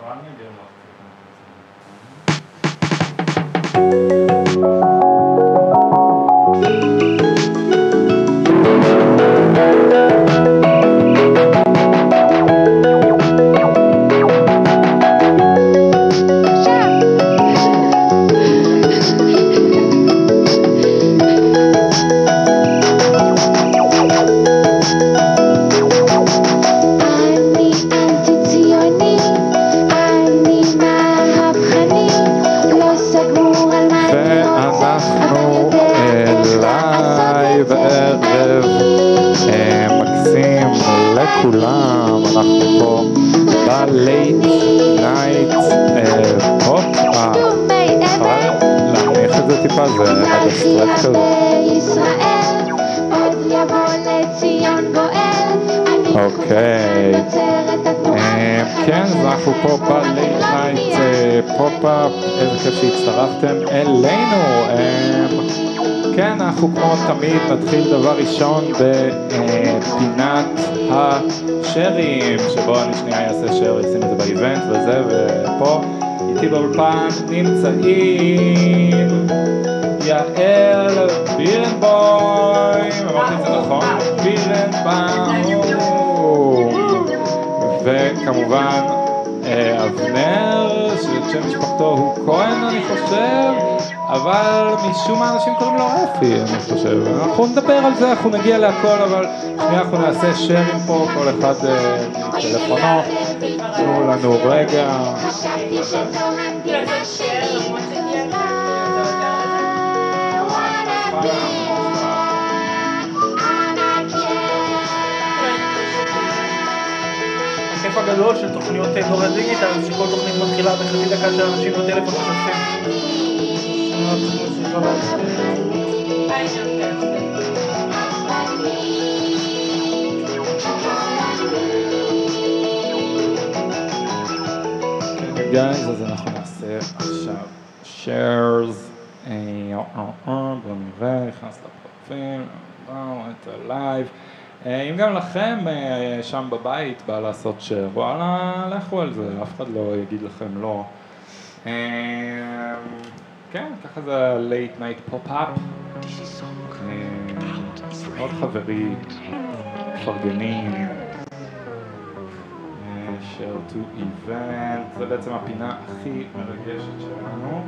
כולם, אנחנו פה ב-Late Night Pop-Up. חבל להניח את זה טיפה, זה הדסטרט כזה. אוקיי, כן, אז אנחנו פה ב-Late Night Pop-Up, איזה כיף שהצטרפתם אלינו. כן, אנחנו כמו תמיד נתחיל דבר ראשון בפינת השרים, שבו אני שנייה אעשה שר, אשים את זה באיבנט וזה, ופה איתי באולפן נמצאים יעל בירנבוים, אמרתי את זה נכון? בירנבוים, וכמובן אבנר, ששם משפחתו הוא כהן אני חושב, אבל משום מה אנשים קוראים לו רפי, אני חושב. אנחנו נדבר על זה, אנחנו נגיע להכל, אבל שנייה אנחנו נעשה שרים פה, כל אחד טלפונו. תנו לנו רגע. הכיף הגדול של תוכניות דור הדיגיטל, שכל תוכנית מתחילה בחצי דקה שאנשים בטלפון משתפים. גייז, אז אנחנו נעשה עכשיו shares, בואו נראה, נכנס לפרופיל, את הלייב. אם גם לכם שם בבית בא לעשות share, וואלה, לכו על זה, אף אחד לא יגיד לכם לא. כן, ככה זה late night pop-up, מאוד חברי, פרגנים, share to event, זה בעצם הפינה הכי מרגשת שלנו.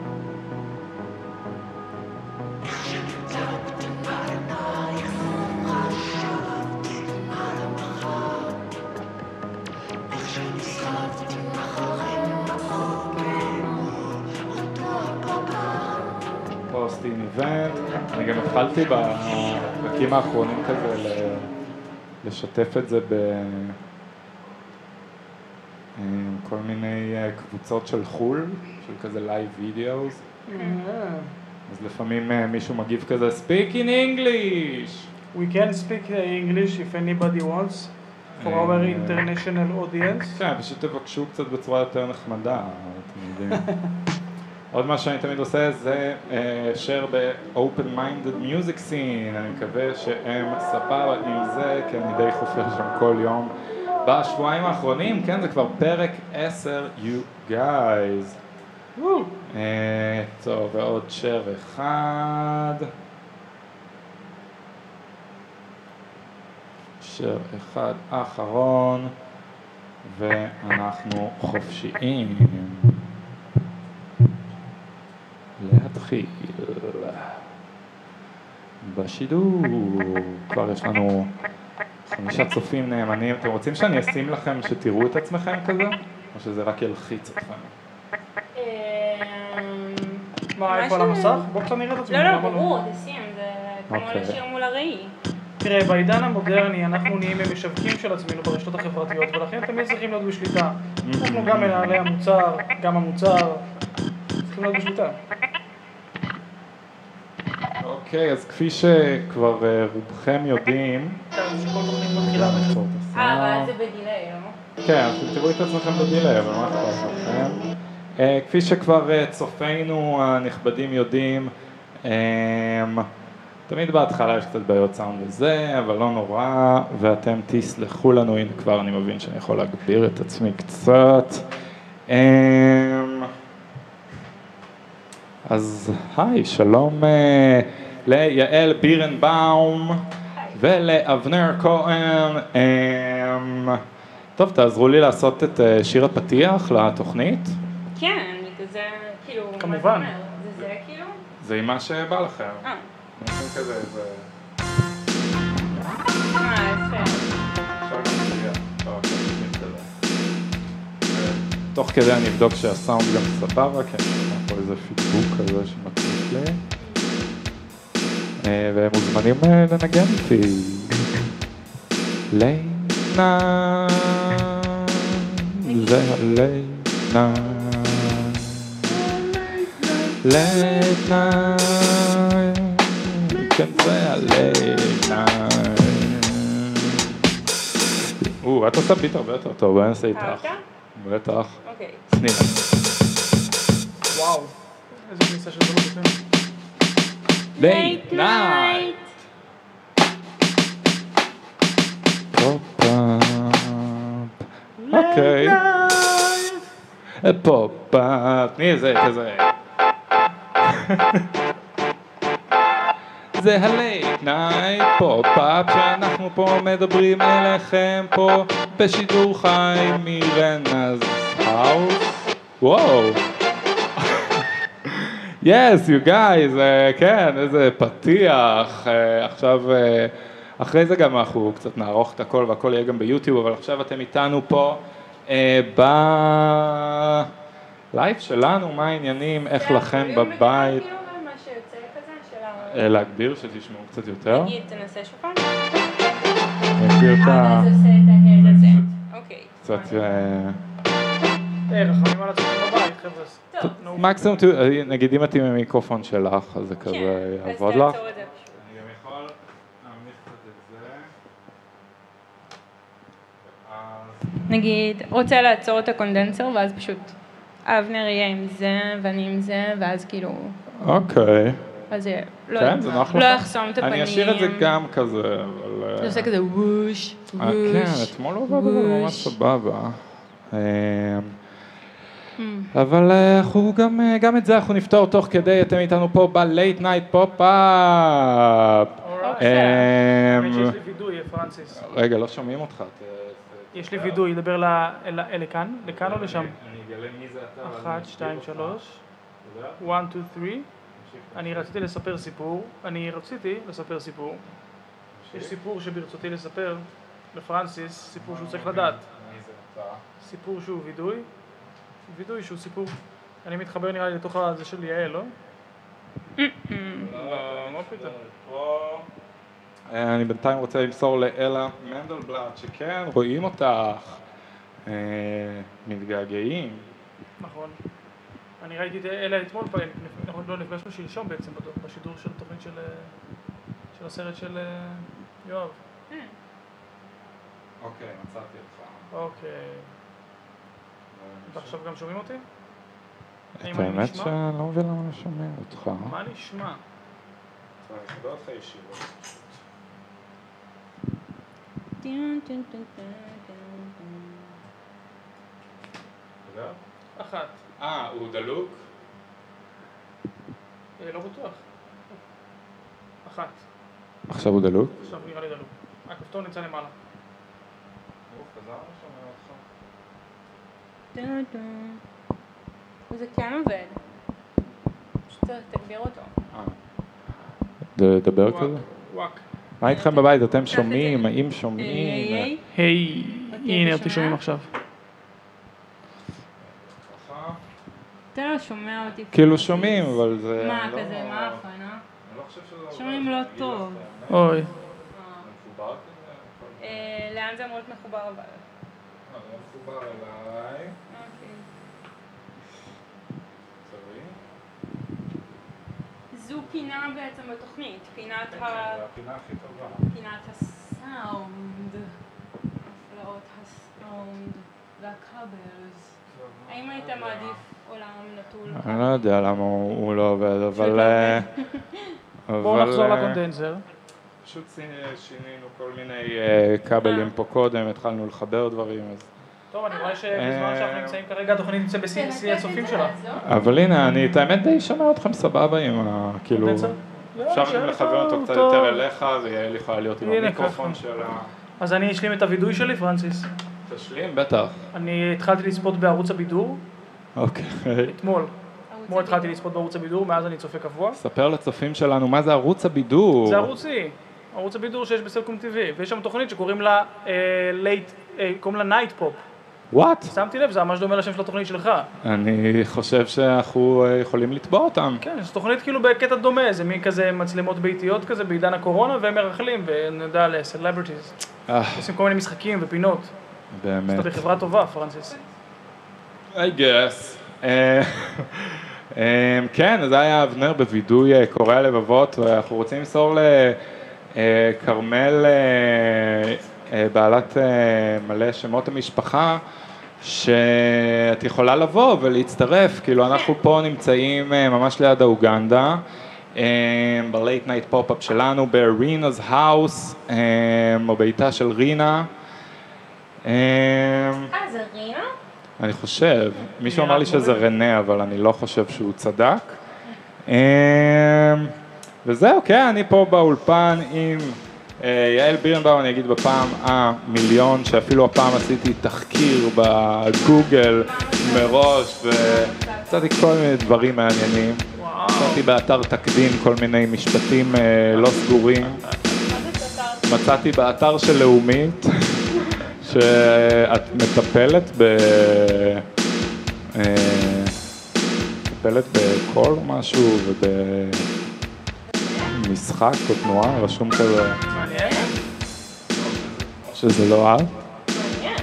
פוסטים איבנט, אני גם התחלתי בפרקים האחרונים כזה לשתף את זה בכל מיני קבוצות של חול, של כזה לייב וידאוס. אז לפעמים מישהו מגיב כזה speak in English. We can speak English if anybody wants for our international audience. כן, פשוט תבקשו קצת בצורה יותר נחמדה, אתם יודעים. עוד מה שאני תמיד עושה זה share ב-open minded music scene, אני מקווה שהם סבבה עם זה, כי אני די חופר שם כל יום בשבועיים האחרונים, כן, זה כבר פרק 10, you guys. טוב, ועוד share אחד. share אחד אחרון, ואנחנו חופשיים. להתחיל בשידור. כבר יש לנו 5 צופים נאמנים. אתם רוצים שאני אשים לכם שתראו את עצמכם כזה? או שזה רק ילחיץ אתכם? מה, איפה על המסך? בוא קצת נראה את עצמנו. לא, ברור, תשים, זה כמו לשיר מול הראי. תראה, בעידן המודרני אנחנו נהיים משווקים של עצמנו ברשתות החברתיות, ולכן תמיד צריכים להיות בשליטה. אנחנו גם מנהלי המוצר, גם המוצר, צריכים להיות בשליטה. אוקיי, אז כפי שכבר רובכם יודעים... אבל זה בדילי, לא? כן, אתם תראו את עצמכם בדילי, אבל מה אכפת לכם? כפי שכבר צופינו הנכבדים יודעים, תמיד בהתחלה יש קצת בעיות סאונד וזה, אבל לא נורא, ואתם תסלחו לנו, הנה כבר אני מבין שאני יכול להגביר את עצמי קצת. אז היי, שלום ליעל בירנבאום ולאבנר כהן. טוב, תעזרו לי לעשות את שיר הפתיח לתוכנית. כן, זה כאילו... כמובן. זה כאילו? זה עם מה שבא לכם. נעשים כזה, זה... יפה. אפשר גם להגיע. תוך כדי אני אבדוק שהסאונד גם סבבה, כי אני שומע פה איזה פידבוק כזה שמקליט לי. והם מוזמנים לנגן איתי. לינה, זה הלינה. לינה, כן זה הלינה. את עושה ביט הרבה יותר טוב, בואי נעשה איתך. בטח. אוקיי. סנינה. וואו, איזה כניסה של דלות לפעמים. Late night. פופ-אפ. אוקיי. פופ-אפ. תני איזה, כזה. זה ה-Late Night פופ-אפ שאנחנו פה מדברים אליכם פה בשידור חי מרנז האוס. וואו. Yes, you guys, כן, איזה פתיח. עכשיו, אחרי זה גם אנחנו קצת נערוך את הכל והכל יהיה גם ביוטיוב, אבל עכשיו אתם איתנו פה בלייב שלנו, מה העניינים, איך לכם בבית. להגביר, שתשמעו קצת יותר. נגיד, תנסה שוב פעם. להגביר את ה... אז עושה את ההד הזה. אוקיי. קצת... רחמים על עצמם בבית, חבר'ה. טוב. מקסימום, נגיד אם אתם עם המיקרופון שלך, אז זה כזה יעבוד לך. אז תעצור את זה פשוט. אני גם יכול להעמיד קצת את זה. נגיד, רוצה לעצור את הקונדנסר, ואז פשוט אבנר יהיה עם זה, ואני עם זה, ואז כאילו... אוקיי. אז כן, זה נוח לך. לא יחסום את הפנים. אני אשאיר את זה גם כזה, אבל... זה עושה כזה ווש, ווש. כן, אתמול עובד אבל ממש סבבה. אבל אנחנו גם את זה אנחנו נפתור תוך כדי, אתם איתנו פה ב-Late Night Pop-Up. יש לי וידוי, פרנסיס. רגע, לא שומעים אותך. יש לי וידוי, לדבר לכאן? לכאן או לשם? אני אגלה מי זה אתה. 1, 2, 3. 1, 2, 3. אני רציתי לספר סיפור. יש סיפור שברצותי לספר לפרנסיס, סיפור שהוא צריך לדעת. סיפור שהוא וידוי שהוא סיפור. אני מתחבר נראה לי לתוך הזה של יעל, לא? לא פתאום. אני בינתיים רוצה למסור לאלה מנדלבלט, שכן, רואים אותך, מתגעגעים. נכון. אני ראיתי את אלה אתמול, לא נפגשנו שלשום בעצם בשידור של התוכנית של הסרט של יואב. אוקיי, מצאתי אותך. אוקיי. ועכשיו גם שומעים אותי? את האמת שאני לא מבין למה לא שומעים אותך. מה נשמע? אני אכבר אותך ישירות. אחת. הוא דלוק? לא בטוח. אחת. עכשיו הוא דלוק? עכשיו נראה לי דלוק. הכפתור נמצא למעלה. זה כן עובד. פשוט תגביר אותו. דבר כזה? וואק. מה איתכם בבית? אתם שומעים? האם שומעים? היי, הנה אותי שומעים עכשיו. אתה לא שומע אותי. כאילו שומעים, אבל זה... מה כזה, מה ההפענה? שומעים לא טוב. אוי. לאן זה אמור להיות מחובר אבל? לא מחובר אליי. זו פינה בעצם בתוכנית, פינת הפינה הכי טובה. פינת הסאונד, הפלאות הסאונד והקאבלס. האם היית מעדיף עולם נטול? אני לא יודע למה הוא לא עובד, אבל... בואו נחזור לקונדנסר. פשוט שינינו כל מיני כבלים פה קודם, התחלנו לחבר דברים, אז... טוב, אני רואה שבזמן שאנחנו נמצאים כרגע, התוכנית נמצא בשיא הצופים שלה. אבל הנה, אני את האמת די שומע אתכם סבבה עם כאילו... אפשר לכוון אותו קצת יותר אליך, ויעל יכולה להיות עם המיקרופון שלה. אז אני אשלים את הוידוי שלי, פרנסיס. תשלים, בטח. אני התחלתי לצפות בערוץ הבידור. אוקיי. אתמול התחלתי לצפות בערוץ הבידור, מאז אני צופה קבוע. ספר לצופים שלנו, מה זה ערוץ הבידור? זה ערוץ הבידור שיש בסלקום TV, ויש שם תוכנית שקוראים לה נייט פופ. וואט? שמתי לב, זה ממש דומה לשם של התוכנית שלך. אני חושב שאנחנו יכולים לתבוע אותם. כן, זו תוכנית כאילו בקטע דומה, זה מין כזה מצלמות ביתיות כזה בעידן הקורונה, והם מרכלים, ונדע לסלבריטיז. עושים כל מיני משחקים ופינות. באמת. זאת בחברה טובה, פרנסיס. I guess. כן, אז זה היה אבנר בווידוי קורע לבבות, ואנחנו רוצים למסור לכרמל, בעלת מלא שמות המשפחה, שאת יכולה לבוא ולהצטרף, כאילו אנחנו פה נמצאים ממש ליד האוגנדה, בלייט נייט פופ-אפ שלנו, ברינה's האוס, או ביתה של רינה. זה רינה? אני חושב, מישהו אמר לי שזה רנה, אבל אני לא חושב שהוא צדק. וזהו, כן, אני פה באולפן עם יעל בירנבאום, אני אגיד בפעם המיליון, שאפילו הפעם עשיתי תחקיר בגוגל מראש, וצאתי כל מיני דברים מעניינים. מצאתי באתר תקדים כל מיני משפטים לא סגורים. מצאתי באתר של לאומית, שאת מטפלת בקול או משהו ובמשחק או תנועה, רשום כזה. מעניין. שזה לא את? מעניין.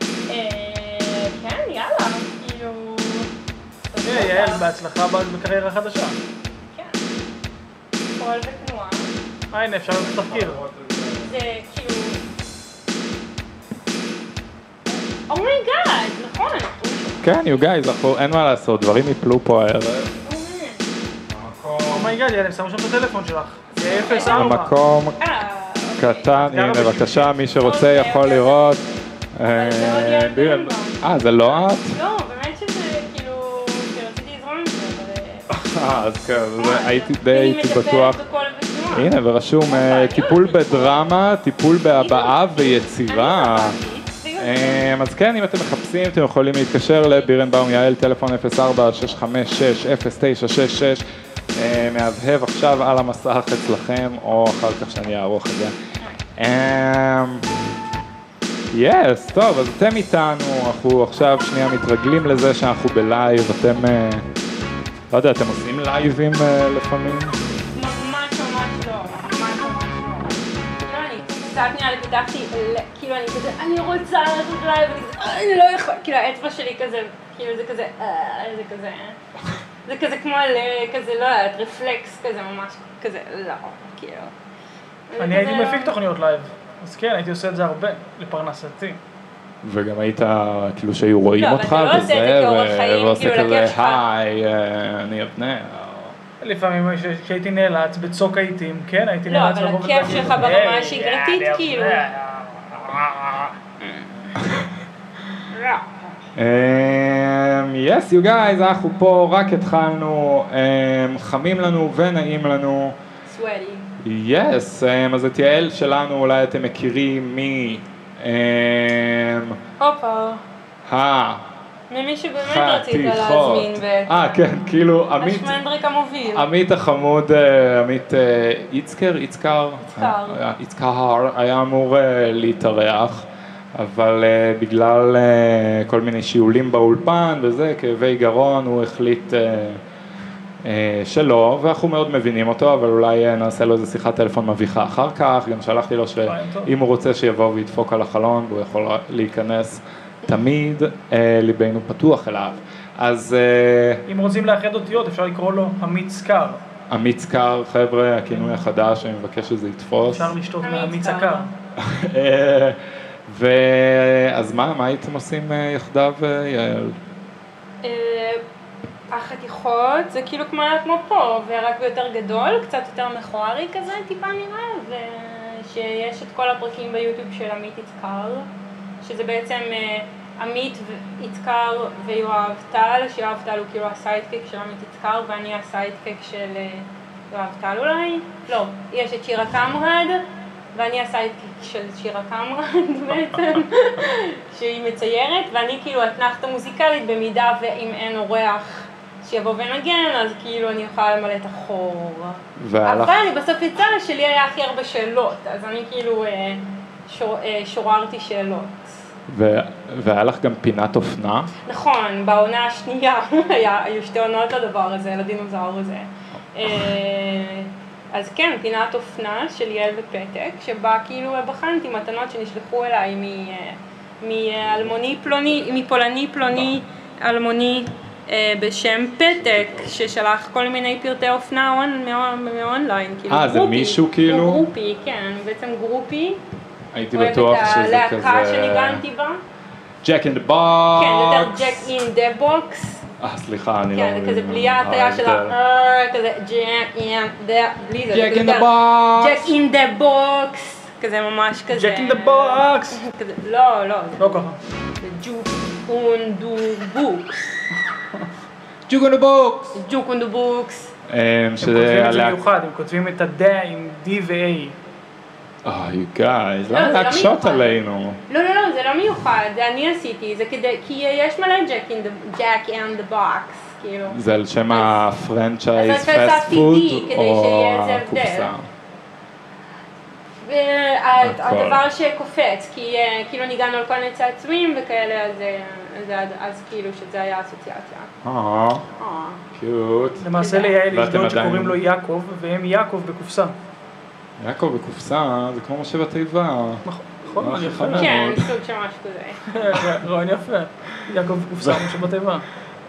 כן, יאללה, כאילו... יעל, בהצלחה בקריירה חדשה. כן. קול ותנועה. הנה, אפשר לעשות תחקיר. זה כאילו... אומייגאד, נכון. כן, you guys, אין מה לעשות, דברים יפלו פה הערב. אומייגאד, יעל, הם שמו שם את הטלפון שלך. זה 04. המקום קטן, הנה בבקשה, מי שרוצה יכול לראות. זה לא את? לא, באמת שזה כאילו, שרציתי לזרום עם זה, אבל... אז כן, הייתי בטוח. הנה, ורשום, טיפול בדרמה, טיפול בהבעה ויצירה. אז כן, אם אתם מחפשים, אתם יכולים להתקשר לבירנבאום יעל, טלפון 04-656-0966, מהבהב עכשיו על המסך אצלכם, או אחר כך שאני אערוך את זה. יס, טוב, אז אתם איתנו, אנחנו עכשיו שנייה מתרגלים לזה שאנחנו בלייב, אתם, לא יודע, אתם עושים לייבים לפעמים? ממש לא. קצת נראה לי פתחתי, כאילו אני כזה, אני רוצה לעשות לייב, אני לא יכול, כאילו האצבע שלי כזה, כאילו זה כזה, זה כזה כמו כזה, לא יודעת, רפלקס כזה ממש, כזה, לא, כאילו. אני הייתי מפיק תוכניות לייב, אז כן, הייתי עושה את זה הרבה, לפרנסתי. וגם היית, כאילו שהיו רואים אותך וזה, ועושה כזה, היי, אני אבנר. לפעמים כשהייתי נאלץ בצוק העיתים, כן, הייתי נאלץ לבוא ולהגיד. לא, אבל הכיף שלך ברמה השגרתית, כאילו. Yes, you guys, אנחנו פה רק התחלנו, חמים לנו ונעים לנו. Sweaty. Yes, אז את יעל שלנו אולי אתם מכירים הופה. ממי שבאמת רצית להזמין בעצם. כן, כאילו השמנדריק המוביל. עמית החמוד, עמית יצקר היה אמור להתארח, אבל בגלל כל מיני שיעולים באולפן וזה, כאבי גרון, הוא החליט שלא, ואנחנו מאוד מבינים אותו, אבל אולי נעשה לו איזה שיחת טלפון מביכה אחר כך, גם שלחתי לו שאם הוא רוצה שיבוא וידפוק על החלון, והוא יכול להיכנס תמיד, ליבנו פתוח אליו. אז... אם רוצים לאחד אותיות, אפשר לקרוא לו עמית סקר. עמית סקר, חבר'ה, הכינוי החדש, אני מבקש שזה יתפוס. אפשר לשתות מעמית סקר. אז מה הייתם עושים יחדיו, יעל? החתיכות זה כאילו כמו פה, ורק ביותר גדול, קצת יותר מכוערי כזה, טיפה נראה, ושיש את כל הפרקים ביוטיוב של עמית יצקר, שזה בעצם עמית יצקר ויואב טל, שיואב טל הוא כאילו הסיידקיק של עמית יצקר ואני הסיידקיק של יואב טל אולי? לא, יש את שירה קמרד ואני הסיידקיק של שירה קמרד בעצם, שהיא מציירת ואני כאילו אתנחת המוזיקלית במידה ואם אין אורח שיבוא ונגן אז כאילו אני יכולה למלא את החור. אבל בסוף יצא שלי היה הכי הרבה שאלות, אז אני כאילו שוררתי שאלות. והיה לך גם פינת אופנה? נכון, בעונה השנייה היו שתי עונות לדבר הזה, לדינוזאור הזה. אז כן, פינת אופנה של יעל ופתק, שבה כאילו בחנתי מתנות שנשלחו אליי מאלמוני פלוני, מפולני פלוני אלמוני בשם פתק, ששלח כל מיני פרטי אופנה מאונליין. זה מישהו כאילו? גרופי, כן, בעצם גרופי. הייתי בטוח שזה כזה... אוהבת הלהקה שניגנתי בה. Jack in the Box. כן, יותר Jack in the Box. סליחה, אני לא מבין. כן, זה כזה בלי ההטיה של כזה Jack in the... בלי זה. Jack in the Box. Jack in the Box. כזה ממש כזה... Jack in the Box. לא. לא ככה. זה Juke on the Books. Juke on the Box. Juke on the Books. הם כותבים את זה מיוחד, הם כותבים את ה-D עם D ו-A. you guys, למה להקשות עלינו? לא, זה לא מיוחד, זה אני עשיתי, זה כדי, כי יש מלא Jack and the Box, כאילו. זה על שם הפרנצ'ייז פסט פוד או הקופסה? הדבר שקופץ, כי כאילו ניגענו על כל מיני צעצועים וכאלה, אז כאילו שזה היה אסוציאציה. קיוט. למעשה ליעל יש דוד שקוראים לו יעקב, והם יעקב בקופסה. יעקב בקופסה, זה כמו משה בתיבה. נכון, אני יפה. כן, סוג של משהו כזה. רעיון יפה. יעקב בקופסה, משה בתיבה.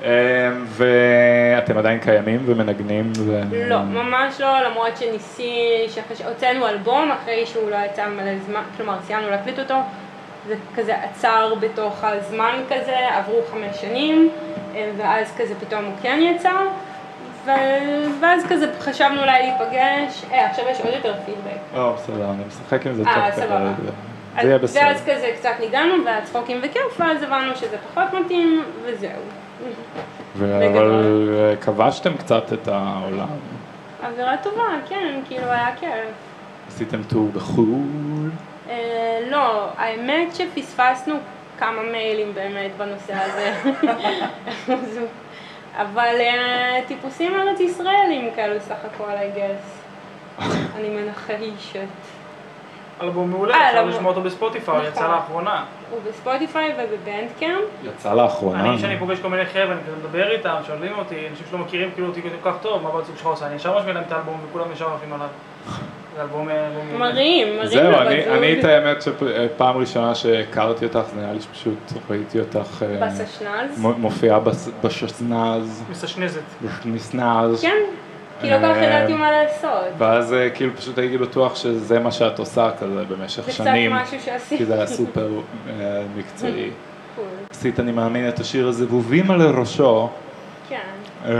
ואתם עדיין קיימים ומנגנים? לא, ממש לא, למרות שהוצאנו אלבום אחרי שהוא לא יצא מלא זמן, כלומר סיימנו להקליט אותו, זה כזה עצר בתוך הזמן כזה, עברו 5 שנים, ואז כזה פתאום הוא כן יצא. ואז כזה חשבנו אולי להיפגש, עכשיו יש עוד יותר פידבק. בסדר, אני משחק עם זה טוב סבבה. זה יהיה בסדר. ואז כזה קצת ניגענו והצחוקים וכיף, ואז הבנו שזה פחות מתאים, וזהו. אבל כבשתם קצת את העולם. אווירה טובה, כן, כאילו היה כיף. עשיתם טור בחו"ל? לא, האמת שפספסנו כמה מיילים באמת בנושא הזה. אבל טיפוסים ארץ ישראלים כאלו סך הכל, I guess. אני מנחשת. אלבום מעולה, אפשר לשמוע אותו בספוטיפיי, יצא לאחרונה. הוא בספוטיפיי ובבנדקאמפ. יצא לאחרונה. כשאני פוגש כל מיני חבר'ה, אני כזה מדבר איתם, שואלים אותי, אנשים שלא מכירים כאילו אותי כל כך טוב, מה בעצם שלך עושה? אני ישר משמיע להם את האלבום וכולם ישר עפים עליו. זה אלבום מרים. זהו, אני את האמת שפעם ראשונה שהכרתי אותך, זה היה לי שפשוט ראיתי אותך בסשנז. מופיעה בששנז. מסשנזת. מסנז. כן. כי לא כל כך ידעתי מה לעשות. ואז כאילו פשוט הייתי בטוח שזה מה שאת עושה כזה במשך שנים. זה קצת משהו שעשיתי. כי זה היה סופר מקצועי. עשית, אני מאמין, את השיר הזבובים על ראשו. כן.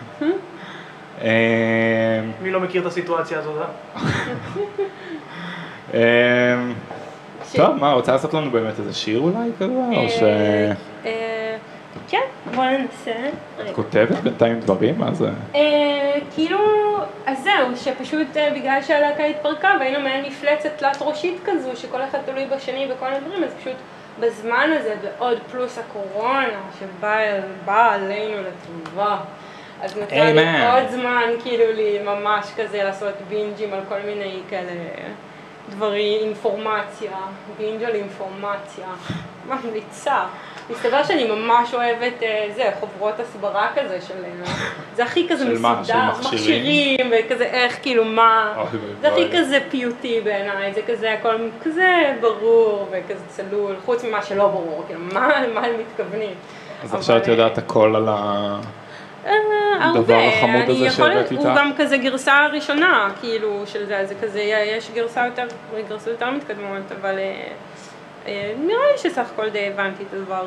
מי לא מכיר את הסיטואציה הזאת, טוב, מה, רוצה לעשות לנו באמת איזה שיר אולי כזה? או ש... כן, בוא ננסה. את כותבת בינתיים דברים? מה זה? כאילו, אז זהו, שפשוט בגלל שהלהקה התפרקה והיינו מעין מפלצת תלת ראשית כזו, שכל אחד תלוי בשני וכל הדברים, אז פשוט בזמן הזה, ועוד פלוס הקורונה, שבאה עלינו לטובה, אז נתן לי עוד זמן כאילו לי ממש כזה לעשות בינג'ים על כל מיני כאלה דברים, אינפורמציה, בינג' על אינפורמציה, ממליצה. מסתבר שאני ממש אוהבת זה, חוברות הסברה כזה של... זה הכי כזה מסודר, מכשירים וכזה איך כאילו מה... זה הכי כזה פיוטי בעיניי, זה כזה הכל כזה ברור וכזה צלול, חוץ ממה שלא ברור, כאילו מה הם מתכוונים. אז עכשיו את יודעת הכל על הדבר החמוד הזה שהבאת איתה? הוא גם כזה גרסה ראשונה, כאילו, של זה, זה כזה, יש גרסה יותר מתקדמות, אבל נראה לי שסך הכל די הבנתי את הדבר.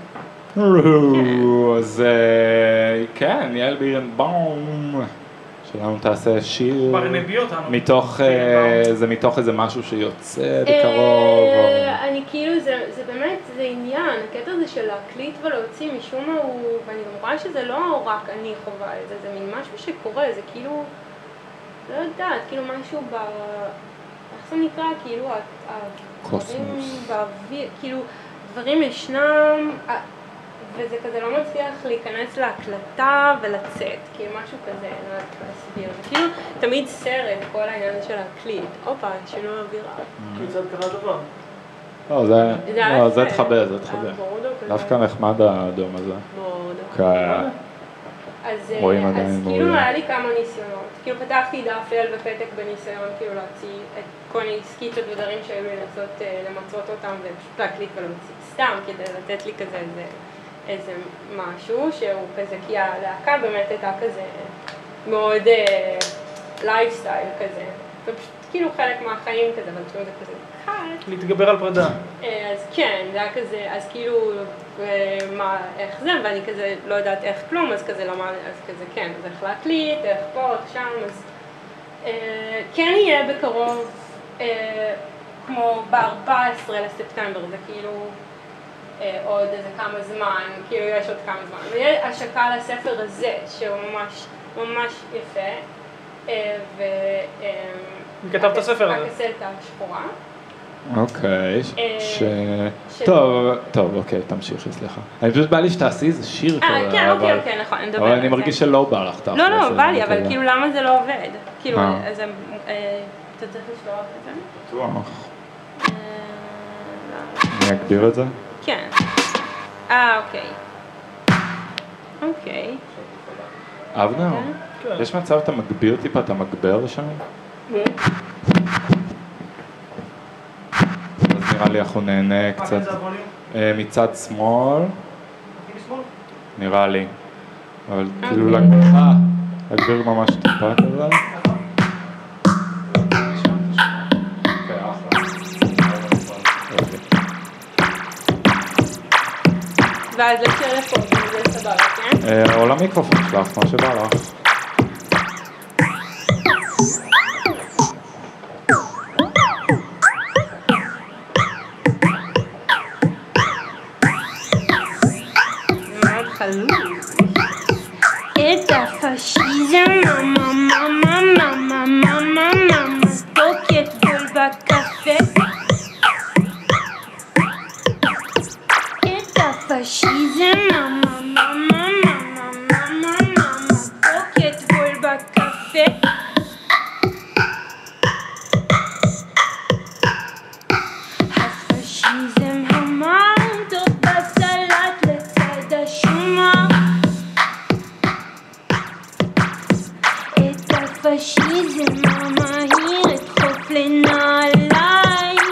אז כן, יעל בירנבאום, שלנו תעשה שיר מתוך, זה מתוך איזה משהו שיוצא בקרוב. אני כאילו, זה באמת, זה עניין, הקטע הזה של להקליט ולהוציא משום מה הוא, ואני גם רואה שזה לא רק אני חווה את זה, זה מין משהו שקורה, זה כאילו, לא יודעת, כאילו משהו איך זה נקרא, כאילו, הדברים באוויר, כאילו, דברים ישנם, וזה כזה לא מצליח להיכנס להקלטה ולצאת, כאילו משהו כזה, אני לא יודעת להסביר, זה כאילו תמיד סרט, כל העניין של להקליט, הופה, שינוי אווירה. קצת קרה דבר. לא, זה תחבא, זה תחבא. דווקא נחמד האדום הזה. אז כאילו היה לי כמה ניסיונות, כאילו פתחתי דף ליל ופתק בניסיון כאילו להוציא את כל מיני סקיצות ודברים שהיו לי לנסות למצות אותם ופשוט להקליט ולהוציא סתם כדי לתת לי כזה איזה משהו שהוא כזה, כי הלהקה באמת הייתה כזה מאוד לייפסטייל כזה, ופשוט כאילו חלק מהחיים כזה, אבל תשמעו זה כזה קל. להתגבר על פרידה. אז כן, זה היה כזה, אז כאילו, איך זה, ואני כזה לא יודעת איך כלום, אז כזה לא מה, אז כזה כן, אז איך להקליט, איך פה, איך שם, אז כן יהיה בקרוב, כמו ב-14 לספטמבר, זה כאילו עוד איזה כמה זמן, כאילו יש עוד כמה זמן, ויש השקה לספר הזה, שהוא ממש ממש יפה, וכתב את הספר הזה. הקסטה השחורה. אוקיי, טוב, אוקיי, תמשיכי, סליחה. אני פשוט בא לי שתעשי איזה שיר כזה, כן, אוקיי, נכון, נדבר על זה. אבל אני מרגיש שלא בא לך תכל'ס. לא, בא לי, אבל כאילו למה זה לא עובד? כאילו, אז אתה צריך לשלוח את זה? בטוח. אני אגביר את זה? כן. אוקיי. אבנר, יש מצב אתה מגביר טיפה, אתה מגבר שם? אז נראה לי אנחנו נהנה קצת מצד שמאל. נראה לי. אבל כאילו להגביר ממש טיפה כזה. ואז לשיר לפה, זה סבבה, כן? או למיקרופון שלך, מה שבא לך. מאוד חלוק. את הפשיזם, מתוקת בול בקפה. את הפשיזם, מתוקת בול בקפה. הפשיזם המאונטות בסלט לצד השומה. את הפשיזם המהיר את חוף לנעליים.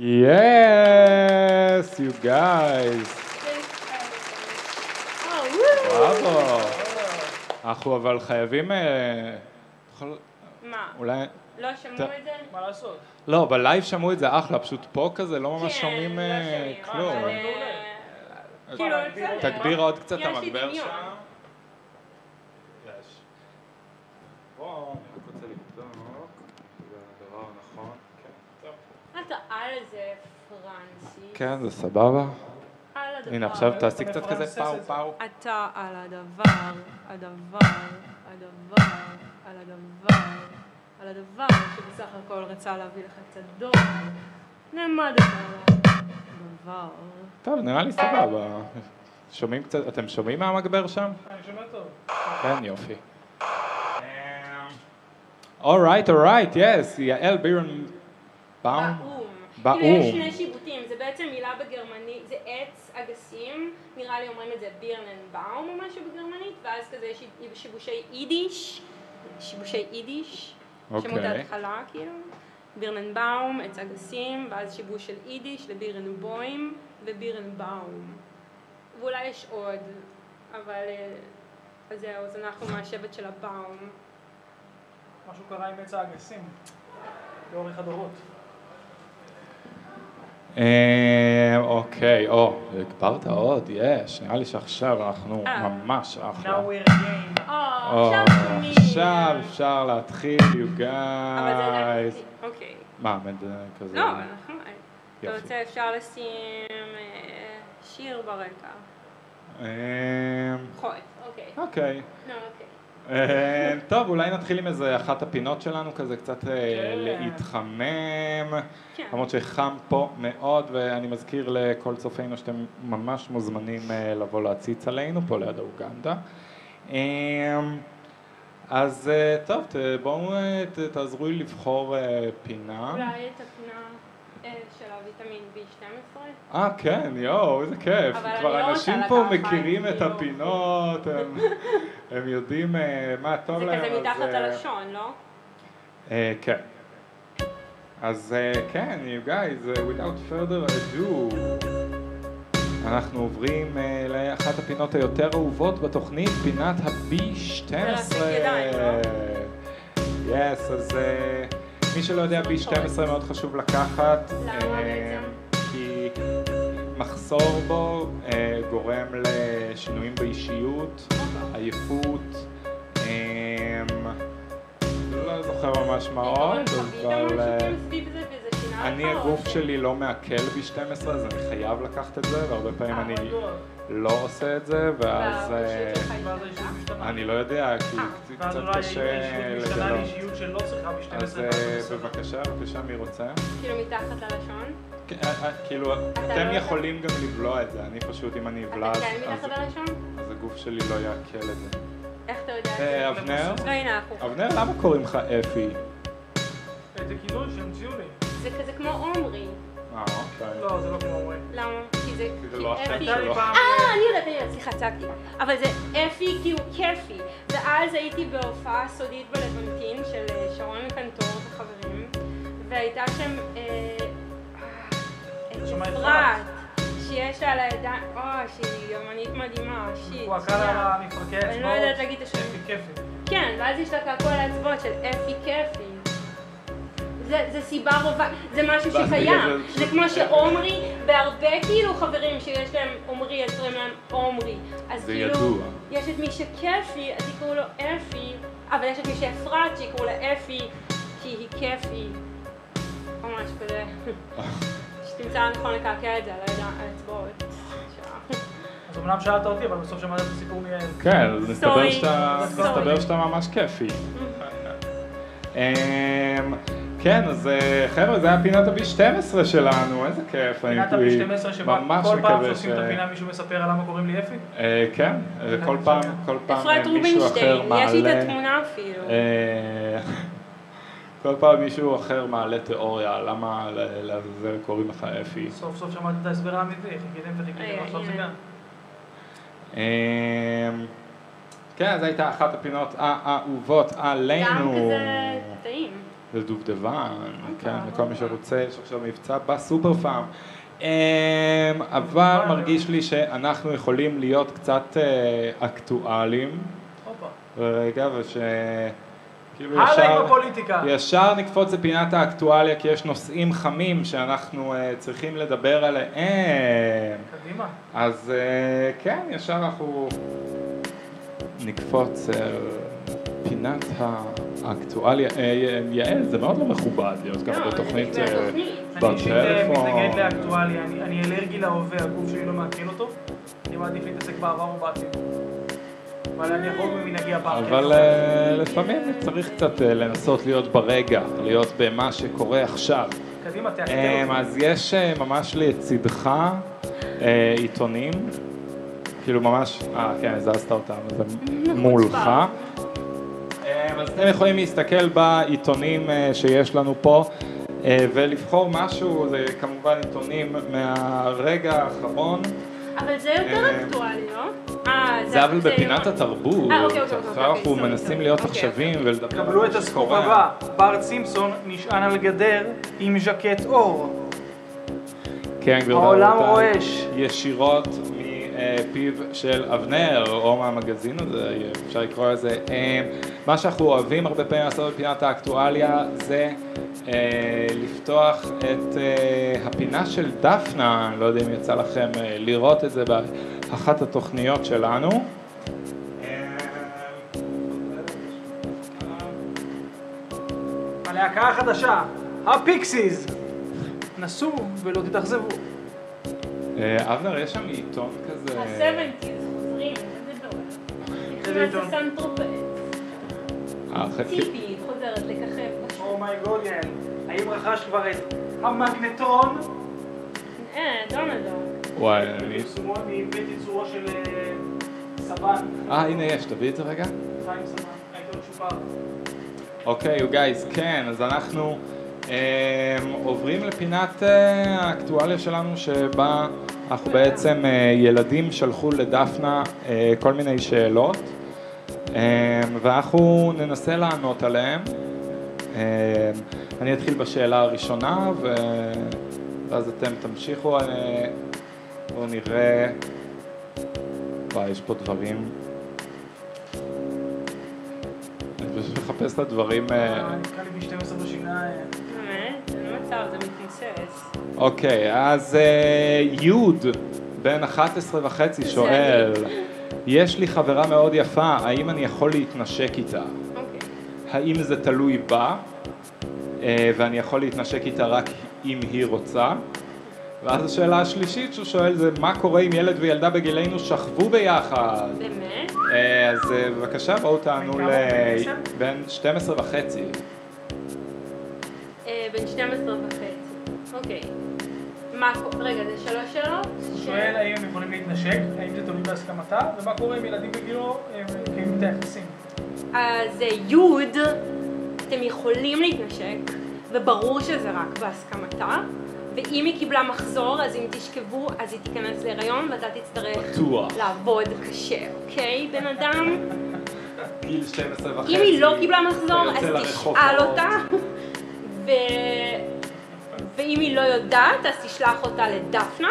Yes, you guys. בראבו. אנחנו אבל חייבים... מה? אולי... לא שמעו את זה? מה לעשות? לא, בלייב שמעו את זה אחלה, פשוט פה כזה לא ממש שומעים כלום. כאילו, תגביר עוד קצת יש לי המגבר דמיון. שם. יש. בוא, אני רק רוצה לבדוק. זה הדבר הנכון. כן, טוב. אתה על זה פרנסי. כן, זה סבבה. על הדבר. הנה, עכשיו תעשי קצת כזה פאו פאו. אתה על הדבר, הדבר, הדבר, על הדבר, על הדבר שבסך הכל רצה להביא לך קצת דור. נעמדת על הדבר. טוב, נראה לי סבבה. שומעים קצת, אתם שומעים מהמגבר שם? אני שומע טוב. כן, יופי. alright, yes, יעל בירנבאום. באום. כאילו יש שני שיבוטים, זה בעצם מילה בגרמנית, זה עץ אגסים, נראה לי אומרים את זה בירננבאום או משהו בגרמנית, ואז כזה יש שיבושי יידיש, שמות ההתחלה כאילו, בירננבאום, עץ אגסים, ואז שיבוש של יידיש לבירנבוים ובירנבאום. ואולי יש עוד, אבל אז זהו, אז אנחנו מהשבט של הבאום. משהו קרה עם עץ האגסים, לאורך הדורות. אוקיי, הגברת עוד, יש, נראה לי שעכשיו אנחנו ממש אחלה. Now we're game. עכשיו אפשר להתחיל, you guys. אוקיי. מה, כזה? לא, אנחנו... אתה רוצה אפשר לשים שיר ברקע. חורף, אוקיי. אוקיי. לא, אוקיי. טוב, אולי נתחיל עם איזה אחת הפינות שלנו, כזה קצת להתחמם. למרות שחם פה מאוד, ואני מזכיר לכל צופינו שאתם ממש מוזמנים לבוא להציץ עלינו, פה ליד האוגנדה. אז טוב, בואו תעזרו לי לבחור פינה. אולי את הפינה של הוויטמין B12? כן, יואו, איזה כיף. כבר אנשים פה מכירים את הפינות, הם יודעים מה טוב להם. זה כזה מתחת ללשון, לא? כן. אז כן, you guys, without further ado, אנחנו עוברים לאחת הפינות היותר אהובות בתוכנית, פינת ה-B12. Yes, אז מי שלא יודע, B12 מאוד חשוב לקחת. למה בעצם? כי מחסור בו גורם לשינויים באישיות, עייפות, לא זוכר ממש מה עוד, אבל אני הגוף שלי לא מעכל B12, אז אני חייב לקחת את זה, והרבה פעמים אני לא עושה את זה, ואז אני לא יודע, כי קצת קשה לגלות. אז בבקשה, מי רוצה? כאילו מתחת ללשון? כאילו, אתם יכולים גם לבלוע את זה, אני פשוט, אם אני אבלע, אתה כן מתחת ללשון? אז הגוף שלי לא יעכל את זה. איך אתה יודע את זה? אבנר? לא, הנה אנחנו. אבנר, למה קוראים לך אפי? זה כינוי שהמציאו לי. זה כזה כמו עומרי. אוקיי. לא, זה לא כמו עומרי. למה? כי זה לא אפי. השם שלו. אני יודעת, סליחה, צעקתי. אבל זה אפי כי הוא כיפי. ואז הייתי בהופעה סודית בלוונטין של שרון קנטור וחברים, והייתה שם אפרת, שיש לה על הידיים, שהיא אמנית מדהימה, שיט. הוא עקל על המפרקי האצבעות. אני לא יודעת להגיד את השם. אפי כיפי. כן, ואז יש לה קעקוע על האצבעות של אפי כיפי. זה סיבה רובה, זה משהו שקיים. זה כמו שעומרי, בהרבה כאילו חברים שיש להם עומרי, אז קוראים להם עומרי. אז כאילו, יש את מי שכיפי, אז יקראו לו אפי, אבל יש את מי שאפרת שיקראו לה אפי, כי היא כיפי. או משהו כזה. שתמצא נכון לקעקע את זה על האצבעות. אז אמנם שאלת אותי, אבל בסוף שמעת את הסיפור מיעל. כן, אז מסתבר שאתה ממש כיפי. כן, אז חבר'ה, זה היה פינת ה-B12 שלנו, איזה כיף. פינת ה-B12 שבה כל פעם שעושים את הפינה מישהו מספר על למה קוראים לי אפי? כן, כל פעם אפרת מישהו אחר מעלה. יש לי את התמונה אפילו. כל פעם מישהו אחר מעלה תיאוריה, למה לזה קוראים לך אפי. סוף סוף שמעת את ההסבר האמיתי, חיכיתם וחיכיתם, עכשיו זה גם. כן, זו הייתה אחת הפינות האהובות עלינו. גם כזה טעים. לדובדבן, כן, לכל מי שרוצה, יש עכשיו מבצע בסופר פארם. אבל מרגיש לי שאנחנו יכולים להיות קצת אקטואליים. רגע, כאילו ישר נקפוץ לפינת האקטואליה, כי יש נושאים חמים שאנחנו צריכים לדבר עליהם. קדימה. אז כן, ישר אנחנו נקפוץ פינת האקטואליה. יעל, זה מאוד לא מכובד להיות ככה בתוכנית בטלפון. אני מתנגד לאקטואליה, אני אלרגי להווה, הגוף שלי לא מעכל אותו. אני מעדיף להתעסק בעבר ובעתיד. אבל אני אחרוג ממנהגי הפעם. אבל לפעמים צריך קצת לנסות להיות ברגע, להיות במה שקורה עכשיו. קדימה, תעקר אותי. אז יש ממש לצידך עיתונים, כאילו ממש, כן, הזזת אותם, זה מולך. אז אתם יכולים להסתכל בעיתונים שיש לנו פה ולבחור משהו, זה כמובן עיתונים מהרגע האחרון. אבל זה יותר אקטואלי, לא? זה אבל בפינת התרבות, עכשיו אנחנו מנסים להיות עכשווים ולדבר. קבלו את הסקופ הבא, בארט סימפסון נשען על גדר עם ז'קט אור. כן, גבירותיי, העולם רועש. ישירות מפיו של אבנר, או מהמגזין הזה, אפשר לקרוא לזה. מה שאנחנו אוהבים הרבה פעמים לעשות בפינת האקטואליה זה לפתוח את הפינה של דפנה, לא יודע אם יצא לכם לראות את זה באחת התוכניות שלנו. הלהקה החדשה, הפיקסיז. נסו ולא תתאכזבו. אבנר, יש שם עיתון כזה... ה-70's חוזרים, איזה עיתון? נכנס לסנטרופס. ציפי חוזרת לככב. אומייגוד, יעל. האם רכש כבר את המגנטון? דונלדון. וואי, פרסומות מבית ייצורו של סבן. הנה יש, תביא את זה רגע. חיים סבן, העיתון שופר. אוקיי, you guys, כן, אז אנחנו עוברים לפינת האקטואליה שלנו שבה אנחנו בעצם ילדים שלחו לדפנה כל מיני שאלות ואנחנו ננסה לענות עליהן. אני אתחיל בשאלה הראשונה ואז אתם תמשיכו, בואו נראה, יש פה דברים, אני פשוט מחפש את הדברים. נתקע לי ב-12 בשינה. באמת? זה לא מצב, זה מתמוסס. אוקיי, אז יוד, בן 11.5 שואל, יש לי חברה מאוד יפה, האם אני יכול להתנשק איתה? אוקיי. האם זה תלוי בה, ואני יכול להתנשק איתה רק אם היא רוצה? ואז השאלה השלישית שהוא שואל זה, מה קורה אם ילד וילדה בגילנו שכבו ביחד? באמת? אז בבקשה בואו תענו לבן 12.5. בן 12.5. אוקיי. רגע, זה 3 שאלות? הוא שואל האם הם יכולים להתנשק, האם זה תלוי בהסכמתה, ומה קורה אם ילדים בגילו מקיימים את היחסים. אז יוד, אתם יכולים להתנשק, וברור שזה רק בהסכמתה, ואם היא קיבלה מחזור, אז אם תשכבו, אז היא תיכנס להיריון, ואתה תצטרך לעבוד קשה, אוקיי, בן אדם? גיל 12.5. אם היא לא קיבלה מחזור, אז תשאל אותה, ואם היא לא יודעת, אז תשלח אותה לדפנה,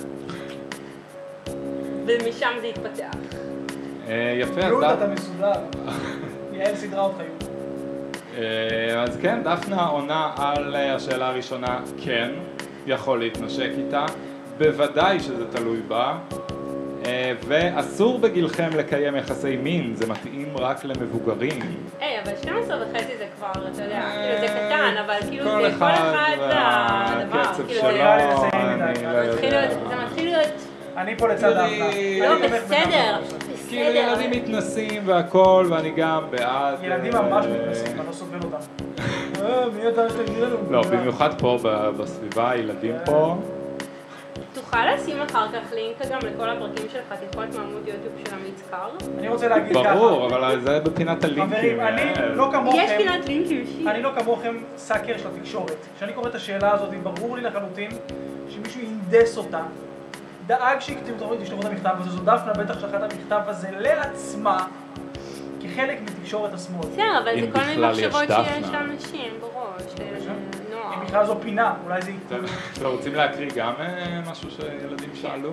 ומשם זה יתפתח. יפה, יוד, אתה מסודר. יעל סדרה אותך, יוד. אז כן, דפנה עונה על השאלה הראשונה, כן, יכול להתנשק איתה, בוודאי שזה תלוי בה, ואסור בגילכם לקיים יחסי מין, זה מתאים רק למבוגרים. אבל 12.5 זה כבר, אתה יודע, כאילו זה קטן, אבל כאילו זה כל אחד והדבר, הקצב כאילו שלו, אני לא יודע. זה מתחיל להיות... אני פה לצד דפנה. לא, בסדר. כאילו ילדים מתנסים והכל, ואני גם בעד... ילדים ממש מתנסים, אני לא סובל אותם. מי אתה שתגידנו? לא, במיוחד פה בסביבה, הילדים פה. תוכל לשים אחר כך לינק גם לכל הפרקים של חתיכות מעמוד יוטיוב של עמית קר? אני רוצה להגיד ככה. ברור, אבל זה בפינת הלינקים. חברים, אני לא כמוכם... יש פינת לינקים, שיט. אני לא כמוכם סאקר של התקשורת. כשאני קורא את השאלה הזאת, ברור לי לחלוטין שמישהו ינדס אותה. דאג שתכתבו את המכתב הזה, זו דפנה בטח שלחה את המכתב הזה לעצמה כחלק מתקשורת השמאל. בסדר, אבל זה כל מיני מחשבות שיש לאנשים בראש. נקרא לזו פינה, אולי זה יקרה. אתם רוצים להקריא גם משהו שילדים שאלו?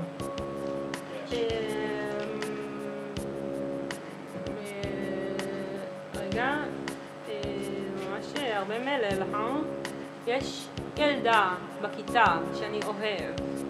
רגע, ממש הרבה מלל, יש ילדה בכיתה שאני אוהב.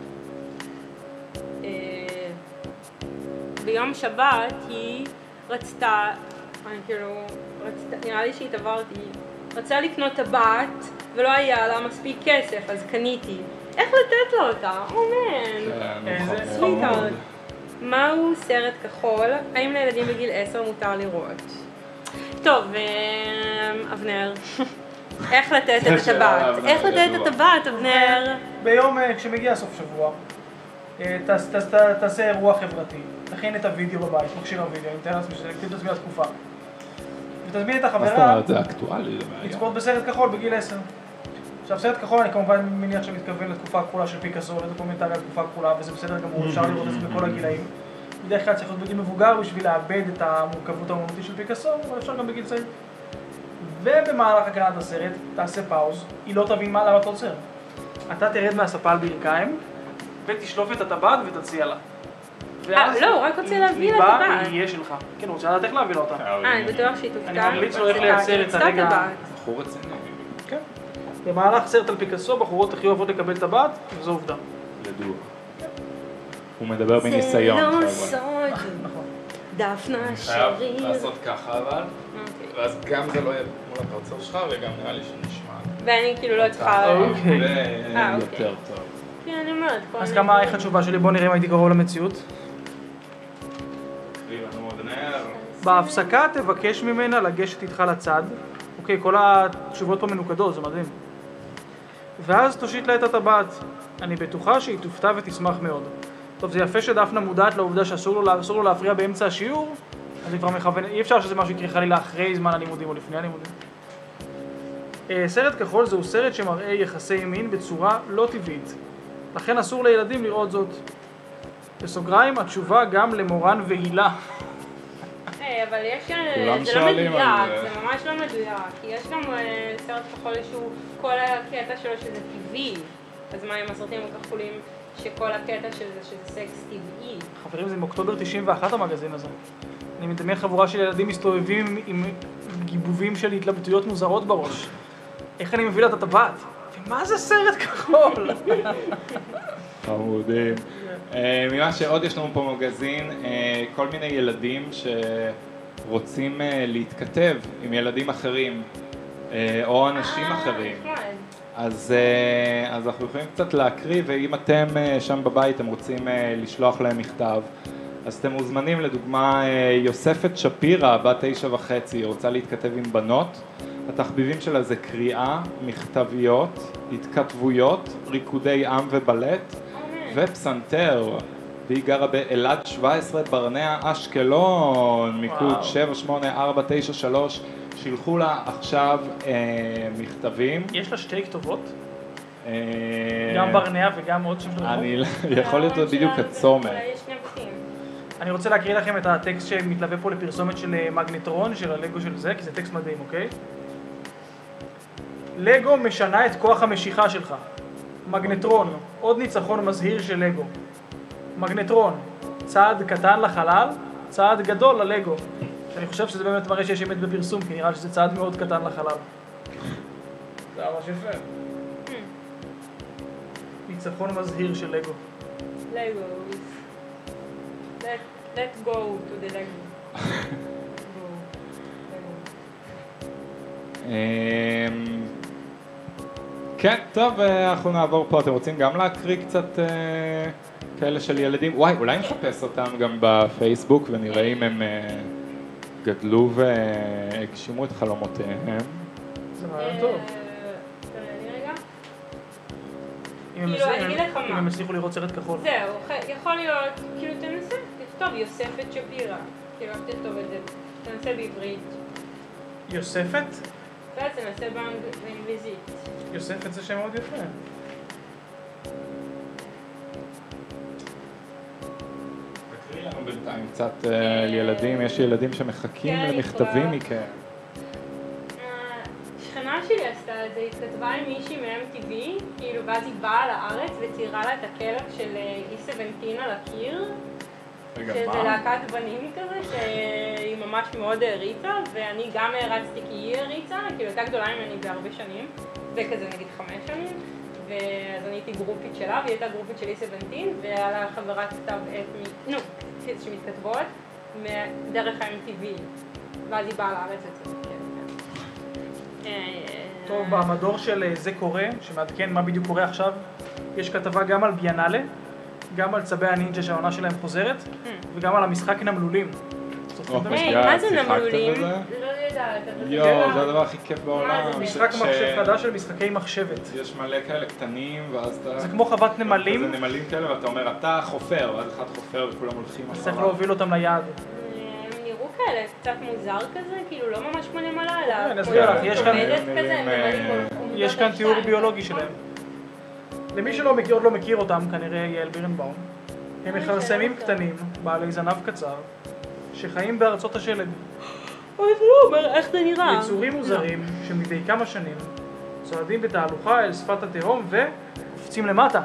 ביום שבת היא רצתה, נראה לי שהתעברתי, רצה לקנות טבעת ולא היה לה מספיק כסף, אז קניתי. איך לתת לו אותה? איזה סוויטארט. מהו סרט כחול? האם לילדים בגיל 10 מותר לראות? טוב, אבנר, איך לתת את הטבעת? איך לתת את הטבעת, אבנר? ביום, כשמגיע סוף שבוע, תעשה אירוע חברתי, תכין את הוידאו בבית, מכשיר הוידאו, אני מתאר לעצמי שתקציב תזמין לתקופה. ותזמין את החברה זה אקטואלי, לצפות בסרט כחול בגיל 10. עכשיו, סרט כחול אני כמובן מניח שמתכוון לתקופה הכחולה של פיקאסו, לדוקומנטריה לתקופה הכחולה, וזה בסדר גמור, אפשר לראות את זה בכל הגילאים. בדרך כלל צריך להיות בגיל מבוגר בשביל לאבד את המורכבות האומנותית של פיקאסו, אבל אפשר גם בגיל צעיר. ובמהלך הקראת הסרט, תעשה פאוז, היא לא תבין מה למה אתה עוצר. אתה תרד מהספה על ברכיים, ותשלוף את הטבעת ותציע לה. לא, הוא רק רוצה להביא לה טבעת. היא יהיה שלך. כן, הוא רוצה לדעת איך להביא לה אותה. אני בטוח שהיא תופתע. אני ממליץ לו איך לייצר את הרגע. בחור רציני. כן. במהלך סרט על פיקאסו, בחורות הכי אוהבות לקבל טבעת, וזו עובדה. ידוע. הוא מדבר מניסיון. זה לא סוד. נכון. דפנה חייב שריר. לעשות ככה אבל, ואז גם זה לא יהיה מול הפרצוף שלך וגם נראה לי שנשמע. ואני כאילו לא צריכה... אוקיי. יותר טוב. כן, אני אומרת. אז כמה, איך התשובה שלי? בוא נראה אם הייתי קרוב למציאות. בהפסקה תבקש ממנה לגשת איתך לצד. אוקיי, כל התשובות פה מנוקדות, זה מדהים. ואז תושיט לה את הטבעת. אני בטוחה שהיא תופתע ותשמח מאוד. טוב, זה יפה שדפנה מודעת לעובדה שאסור לו להפריע באמצע השיעור, אז היא כבר מכוון, אי אפשר שזה משהו יקרה חלילה אחרי זמן הלימודים או לפני הלימודים. סרט כחול זהו סרט שמראה יחסי מין בצורה לא טבעית, לכן אסור לילדים לראות זאת. בסוגריים, התשובה גם למורן והילה. אבל יש, זה לא מדויק, זה ממש לא מדויק, כי יש גם סרט כחול שהוא, כל הקטע שלו שזה טבעי, אז מה עם הסרטים הכחולים שכל הקטע של זה שזה סקס טבעי? חברים, זה מאוקטובר 91 המגזין הזה. אני מדמיין חבורה של ילדים מסתובבים עם גיבובים של התלבטויות מוזרות בראש. איך אני מביא לה את הטבעת? ומה זה סרט כחול? חמודים. ממה שעוד יש לנו פה מגזין, כל מיני ילדים שרוצים להתכתב עם ילדים אחרים, או אנשים אחרים. אז אנחנו יכולים קצת להקריא, ואם אתם שם בבית, אתם רוצים לשלוח להם מכתב, אז אתם מוזמנים, לדוגמה, יוספת שפירה, בת 9.5, היא רוצה להתכתב עם בנות. התחביבים שלה זה קריאה, מכתביות, התכתבויות, ריקודי עם ובלט, ופסנתר. והיא גרה באלעד 17, ברנע, אשקלון, מיקוד 78493. שילחו לה עכשיו מכתבים. יש לה שתי כתובות? גם ברנע וגם עוד שם ברנע? אני יכול להיות בדיוק הצומת. אני רוצה להקריא לכם את הטקסט שמתלווה פה לפרסומת של מגנטרון, של הלגו של זה, כי זה טקסט מדהים, אוקיי? לגו משנה את כוח המשיכה שלך. מגנטרון, עוד ניצחון מזהיר של לגו. מגנטרון, צעד קטן לחלל, צעד גדול ללגו. אני חושב שזה באמת מראה שיש אמת בפרסום, כי נראה שזה צעד מאוד קטן לחלל. זה ממש יפה. ניצחון מזהיר של לגו. לגו. Let go to the Lego. כן, טוב, אנחנו נעבור פה. אתם רוצים גם להקריא קצת כאלה של ילדים? וואי, אולי נחפש אותם גם בפייסבוק ונראה אם הם גדלו והגשימו את חלומותיהם. זה רעיון טוב. אם הם הצליחו לראות סרט כחול. זהו, יכול להיות, כאילו תנסה, תכתוב יוספת שפירה. כאילו איך תכתוב את זה, תנסה בעברית. יוספת? ואז תנסה באנגלית. יוספת זה שם מאוד יפה. תקריא לנו בינתיים קצת ילדים, יש ילדים שמחכים למכתבים מכם. שכנה שלי עשתה את זה, התכתבה עם מישהי מ-MTV, כאילו, ואז היא באה לארץ וציירה לה את הכלב של E17 על הקיר. שזה להקת בנים כזה, שהיא ממש מאוד העריצה, ואני גם הערצתי כי היא העריצה, כאילו הייתה גדולה ממני בהרבה שנים, וכזה נגיד 5 שנים, ואז אני הייתי גרופית שלה, והיא הייתה גרופית של E17, והיה לה חברת כתב עת, שמתכתבות, דרך ה-MTV, ואז היא באה לארץ את זה. טוב, במדור של זה קורה, שמעדכן מה בדיוק קורה עכשיו, יש כתבה גם על ביאנלה, גם על צבי הנינג'ה שהעונה שלהם חוזרת, וגם על המשחק נמלולים. מה זה נמלולים? לא יודעת. יואו, זה הדבר הכי כיף בעולם. משחק מחשב חדש של משחקי מחשבת. יש מלא כאלה קטנים, ואז אתה... זה כמו חוות נמלים. זה נמלים כאלה, ואתה אומר, אתה חופר, ואז אחד חופר וכולם הולכים. אז צריך להוביל אותם ליעד. הם נראו כאלה, קצת מוזר כזה, כאילו לא ממש כמו נמלה, אלא אני אסביר לך, יש כאן תיאור ביולוגי שלהם. למי שלא עוד לא מכיר אותם, כנראה יעל בירנבאום, הם מכרסמים קטנים, בעלי זנב קצר, שחיים בארצות השלג. אוי, לא אומר, איך זה נראה? יצורים מוזרים שמדי כמה שנים צועדים בתהלוכה אל שפת התהום וקופצים למטה.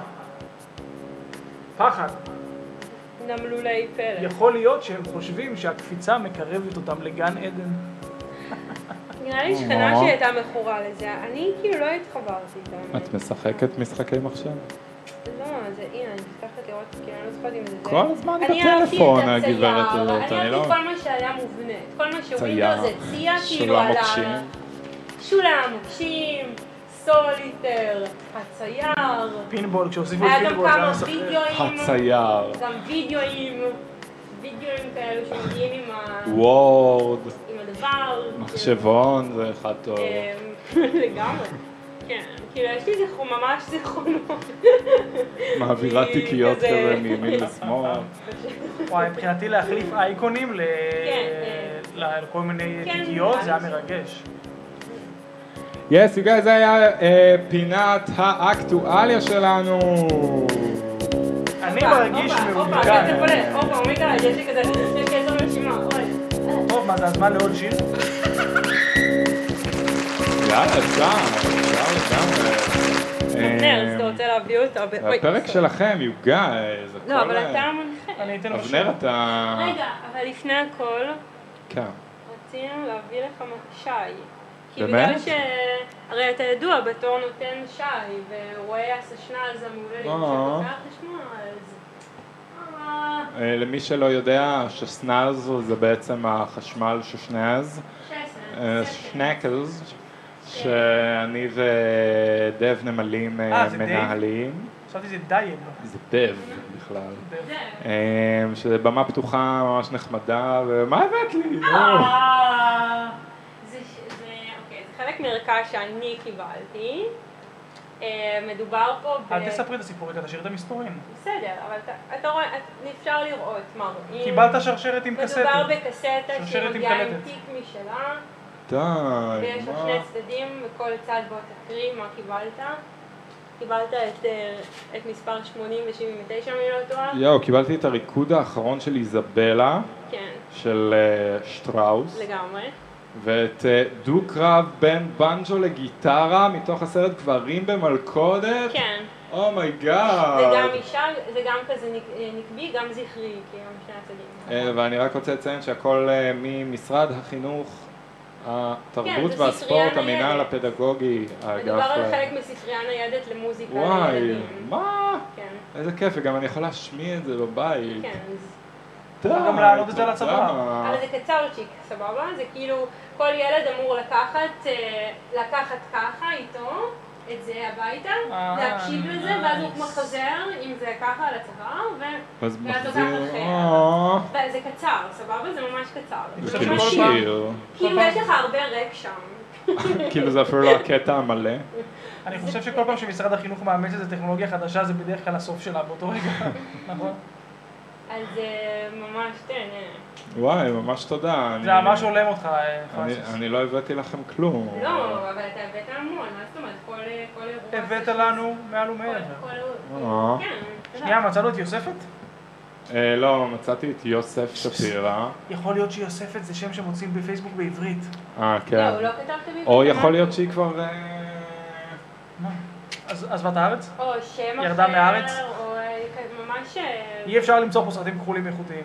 פחד. נמלולי פלא. יכול להיות שהם חושבים שהקפיצה מקרבת אותם לגן עדן. נראה לי שכנה שהייתה מכורה לזה, אני כאילו לא התחברתי איתם. את משחקת משחקי מחשב? לא, זה הנה, אני מתחת לראות, כאילו אני לא זוכרת אם זה זה. כל הזמן בטלפון הגברת הזאת, אני אהבתי כל מה שהיה מובנה, כל מה שווינדוס הציע כאילו על שולם מוקשים, סוליטר, הצייר. פינבול, כשהוסיפו את היה פינבול, גם כמה וידאוים. הצייר. גם וידאוים כאלו שמגיעים עם וורד. עם הדבר. מחשבון, זה אחד טוב. לגמרי. כן, כאילו יש לי ממש זיכרונות. מעבירה תיקיות כזה מימין לשמאל. וואי, מבחינתי להחליף אייקונים לכל מיני תיקיות, זה היה מרגש. Yes, you guys, זה היה פינת האקטואליה שלנו. אני מרגיש מעודכן. אומייגאד, יש לי כזה, יש לי 10 נשימה, אוי. טוב, מה זה הזמן לעוד שיר? יאללה, אפשר לגמרי. אבנר, אתה רוצה להביא אותה? הפרק שלכם, you guys. לא, אבל אתה מנחה. אני אתן לך אבנר, אתה... רגע, אבל לפני הכל, כן. רצינו להביא לך שי. כי באמת? בגלל הרי אתה ידוע בתור נותן שי, ורואי הסשנז המעולה שבקח לשמוע, אז... למי שלא יודע, שסנז זה בעצם החשמל ששנז. שנקז. שאני ודב נמלים מנהלים. חשבתי זה דייב. זה דב בכלל. שזה במה פתוחה ממש נחמדה, ומה הבאת לי? זה חלק מערכה שאני קיבלתי. מדובר פה ב... אל תספרי את הסיפור, אתה תשאיר את המסתורים. בסדר, אבל אתה רואה, אפשר לראות מה רואים. קיבלת שרשרת עם קסטה. מדובר בקסטה שמגיעה עם תיק משלה. די, ויש לך שני צדדים, וכל צד בו תקריא מה קיבלת. קיבלת את מספר 80 ו-79 מילות טועה. יואו, קיבלתי את הריקוד האחרון של איזבלה. כן. של שטראוס. לגמרי. ואת דו-קרב בין בנג'ו לגיטרה מתוך הסרט גברים במלכודת. כן. אומייגאד. זה גם אישה, זה גם כזה נקבי, גם זכרי, כאילו, משני הצדדים. ואני רק רוצה לציין שהכל ממשרד החינוך, התרבות והספורט, המינהל הפדגוגי, האגף... מדובר על חלק מספרייה ניידת למוזיקה לילדים. וואי, מה? כן. איזה כיף, וגם אני יכול להשמיע את זה בבית. כן. אפשר גם להעלות את זה לצבא. אבל זה קצרצ'יק, סבבה? זה כאילו, כל ילד אמור לקחת ככה איתו, את זה הביתה, להקשיב לזה, ואז הוא מחזר עם זה ככה על הצוואר, ואז לוקח אחר. זה קצר, סבבה? זה ממש קצר. זה כאילו שיר. כאילו יש לך הרבה ריק שם. כאילו זה אפילו לא הקטע המלא. אני חושב שכל פעם שמשרד החינוך מאמץ איזו טכנולוגיה חדשה, זה בדרך כלל הסוף שלה באותו רגע, נכון? אז ממש תהנה. וואי, ממש תודה. זה ממש עולם אותך, פרנסיס. אני לא הבאתי לכם כלום. לא, אבל אתה הבאת המון, מה זאת אומרת? כל אירוע... הבאת לנו מעל ומעבר. כן. שנייה, מצאנו את יוספת? לא, מצאתי את יוסף שפירא. יכול להיות שיוספת זה שם שמוצאים בפייסבוק בעברית. כן. לא, הוא לא כתב את בעברית. או יכול להיות שהיא כבר... אז בת הארץ? או שם אחר. ירדה מהארץ? או ממש... אי אפשר למצוא פה סרטים כחולים איכותיים.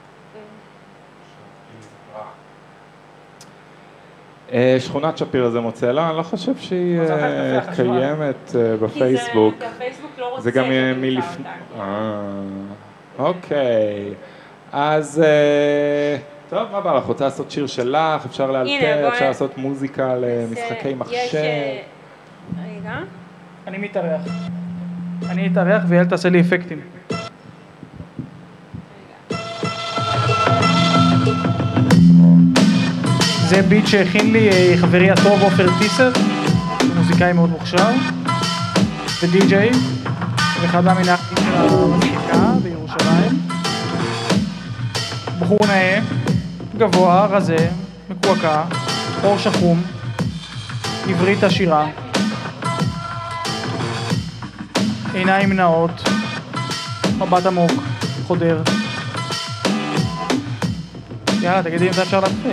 שכונת שפירא זה מוצא לה, אני לא חושב שהיא קיימת בפייסבוק. כי הפייסבוק לא רוצה זה גם שתמצא אותה. אוקיי. אז טוב, מה בא לך? רוצה לעשות שיר שלך? אפשר לאלתר? אפשר לעשות מוזיקה למשחקי מחשב? רגע. אני אתארח ויאל תעשה לי אפקטים. זה ביט שהכין לי חברי הטוב עופר טיסר, מוזיקאי מאוד מוכשר ודי-ג'יי, ואחד מהמנהלים של המזיקה בירושלים. בחור נאה, גבוה, רזה, מקועקע, אור שחום, עברית עשירה, עיניים נאות, מבט עמוק, חודר. יאללה, תגידי אם אתה אפשר להתחיל.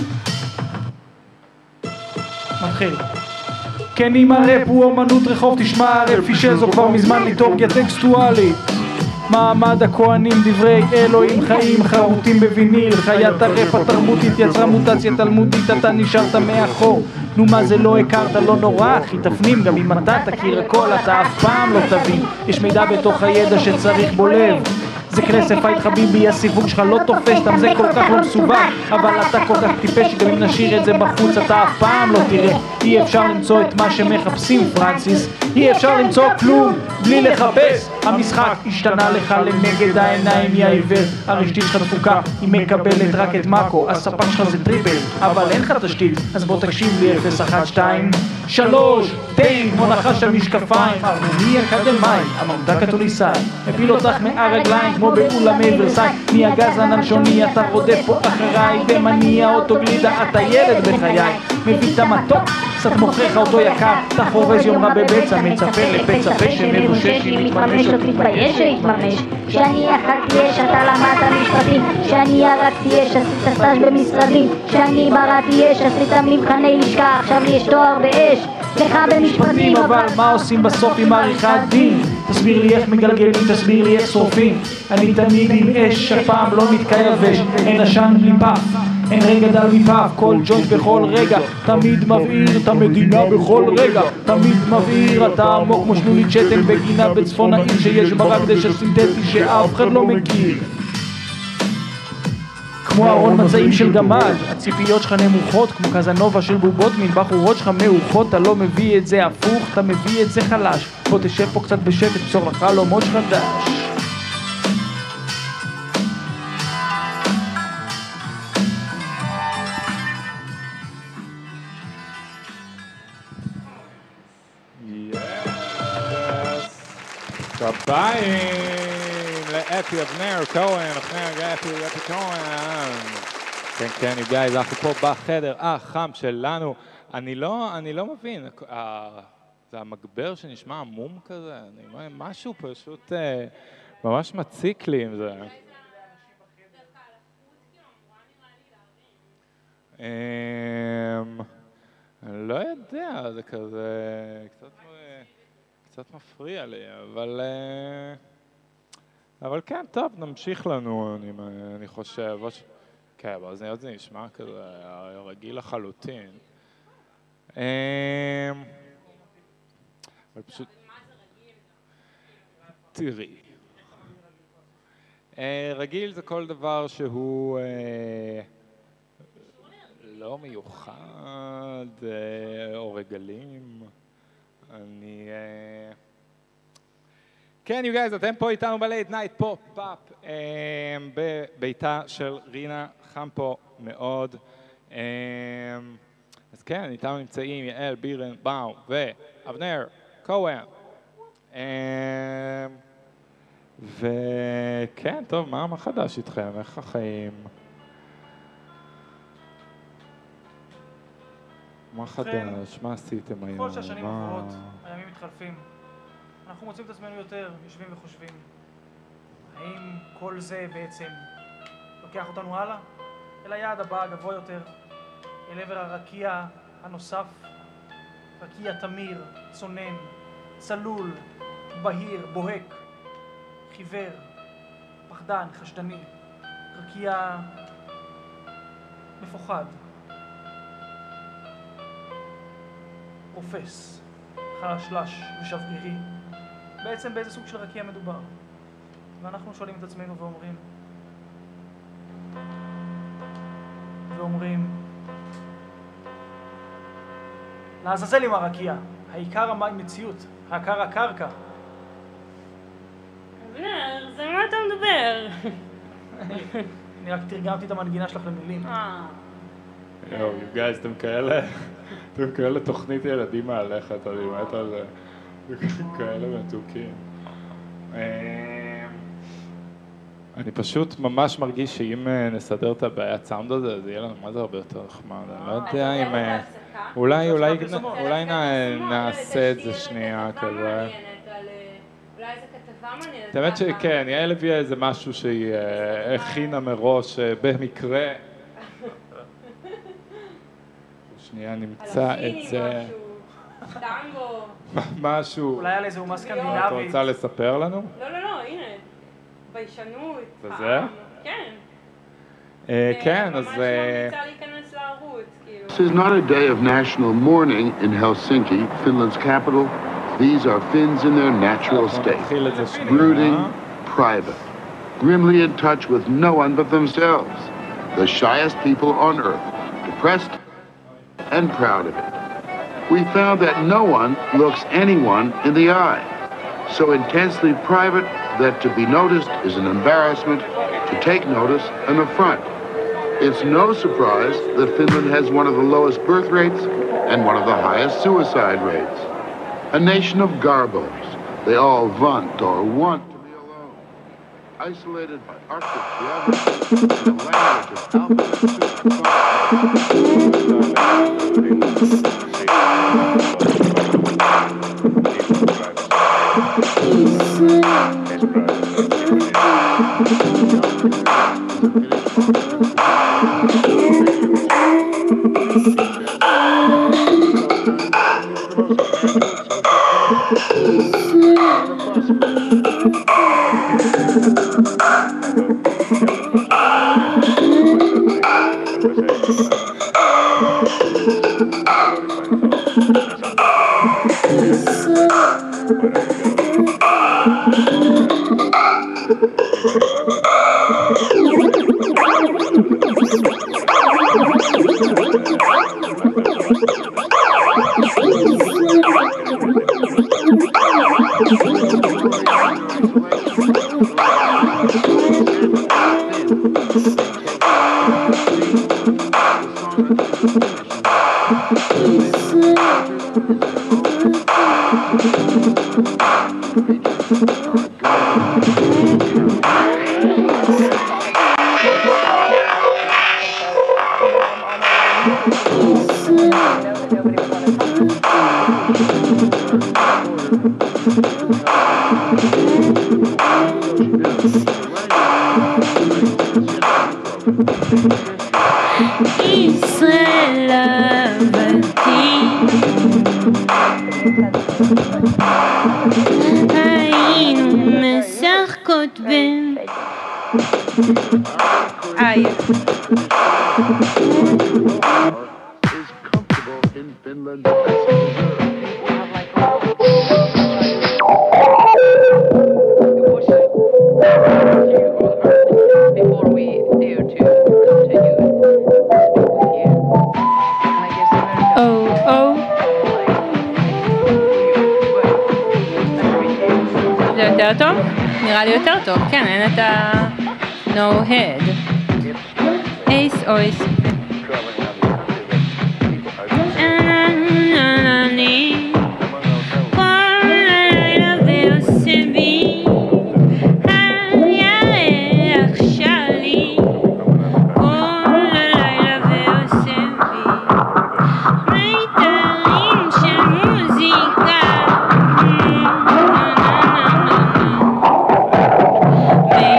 מתחיל. כן, אם הראפ הוא אומנות רחוב, תשמע הראפ פישל זו כבר מזמן ליטורגיה טקסטואלית. מעמד הכהנים, דברי אלוהים חיים חרוטים בוויניל. חיית הראפ התרבותית יצרה מוטציה תלמודית, אתה נשארת מאחור. נו מה זה לא הכרת, לא נורא אחי, תפנים, גם אם אתה תכיר הכל אתה אף פעם לא תבין. יש מידע בתוך הידע שצריך בו לב. זה כסף היית חביבי, הסיווג שלך לא תופס, אתה זה כל כך לא מסובך, אבל אתה כל כך טיפש שגם אם נשאיר את זה בחוץ אתה אף פעם לא תראה. אי אפשר למצוא את מה שמחפשים פרנסיס, אי אפשר למצוא כלום בלי לחפש. המשחק השתנה לך לנגד העיניים יא עיוור, הרשתית שלך דפוקה, היא מקבלת רק את מאקו, הספק שלך זה טריפל, אבל אין לך תשתית, אז בוא תקשיב לי 0, 1, 2, 3, טיין, כמו נחש על משקפיים, הרמוני אקדמיים, הממתק התוניסאי, הפיל אותך מהרגליים כמו באולמי ורסאי, מי הגזלן הלשוני, אתה רודף פה אחריי, ומניע אותו גלידה, אתה ילד בחיי, מביא את המתוק, קצת מוכרח אותו יקר, אתה חורז יום רע בבצע, מצפה לפצע פה שמבושש, היא מתממש, לא תתבייש שיתממש, שאני אכלתי אש, אתה למדת משפטים, שאני הרגתי אש, עשית סטאז' במשרדים, שאני בראתי אש, עשית מבחני לשכה, עכשיו יש תואר באש, לך במשפטים, אבל מה עושים בסוף עם עריכת דין? תסביר לי איך מגלגלים, תסביר לי איך שורפים, אני תמיד עם אש, אף פעם לא מתקייבש, אין עשן בלי פף, אין רגע דל מפף, כל ג'וינט בכל רגע, תמיד מבעיר את המדינה בכל רגע, תמיד מבעיר, אתה עמוק כמו שנולית שתן בגינה בצפון העיר שיש ברק דשא סינתטי שאף אחד לא מכיר. כמו ארון מצעים של גמד, הציפיות שלך נמוכות כמו קזנובה של בובות, מן בחורות שלך מאוחות, אתה לא מביא את זה הפוך, אתה מביא את זה חלש, בוא תשב פה קצת בשקט, בצור לך חלומות חדש. כפיים לאפי אבנר כהן, אפי כהן. כן, כן, you guys, אנחנו פה בחדר החם שלנו. אני לא מבין, זה המגבר שנשמע עמום כזה, משהו פשוט ממש מציק לי עם זה. אני לא יודע, זה כזה קצת מפריע לי, אבל כן, טוב, נמשיך לנו, אני חושב. כן, באוזניות זה נשמע כזה רגיל לחלוטין. אבל פשוט... תראי. רגיל זה כל דבר שהוא לא מיוחד או רגלים. כן, you guys, אתם פה איתנו בלייט נייט פופ-אפ בביתה של רינה, חם פה מאוד. אז כן, איתנו נמצאים יעל בירנבאום ואבנר כהן. וכן, טוב, מה חדש איתכם? איך החיים? מה חדש? מה עשיתם היום? כל שהשנים עוברות, הימים מתחלפים. אנחנו מוצאים את עצמנו יותר, יושבים וחושבים. האם כל זה בעצם לוקח אותנו הלאה? אל היעד הבא, גבוה יותר, אל עבר הרקיע הנוסף, רקיע תמיר, צונן, צלול, בהיר, בוהק, חיוור, פחדן, חשדני, רקיע מפוחד, רופס, חלשלש ושברירי. בעצם באיזה סוג של רקיע מדובר? ואנחנו שואלים את עצמנו ואומרים לעזאזל עם הרקיע, העיקר המציאות, העיקר הקרקע. אבנר, זה מה אתה מדבר? אני רק תרגמתי את המנגינה שלך למילים. יואו, you guys, אתם כאלה תוכנית ילדים מהלכת, אני מת על זה. כאלה מתוקים. אני פשוט ממש מרגיש שאם נסדר את הבעיית סאונד הזה, זה יהיה לנו מה זה הרבה יותר נחמד. אני לא יודע אם... אולי נעשה את זה שנייה כזה. אולי איזה כתבה מעניינת. האמת שכן, יעל הביאה איזה משהו שהיא הכינה מראש במקרה. שנייה, נמצא את זה. טנגו. משהו. אולי על איזה אומה סקנדינבית. את רוצה לספר לנו? לא, הנה. ביישנות. וזה? כן. כן, אז... ממש ממליצה להיכנס לערוץ, כאילו. This is not a day of national mourning in Helsinki, Finland's capital. These are Finns in their natural state, brooding, private, grimly in touch with no one but themselves, the shyest people on earth, depressed and proud of it. We found that no one looks anyone in the eye, so intensely private that to be noticed is an embarrassment, to take notice an affront. It's no surprise that Finland has one of the lowest birth rates and one of the highest suicide rates. A nation of garbos. They all want to be alone. Isolated by Arctic geography and a language of ישראל אהבתי, היינו משחקות בין is comfortable in Finland as he before we dare to continue to speak with you. And I guess זה יותר טוב? נראה לי יותר טוב, כן, אין את ה... no head. אייס אויס. Baby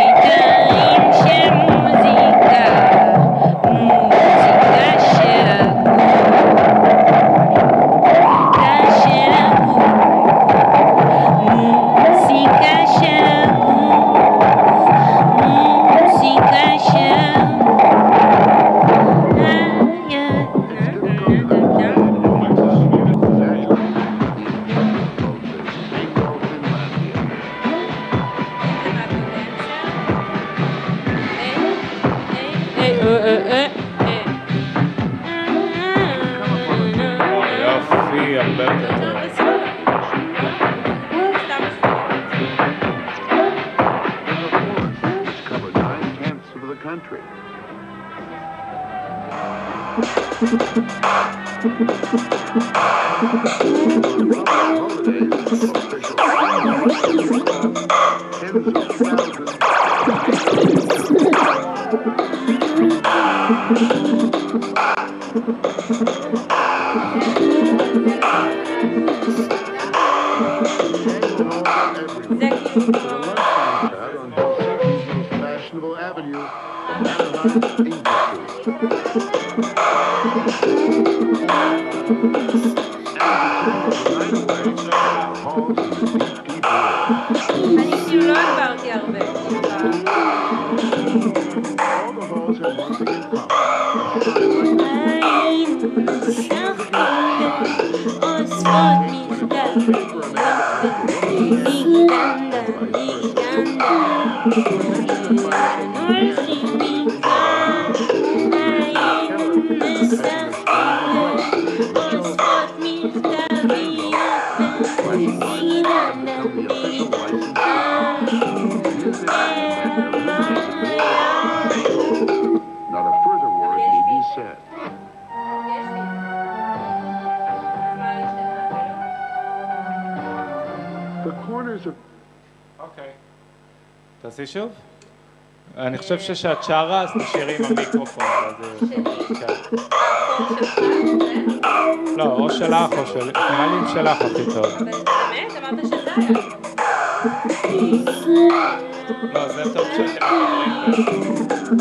Fashionable Avenue, Anaheim, אני כאילו לא עברתי הרבה. all the halls have once again Not a further word need be said. The corners of אוקיי. תעשי שוב? אני חושב ששאת שרה, אז תשאירי עם המיקרופון. לא, או שלך או שלי. נראה לי עם שלך הכי טוב. באמת? אמרת שזה היה. לא, זה טוב שאתם מדברים.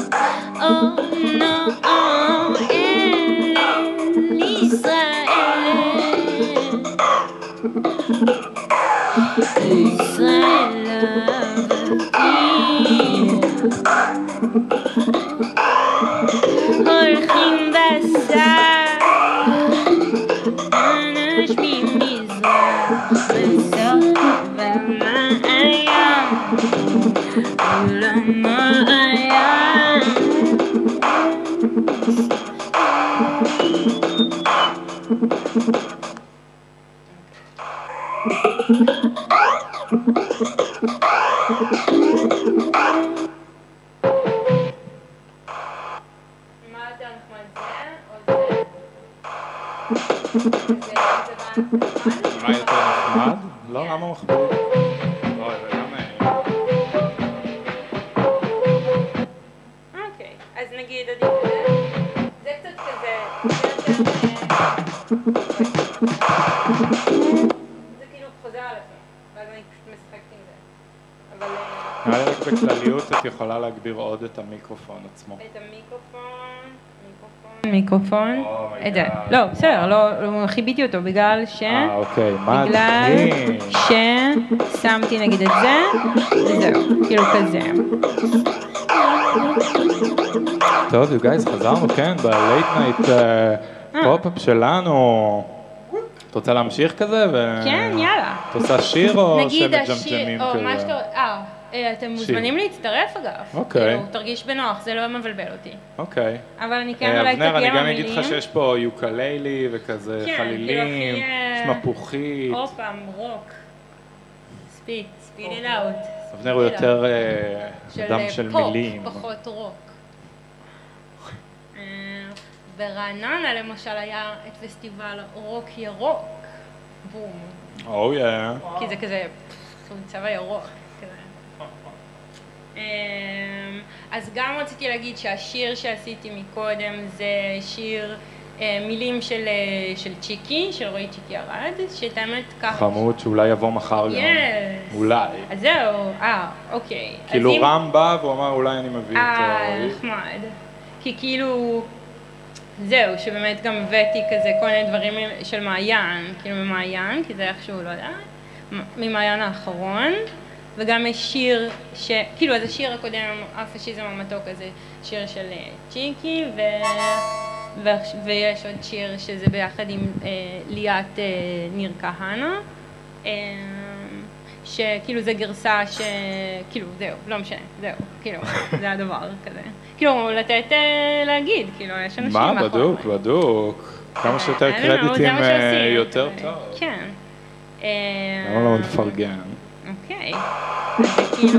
הולכים בסף, אנשים מזרח, בסוף במעיין, ולמעיין. מה יותר נחמד? לא, למה מחביא? לא, זה גם... אוקיי, אז נגיד עדיף כזה, זה קצת כזה, זה כאילו חוזר על עצמו, ואז אני פשוט משחקת עם זה, אבל... נראה לי רק בכלליות את יכולה להגביר עוד את המיקרופון עצמו. את המיקרופון, את זה, לא, בסדר, לא חיביתי אותו בגלל אוקיי, בגלל ששמתי נגיד את זה, וזהו, כאילו כזה. טוב, you guys, חזרנו, כן, בלייט נייט פופ-אפ שלנו. את רוצה להמשיך כזה? כן, יאללה. את עושה שיר או נגיד שמג'מג'מים השיר, כזה? או מה שאתה... אתם מוזמנים להצטרף אגב. אוקיי. תרגיש בנוח, זה לא מבלבל אותי. אוקיי. אבל אני כן אולי אבנר, אני תגיע גם במילים. אגיד לך שיש פה יוקללי וכזה חלילים, יש מפוחית. עוד פעם, רוק. ספיד it out. אבנר הוא יותר אדם של מילים. פופ, פחות רוק. ברעננה למשל היה את פסטיבל רוק ירוק. בום. או יא. כי זה כזה צבע ירוק. אז גם רציתי להגיד שהשיר שעשיתי מקודם זה שיר מילים של צ'יקי, של רועי צ'יקי ארד, שאת האמת ככה... חמוד שאולי יבוא מחר גם. אולי. אז זהו, אוקיי. כאילו רם בא והוא אמר אולי אני מביא את רועי. נחמד. כי כאילו... זהו, שבאמת גם הבאתי כזה כל מיני דברים של מעיין, כאילו ממעיין, כי זה איכשהו, לא יודע, ממעיין האחרון. וגם יש שיר, כאילו אז השיר הקודם, הפשיזם המתוק הזה, שיר של צ'יקי, ויש עוד שיר שזה ביחד עם ליאת ניר כהנא, שכאילו זה גרסה כאילו זהו, לא משנה, זהו, כאילו זה הדבר כזה. כאילו לתת להגיד, כאילו יש אנשים מאחורי. מה? בדוק, בדוק. כמה שיותר קרדיטים יותר טוב. כן. למה לא נפרגן? אוקיי, אז זה כאילו...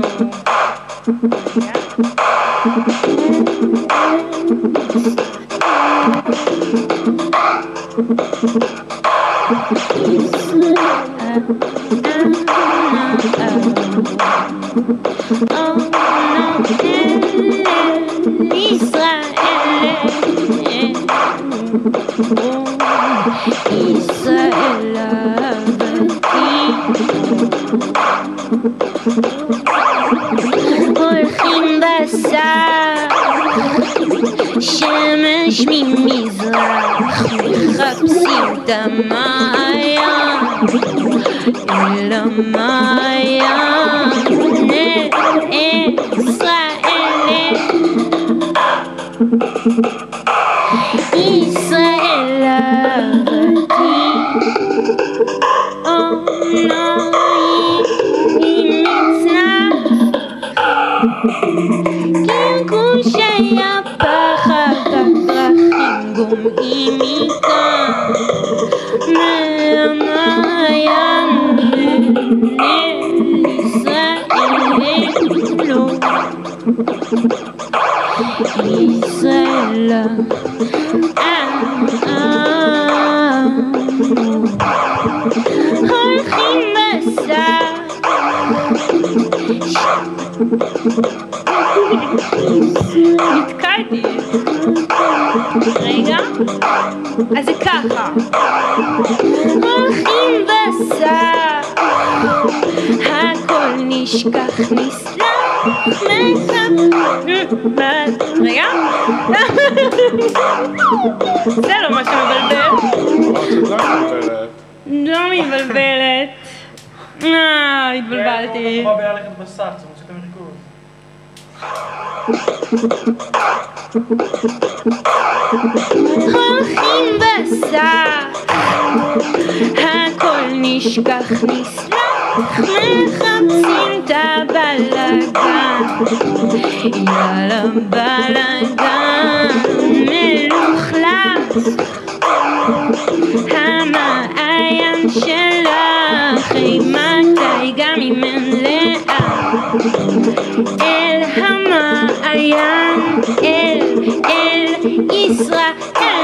הולכים בסף, שמש ממזרח, מחפשים את המעיין, אל המעיין, ישראל אהבתי, עונאים מצנח, קרקושי הפחד הדרכים גומעים מכאן, מהמעיין לישראל הולכים בסף, נתקלתי. רגע, אז זה ככה, הולכים בסף, הכל נשכח נסלח, רגע. זה לא מה שמבלבל. לא מבלבלת. התבלבלתי. כמו בעיה ללכת בסף, זה מוציא את המריקוד. הולכים בסף, הכל נשכח נסלח, מחפשים את הבלגן, יאללה בלגן מלוכלך, המעיין שלך אימתי גם אם אין לאן, אל המעיין, אל ישראל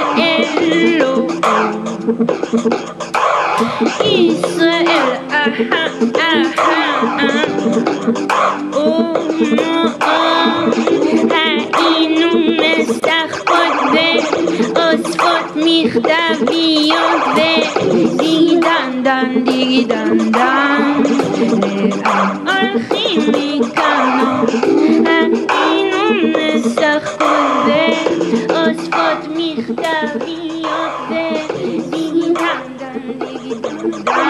ישראל היינו משחקות ואוספות מכתביות ודיגי דן דן דיגי דן דן, לאן הולכים מכאן, היינו משחקות ואוספות מכתביות ודיגי דן דן דיגי דן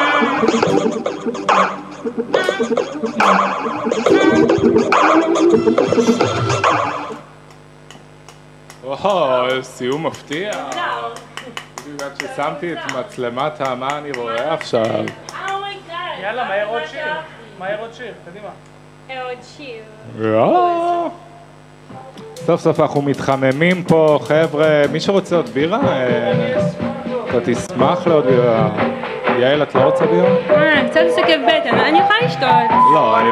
וואו, סיום מפתיע. בגלל ששמתי את מצלמת מה אני רואה עכשיו. יאללה, מהר עוד שיר. מהר עוד שיר, קדימה. עוד שיר. סוף סוף אנחנו מתחממים פה, חבר'ה. מי שרוצה עוד בירה? אתה תשמח לעוד בירה. יעל, את לא רוצה בירה? קצת עסקי בטן, אני יכולה לשתות. לא, אני לא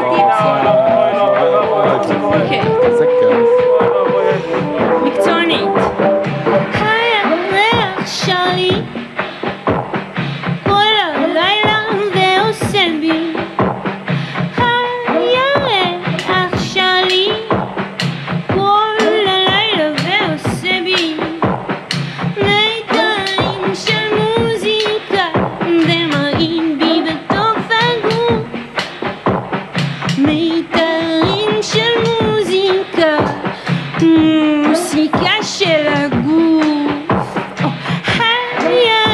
רוצה. אוקיי. זה כיף. מקצוענית. הירח שלי כל הלילה ועושה בי, הירח שלי כל הלילה ועושה בי, מיתרים של מוזיקה ומראים בי בתוך הגוף, מיתרים של מוזיקה, מוזיקה של הגוף, הירח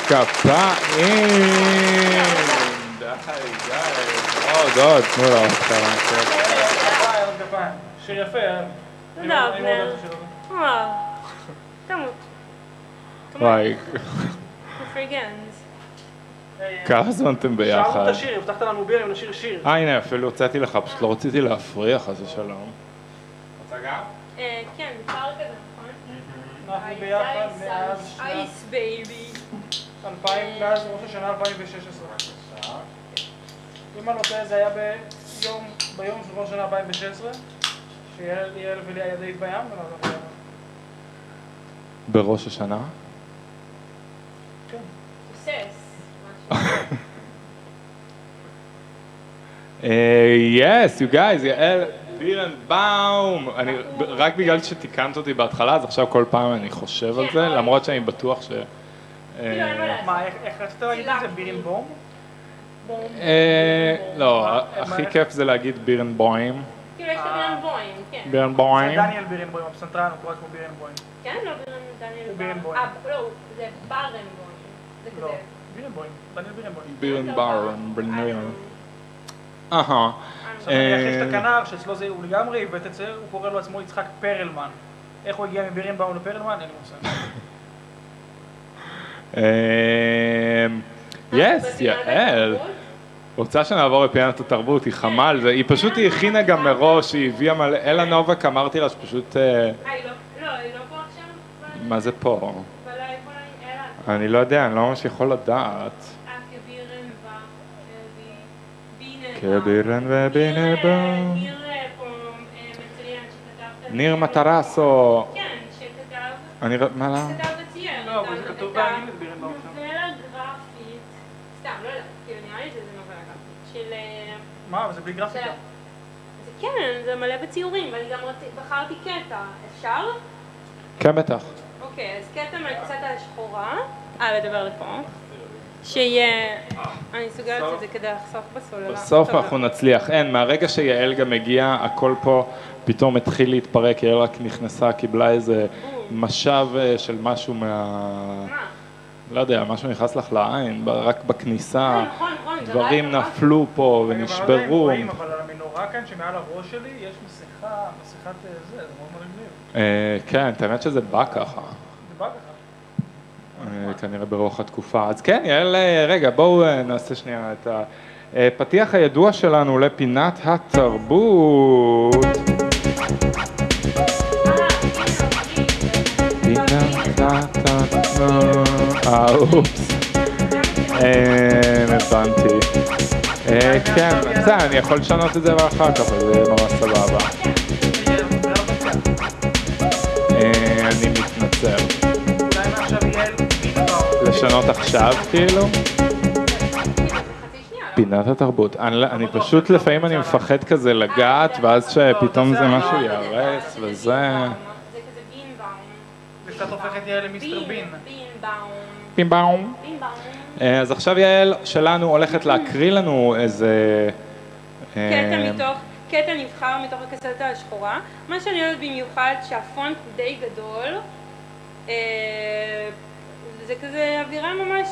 כפיים. עוד, תנו לו עוד כפיים. שיר יפה, תודה, אבנר. תמות. וואי, מפרגנס. כמה זמן אתם ביחד? שרנו את השיר, הבטחת לנו בירים לשיר שיר. הנה, אפילו הוצאתי לך, פשוט לא רציתי להפריע, חס ושלום. רוצה גם? כן, קר כזה, נכון? אנחנו ביחד מאז אייס בייבי. מאז ראש השנה 2016. אם אני לא טועה, זה היה ביום של ראש השנה 2016, שיעל ולי היה דייט בים, בראש השנה? כן. Yes, you guys, יעל בירנבאום. רק בגלל שתיקנת אותי בהתחלה, אז עכשיו כל פעם אני חושב על זה, למרות שאני בטוח ש... מה, איך רצית להגיד את זה? בירנבאום? לא, הכי כיף זה להגיד בירנבוים. כאילו יש את בירנבוים, כן. בירנבוים. זה דניאל בירנבוים, הפסנתרן, הוא קורא כמו בירנבוים. כן, לא דניאל בירנבוים. לא, זה ברנבוים. זה לא, כזה. בירנבוים, דניאל בירנבוים. בירנבאום. אהה. עכשיו אני אחרי את הכנר, שאצלו זה הוא לגמרי עיוות את זה, הוא קורא לו עצמו יצחק פרלמן. איך הוא הגיע מבירנבאום לפרלמן? אין לי מושג. יס, יעל. רוצה שנעבור לפינת התרבות, היא חמה על זה, היא פשוט הכינה גם מראש, היא הביאה מלא, אלה נובק, אמרתי לה שפשוט... היא לא פה עכשיו? מה זה פה? אני לא יודע, אני לא ממש יכול לדעת. כבירן ובינבאום. ניר מטרסו. כן, שכתב... אני... מה לה? כתב וצייר. לא, אבל זה כתוב באנגלית בירנבאום. נובלה גרפית. סתם, לא יודעת, כאילו נראה לי שזה נובלה גרפית. של... מה, אבל זה בלי גרפיקה. זה כן, זה מלא בציורים, ואני גם בחרתי קטע. אפשר? כן, בטח. אוקיי, אז קטע מהקסטה השחורה. לדבר לפה. שיהיה... אני סוגרת את זה כדי לחסוך בסוללה. בסוף אנחנו נצליח. אין, מהרגע שיעל גם הגיעה, הכל פה פתאום התחיל להתפרק, יעל רק נכנסה, קיבלה איזה משב של משהו לא יודע, משהו נכנס לך לעין, רק בכניסה, דברים נפלו פה ונשברו. אבל על המנורה כאן שמעל הראש שלי יש מסכת זה מאוד מגניב. כן, האמת שזה בא ככה. זה בא ככה. כנראה ברוח התקופה. אז כן, יעל, רגע, בואו נעשה שנייה את הפתיח הידוע שלנו לפינת התרבות. אופס. הבנתי. כן, אני יכול לשנות את זה אחר כך, אבל זה ממש סבבה. אני מתנצל. לשנות עכשיו, כאילו? פינת התרבות. אני פשוט לפעמים אני מפחד כזה לגעת, ואז שפתאום זה משהו יהרס, וזה... זה כזה בינבאום. זה קצת הופך את יעל למיסטר בין. בינבאום. בינבאום. אז עכשיו יעל שלנו הולכת להקריא לנו איזה... קטע נבחר מתוך הקסטה השחורה. מה שאני יודעת במיוחד שהפונט די גדול. זה כזה אווירה ממש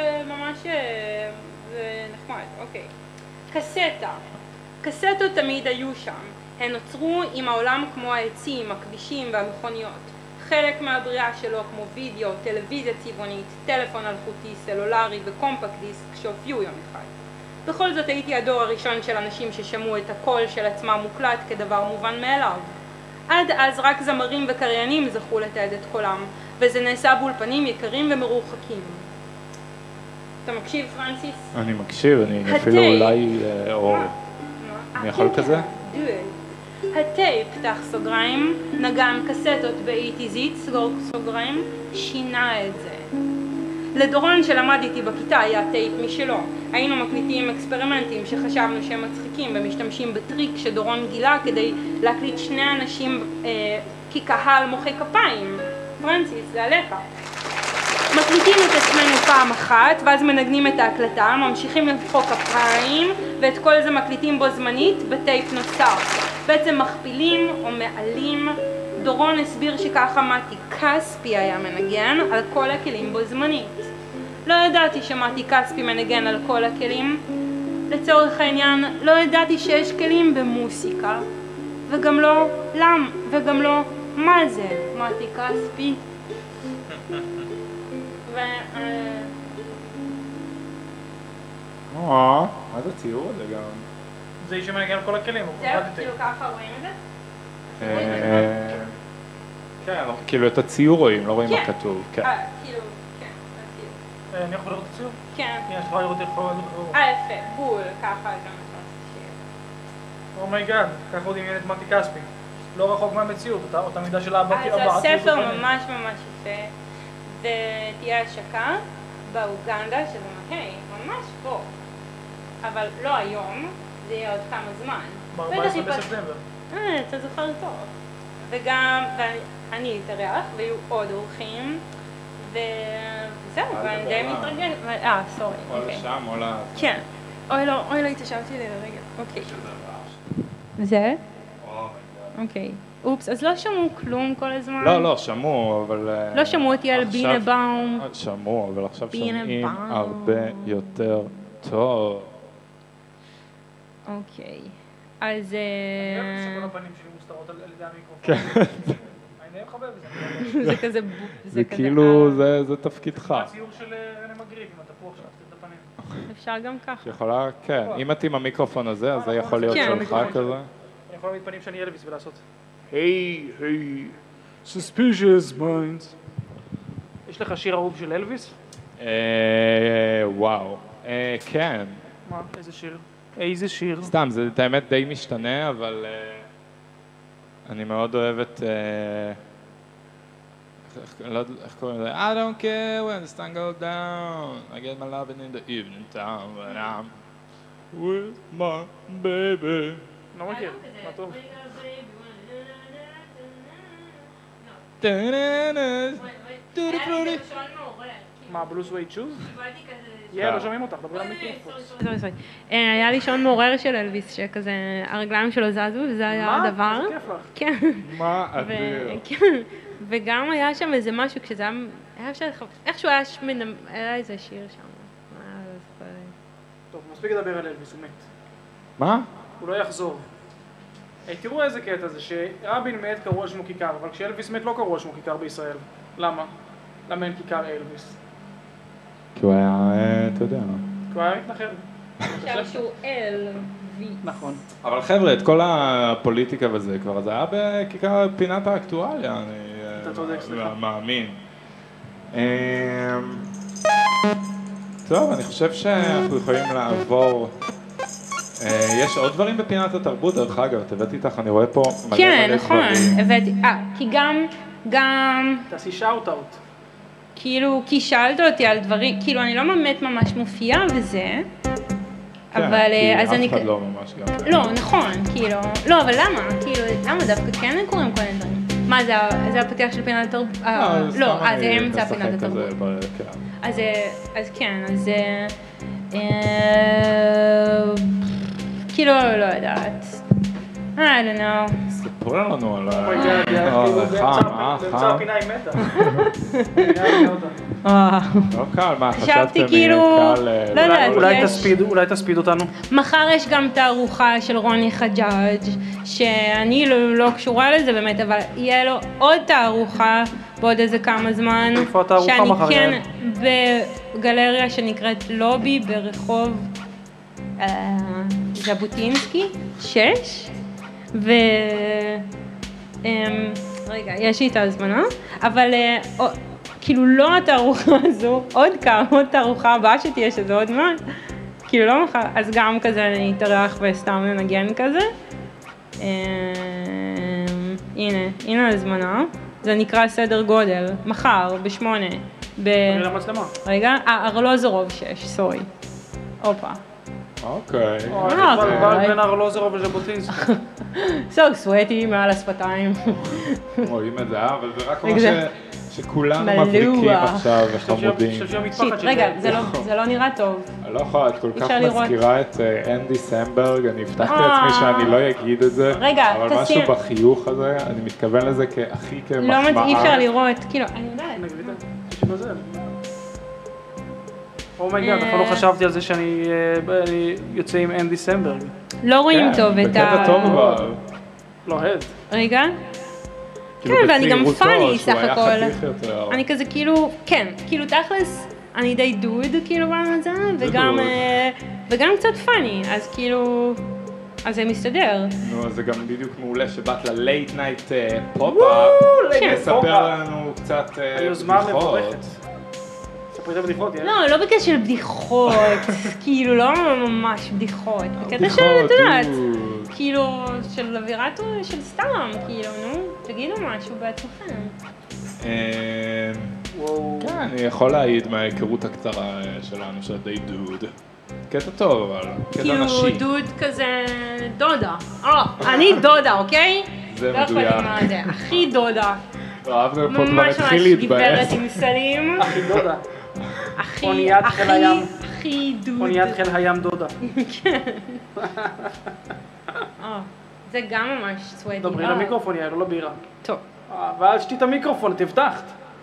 נחמד, אוקיי. קסטה. קסטות תמיד היו שם. הן נוצרו עם העולם כמו העצים, הכבישים והמכוניות. חלק מהבריאה שלו כמו וידאו, טלוויזיה צבעונית, טלפון אלחוטי, סלולרי וקומפקט דיסק שהופיעו יום אחד. בכל זאת הייתי הדור הראשון של אנשים ששמעו את הקול של עצמם מוקלט כדבר מובן מאליו. עד אז רק זמרים וקריינים זכו לתעד את קולם, וזה נעשה באולפנים יקרים ומרוחקים. אתה מקשיב, פרנסיס? אני מקשיב, אני אפילו אולי... אני יכול כזה? הטייפ, פתח סוגריים, נגן קסטות ב-ATZ, סגור סוגריים, שינה את זה. לדורון שלמד איתי בכיתה היה טייפ משלו. היינו מקליטים אקספרימנטים שחשבנו שהם מצחיקים ומשתמשים בטריק שדורון גילה כדי להקליט שני אנשים כקהל מוחא כפיים. פרנסיס, זה עליך. מקליטים את עצמנו פעם אחת, ואז מנגנים את ההקלטה, ממשיכים למחוא כפיים, ואת כל זה מקליטים בו זמנית בטייפ נוסף. בעצם מכפילים או מעלים. דורון הסביר שככה מתי כספי היה מנגן על כל הכלים בו זמנית. לא ידעתי שמתי כספי מנגן על כל הכלים. לצורך העניין, לא ידעתי שיש כלים במוסיקה. וגם לא מה זה מתי כספי. מה זה ציור הזה גם? זה איש שמנגן על כל הכלים. זהו, כאילו ככה רואים את זה? כן, כאילו את הציור רואים, לא רואים מה כתוב. כאילו, כן, הציור. אני יכול לראות את הציור? כן. הנה, את יכולה לראות איך הוא... יפה, בול, ככה גם אפשר לשיר. אומייגאד, ככה הוא דמיין את מתי כספי. לא רחוק מהמציאות, אותה מידה של האבא. אז הספר ממש יפה, ותהיה השקה באוגנדה, שזה ממש פה. אבל לא היום, זה יהיה עוד כמה זמן. ב-14 בספטמבר. אתה זוכר טוב. וגם, ואני אתארח, ויהיו עוד אורחים, וזהו, ואני די מתרגשת. סורי. או לשם או ל... כן. אוי לא, התיישבתי לי לרגע. אוקיי. זה? אוקיי. אופס, אז לא שמעו כלום כל הזמן? לא, שמעו, אבל... לא שמעו אותי על בינבאום. שמעו, אבל עכשיו שומעים הרבה יותר טוב. אוקיי. אז... אני אוהב שכל הפנים שלי מוסתרות על ידי המיקרופון. אני מחבב בזה. זה כזה... זה כאילו, זה תפקידך. הציור של רנה מגריב עם התפוח שלך, את הפנים. אפשר גם ככה. שיכולה, כן. אם את עם המיקרופון הזה, אז זה יכול להיות שלך כזה. אני יכול להביא פנים שאני אלוויס ולעשות. היי, suspicious minds. יש לך שיר אהוב של אלוויס? וואו. כן. מה? איזה שיר? איזה שיר? סתם, זה האמת די משתנה, אבל אני מאוד אוהב את... איך קוראים לזה? I don't care when the sun goes down I get my loving in the evening time when I'm with my baby. לא מכיר, מה טוב? מה, בלוס ווייט שוז? לא שומעים אותך, דברי למיקרופון. היה לי שעון מעורר של אלוויס, שכזה הרגליים שלו זזו, וזה היה הדבר. מה? זה כיף לך. כן. מה אדיר. וגם היה שם איזה משהו, כשזה היה אפשר איכשהו היה איזה שיר שם. טוב, מספיק לדבר על אלוויס, הוא מת. מה? הוא לא יחזור. תראו איזה קטע זה, שרבין מת קראו על שמו כיכר, אבל כשאלוויס מת לא קראו על שמו כיכר בישראל. למה? למה אין כיכר אלוויס? כי הוא היה, אתה יודע. כי הוא היה מתנחל. עכשיו שהוא אלוויס. נכון. אבל חבר'ה, את כל הפוליטיקה וזה כבר, זה היה בכיכר פינת האקטואליה, אתה צודק, סליחה. מאמין. טוב, אני חושב שאנחנו יכולים לעבור... יש עוד דברים בפינת התרבות, דרך אגב, את הבאתי איתך, אני רואה פה מלא מלא דברים. כן, נכון, הבאתי, כי גם... תעשי שאוט-אוט. כאילו, כי שאלת אותי על דברים, כאילו, אני לא באמת ממש מופיעה בזה, אבל אז אני... כן, כי אף אחד לא ממש גם. לא, נכון, כאילו, לא, אבל למה? כאילו, למה דווקא כן קוראים כל מיני דברים? מה, זה הפתיח של פינת התרבות? לא, זה אמצע פינת התרבות. אז כן, אז... כאילו, לא יודעת. I don't know. ספרו לנו על באמצע הפינה היא מתה. לא קל, מה חשבתי חשבתם כאילו, לא יודעת, אולי תספיד אותנו. מחר יש גם תערוכה של רוני חג'אג' שאני לא קשורה לזה באמת, אבל יהיה לו עוד תערוכה בעוד איזה כמה זמן. איפה התערוכה מחר? שאני כן בגלריה שנקראת לובי ברחוב ז'בוטינסקי 6 רגע, יש לי את ההזמנה, אבל כאילו לא התערוכה הזו, עוד תערוכה הבאה שתהיה שזה עוד מעט, כאילו לא מחר, אז גם כזה אני אתארח וסתם לנגן כזה. הנה ההזמנה, זה נקרא סדר גודל, מחר ב8. תראי למצלמה. רגע, ארלוזורוב 6, סורי. הופה. אוקיי. בא בין ארלוזורוב וז'בוטינסקי. So sweaty מעל השפתיים. רואים את זה, אבל זה רק כמו שכולנו מבריקים עכשיו וחמודים. שיט, רגע, זה לא נראה טוב. לא יכולה, את כל כך מזכירה את אנדי סמברג, אני הבטחתי לעצמי שאני לא אגיד את זה, אבל משהו בחיוך הזה, אני מתכוון לזה הכי כמחמאה. לא, אי אפשר לראות, כאילו, אני יודעת. אומייגאד, אף פעם לא חשבתי על זה שאני יוצא עם אנדי סמברג. לא רואים טוב את בקטע טוב אבל. לא הד. רגע. כאילו כן, ואני גם בצעירותו, פאני שהוא סך היה הכל. חתיך יותר. אני כזה כאילו, כן, כאילו תכלס, אני די דוד כאילו במצב, וגם קצת פאני, אז כאילו, אז זה מסתדר. נו, אז זה גם בדיוק מעולה שבאת ללייט נייט פופ-אפ, לספר לנו קצת היוזמה בדיחות. מבורכת. ספרי את הבדיחות, יאללה. לא בקטע של בדיחות, כאילו לא ממש בדיחות, בקטע של, את יודעת, כאילו של אווירת של סתם, כאילו, נו, תגידו משהו בעצמכם. כן, אני יכול להעיד מההיכרות הקצרה שלנו, של די דוד. קטע טוב, אבל קטע כאילו נשי. דוד כזה דודה. אני דודה, אוקיי? זה לא מדויק. אכפת לי מה זה, הכי דודה. אהבנו פה כבר ממש התחיל גברת להתבאס. עם סלים. הכי דודה. הכי, אוניית חיל הים. הכי דוד. אוניית חיל הים דודה. זה גם ממש סוויטי. דברי למיקרופון, יאללה, לא בירה. טוב. ואז שתי את המיקרופון, את הבטחת.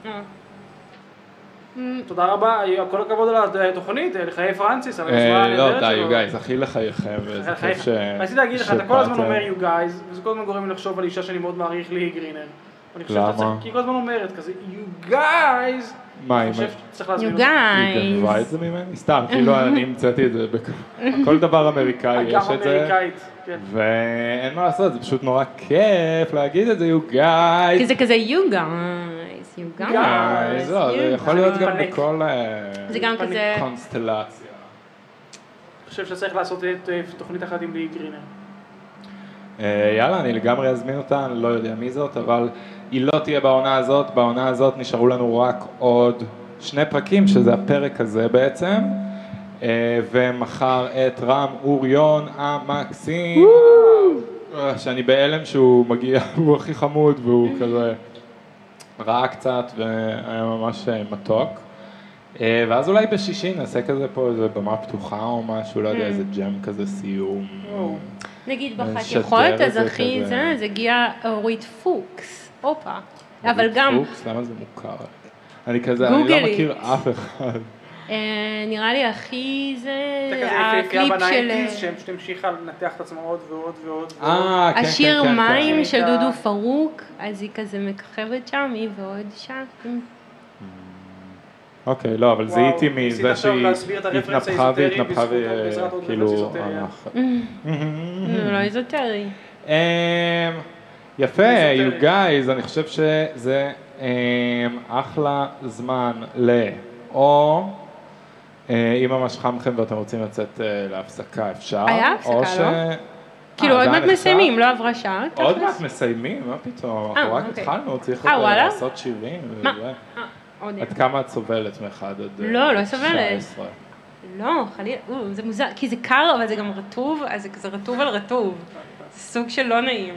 תודה רבה, כל הכבוד על התוכנית, לחיי פרנסיס, על היוזמה הנהדרת לא, די, שלו. you guys, הכי לחייכם, וזה כיף רציתי להגיד לך, אתה כל הזמן שבאתם. אומר you guys, וזה כל הזמן גורם לי לחשוב על אישה שאני מאוד מעריך, לי גרינר. אני חושב למה? שאתה צריך, כי היא כל הזמן אומרת כזה, you guys, מה, אני אם חושב שצריך להזמין You אותה. היא גנבה את guys. זה ממני? סתם, כאילו אני המצאתי את זה בכל דבר אמריקאי יש גם את זה. אמריקאית, כן. ואין מה לעשות, זה פשוט נורא כיף להגיד את זה, you guys. כי זה כזה you guys, you guys. guys, לא, זה you יכול להיות guys. גם פניק. בכל זה גם כזה, קונסטלציה. אני חושב שצריך לעשות את תוכנית אחת עם לי גרינר. יאללה, אני לגמרי אזמין אותה, אני לא יודע מי זאת, אבל היא לא תהיה בעונה הזאת, בעונה הזאת נשארו לנו רק עוד 2 פרקים, שזה הפרק הזה בעצם, ומחר את רם אוריון המקסים, שאני בהלם שהוא מגיע, הוא הכי חמוד והוא כזה רע קצת והיה ממש מתוק. ואז אולי בשישי נעשה כזה פה איזה במה פתוחה או משהו, לא יודע, איזה ג'ם כזה סיום. נגיד נשדר בחתיכות, אז את זה הכי כזה. זה הגיע אורית פוקס, הופה. אבל גם, פוקס, למה זה מוכר? אני כזה, אני לא גוגלי. מכיר אף אחד. נראה לי הכי זה זה כזה יפהפייה הקליפ של בניינטיז, שפשוט המשיכה לנתח את עצמה עוד ועוד ועוד. כן, השיר כן, מים כן. של דודו פרוק, אז היא כזה מככבת שם, היא ועוד שם. אוקיי, לא, אבל זיהיתי מזה ניסית עכשיו שהיא להסביר את הרפרנס התנפחה האיזוטרי והתנפחה בזכות- בעזרת עוד וכאילו... רפרנס איזוטרי. לא איזוטרי. יפה, איזוטרי. you guys, אני חושב שזה אחלה זמן או אם ממש חם לכם ואתם רוצים לצאת להפסקה אפשר. היה הפסקה, או לא? כאילו עוד זה היה מעט נחשב? מסיימים, לא עברה שעה. עוד תכלס? מעט מסיימים, מה פתאום, אנחנו רק אוקיי. התחלנו, צריך וואלה? לעשות שירים. מה? וזה. עוד עד כמה את סובלת מ-1 עד לא סובלת. 19? לא, חלילה, זה מוזר, כי זה קר, אבל זה גם רטוב, אז זה כזה רטוב על רטוב. זה סוג של לא נעים.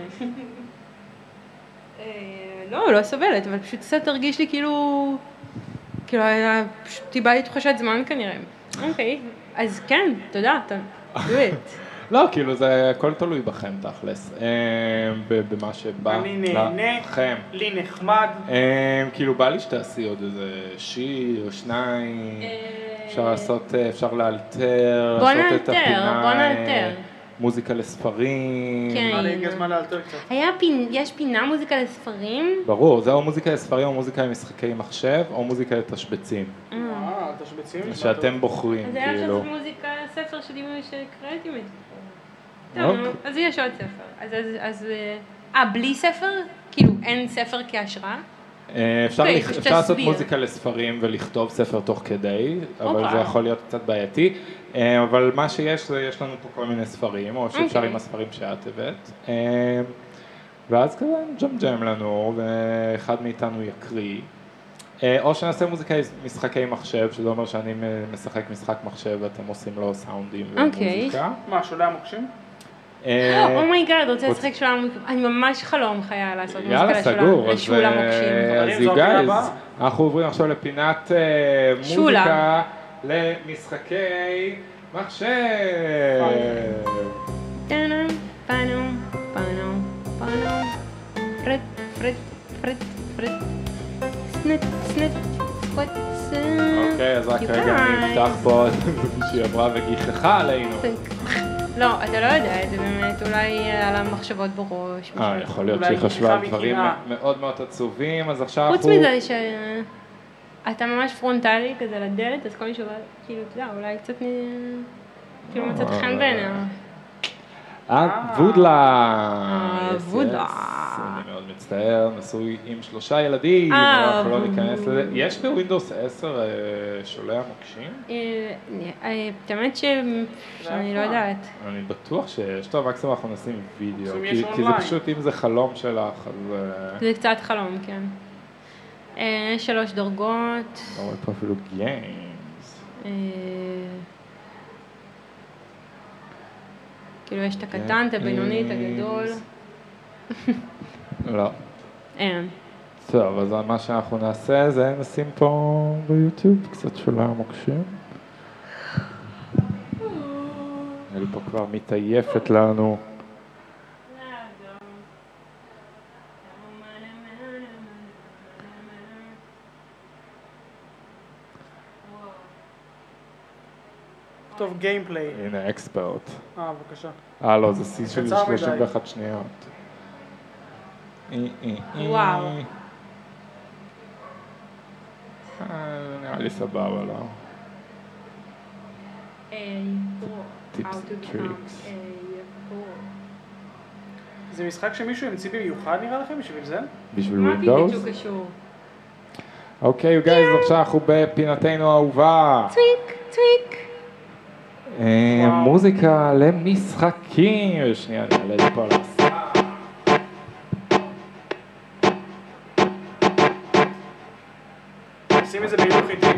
לא סובלת, אבל פשוט קצת תרגיש לי כאילו פשוט טיפה לי תחושת זמן כנראה. אוקיי, אז כן, תודה, do it. לא, כאילו זה הכל תלוי בכם תכלס, במה שבא אני נהנה, לכם. לי נחמד. כאילו בא לי שתעשי עוד איזה שיר או 2, אפשר לאלתר, בוא לעשות את נאלתר, הפינה, בוא נאלתר. מוזיקה לספרים. כן. נראה לי הגיע הזמן לאלתר קצת. יש פינה מוזיקה לספרים? ברור, זה או מוזיקה לספרים או מוזיקה למשחקי מחשב או מוזיקה לתשבצים, תשבצים. שאתם בוחרים, אז היה אפשר כאילו. לעשות מוזיקה לספר שקראתי מזה. טוב, אוקיי. אז יש עוד ספר. אז בלי ספר? כאילו אין ספר כהשראה? אפשר אוקיי, פשוט אפשר לעשות תסביר. מוזיקה לספרים ולכתוב ספר תוך כדי, אבל אופה. זה יכול להיות קצת בעייתי. אבל מה שיש זה, יש לנו פה כל מיני ספרים, או שאפשר אוקיי. עם הספרים שאת הבאת. ואז כזה ג'ם לנו, ואחד מאיתנו יקריא. או שנעשה מוזיקה משחקי מחשב, שזה אומר שאני משחק משחק מחשב ואתם עושים לו סאונדים אוקיי. ומוזיקה. מה, שולי המוקשים? אומייגאד, רוצה לשחק שולם, אני ממש חלום חיה לעשות יאללה, מוזיקה סגור. אז לשולם מוקשים. חברים, you זו הפינה guys, הבאה. אנחנו עוברים עכשיו לפינת מוזיקה למשחקי מחשב. טאנם, פאנום, פאנום, פאנום, פרט, פרט, פרט, פרט, סנט, סנט, סקוואט, סנט. אוקיי, אז רק רגע אני אפתח פה שהיא עברה וגיחכה עלינו. לא, אתה לא יודע, זה באמת אולי על המחשבות בראש. יכול להיות שהיא חשבה על דברים מאוד מאוד עצובים, אז עכשיו חוץ מזה שאתה ממש פרונטלי כזה לדלת, אז כל מי שאומר, כאילו, אתה יודע, אולי קצת כאילו מצאת חן בעיניה. וודלה. וודלה. אני מאוד מצטער, נשוי עם 3 ילדים, אנחנו לא ניכנס לזה. יש בווינדוס 10 שולי המוקשים? באמת שאני לא יודעת. אני בטוח שיש, טוב, מקסימום אנחנו נשים וידאו, כי זה פשוט, אם זה חלום שלך, אז... זה קצת חלום, כן. 3 דרגות. לא רואה פה אפילו גיימס. כאילו יש את הקטן, את הבינוני, את הגדול. לא. אין. טוב, אז מה שאנחנו נעשה זה נשים פה ביוטיוב קצת שולי המוקשים. אלי פה כבר מתעייפת לנו. טוב, גיימפליי. הנה, אקספרט. בבקשה. לא, זה שיא של 31 שניות. וואו. נראה לי סבבה, לא? טיפס טריקס. זה משחק שמישהו המציא במיוחד נראה לכם בשביל זה? בשביל מה ווינדוס? בדיוק קשור? אוקיי, גייז, עכשיו אנחנו בפינתנו האהובה. טוויק, טוויק. מוזיקה למשחקים. שנייה, אני אעלה את זה פה על הסף. שים את זה בהילוך איתי.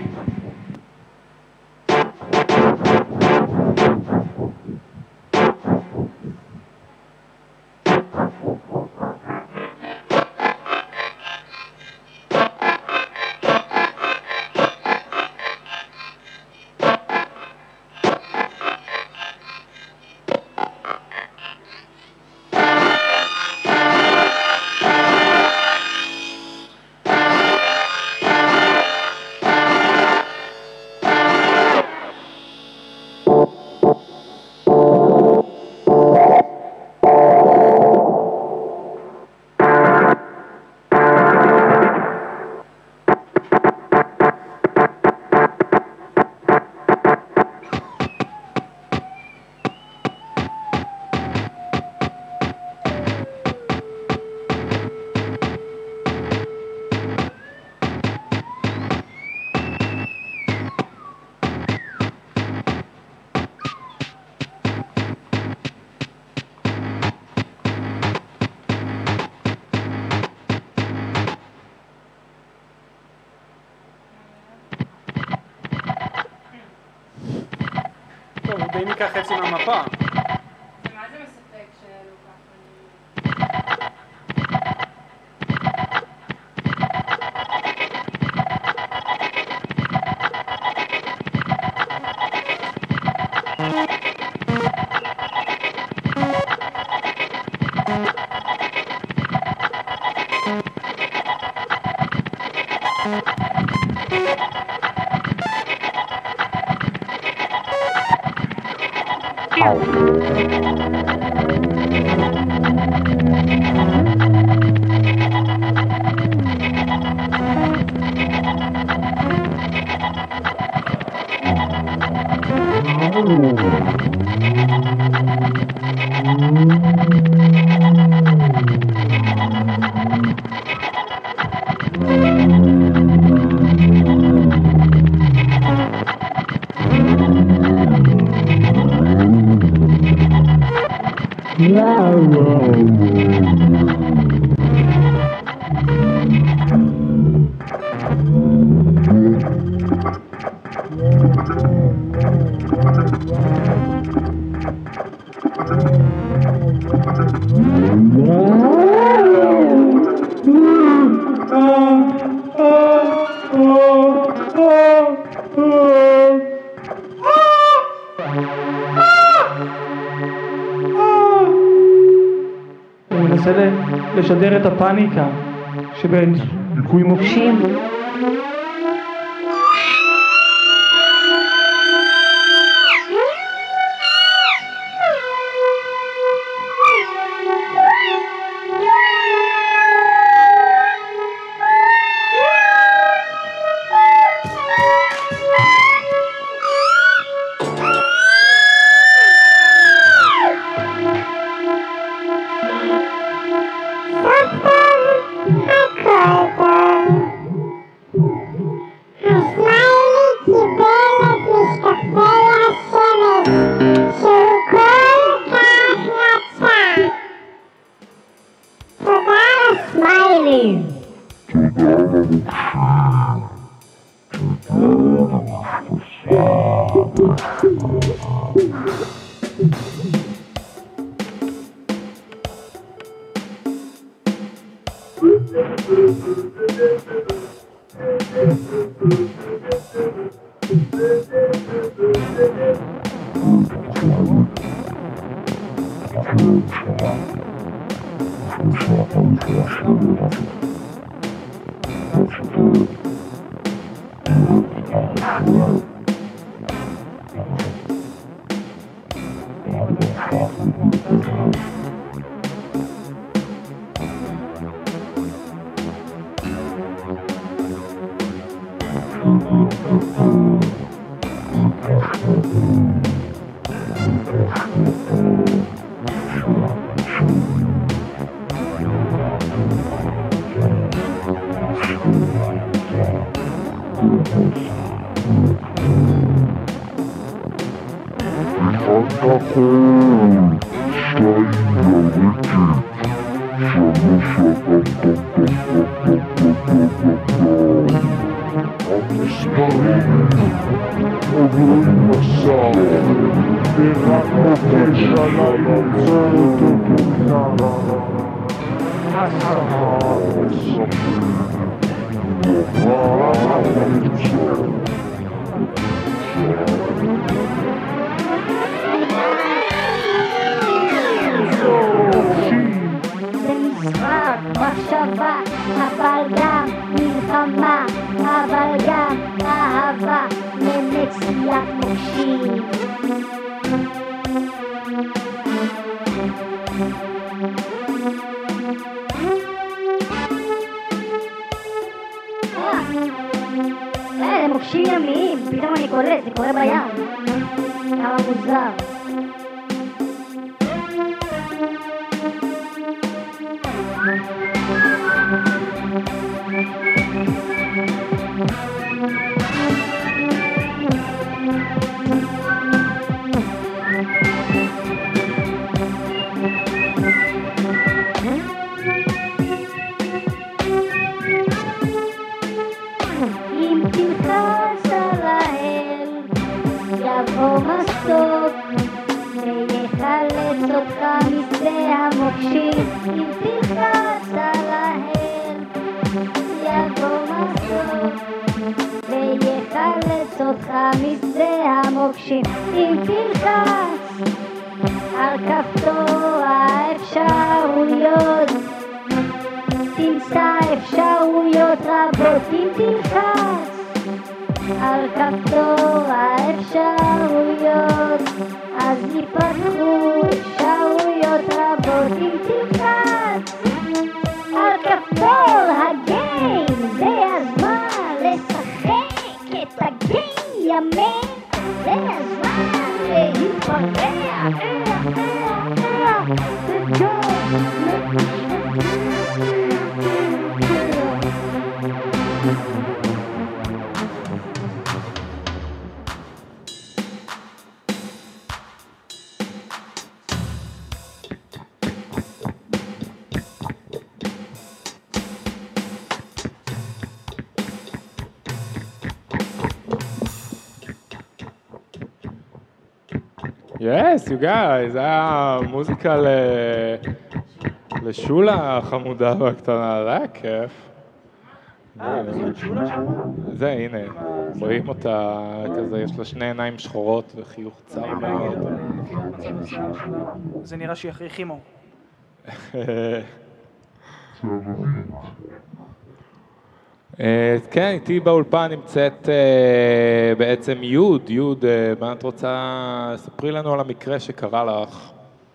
טוב, הוא די ניקח חצי מהמפה. מה זה מספק שאלו ככה? הוא מנסה לשדר את הפאניקה שבין ליקוי מוקשים. מחשבה, אבל גם מלחמה, אבל גם אהבה למציאת מוקשים. זה מוקשים ימיים, פתאום אני קולט, זה קורה בים. כמה מוזר. אם תלחץ על האל, יבוא מסוק ויחלץ אותך משדה המוקשים. אם תלחץ על האל, יבוא מסוק ויחלץ אותך משדה המוקשים. אם תלחץ על כפתור האפשרויות, תמצא אפשרויות רבות. אם תלחץ על כפתור האפשרויות, אז ייפתחו אפשרויות רבות. אם תלחץ על כפתור הגיים, זה הזמן לשחק את הגיים, ימין, זה הזמן להתפרע. Yes, you guys, זה היה מוזיקה לשולה החמודה והקטנה, זה היה כיף. זה, הנה, רואים אותה כזה, יש לה שני עיניים שחורות וחיוך צר מאוד. זה נראה שהיא אחרי כימו. כן, איתי באולפן נמצאת בעצם יוד, מה את רוצה, ספרי לנו על המקרה שקרה לך.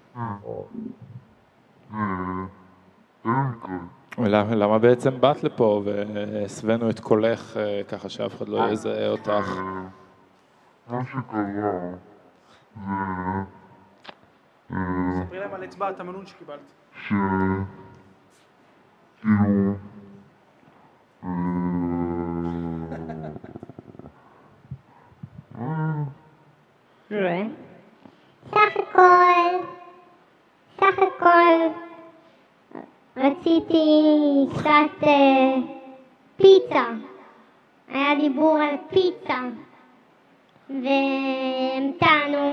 למה בעצם באת לפה והסווינו את קולך ככה שאף אחד לא יזהה אותך? מה שקרה ספרי להם על אצבעת המנון שקיבלת. כאילו סך הכל רציתי קצת פיצה, היה דיבור על פיצה. והמתנו.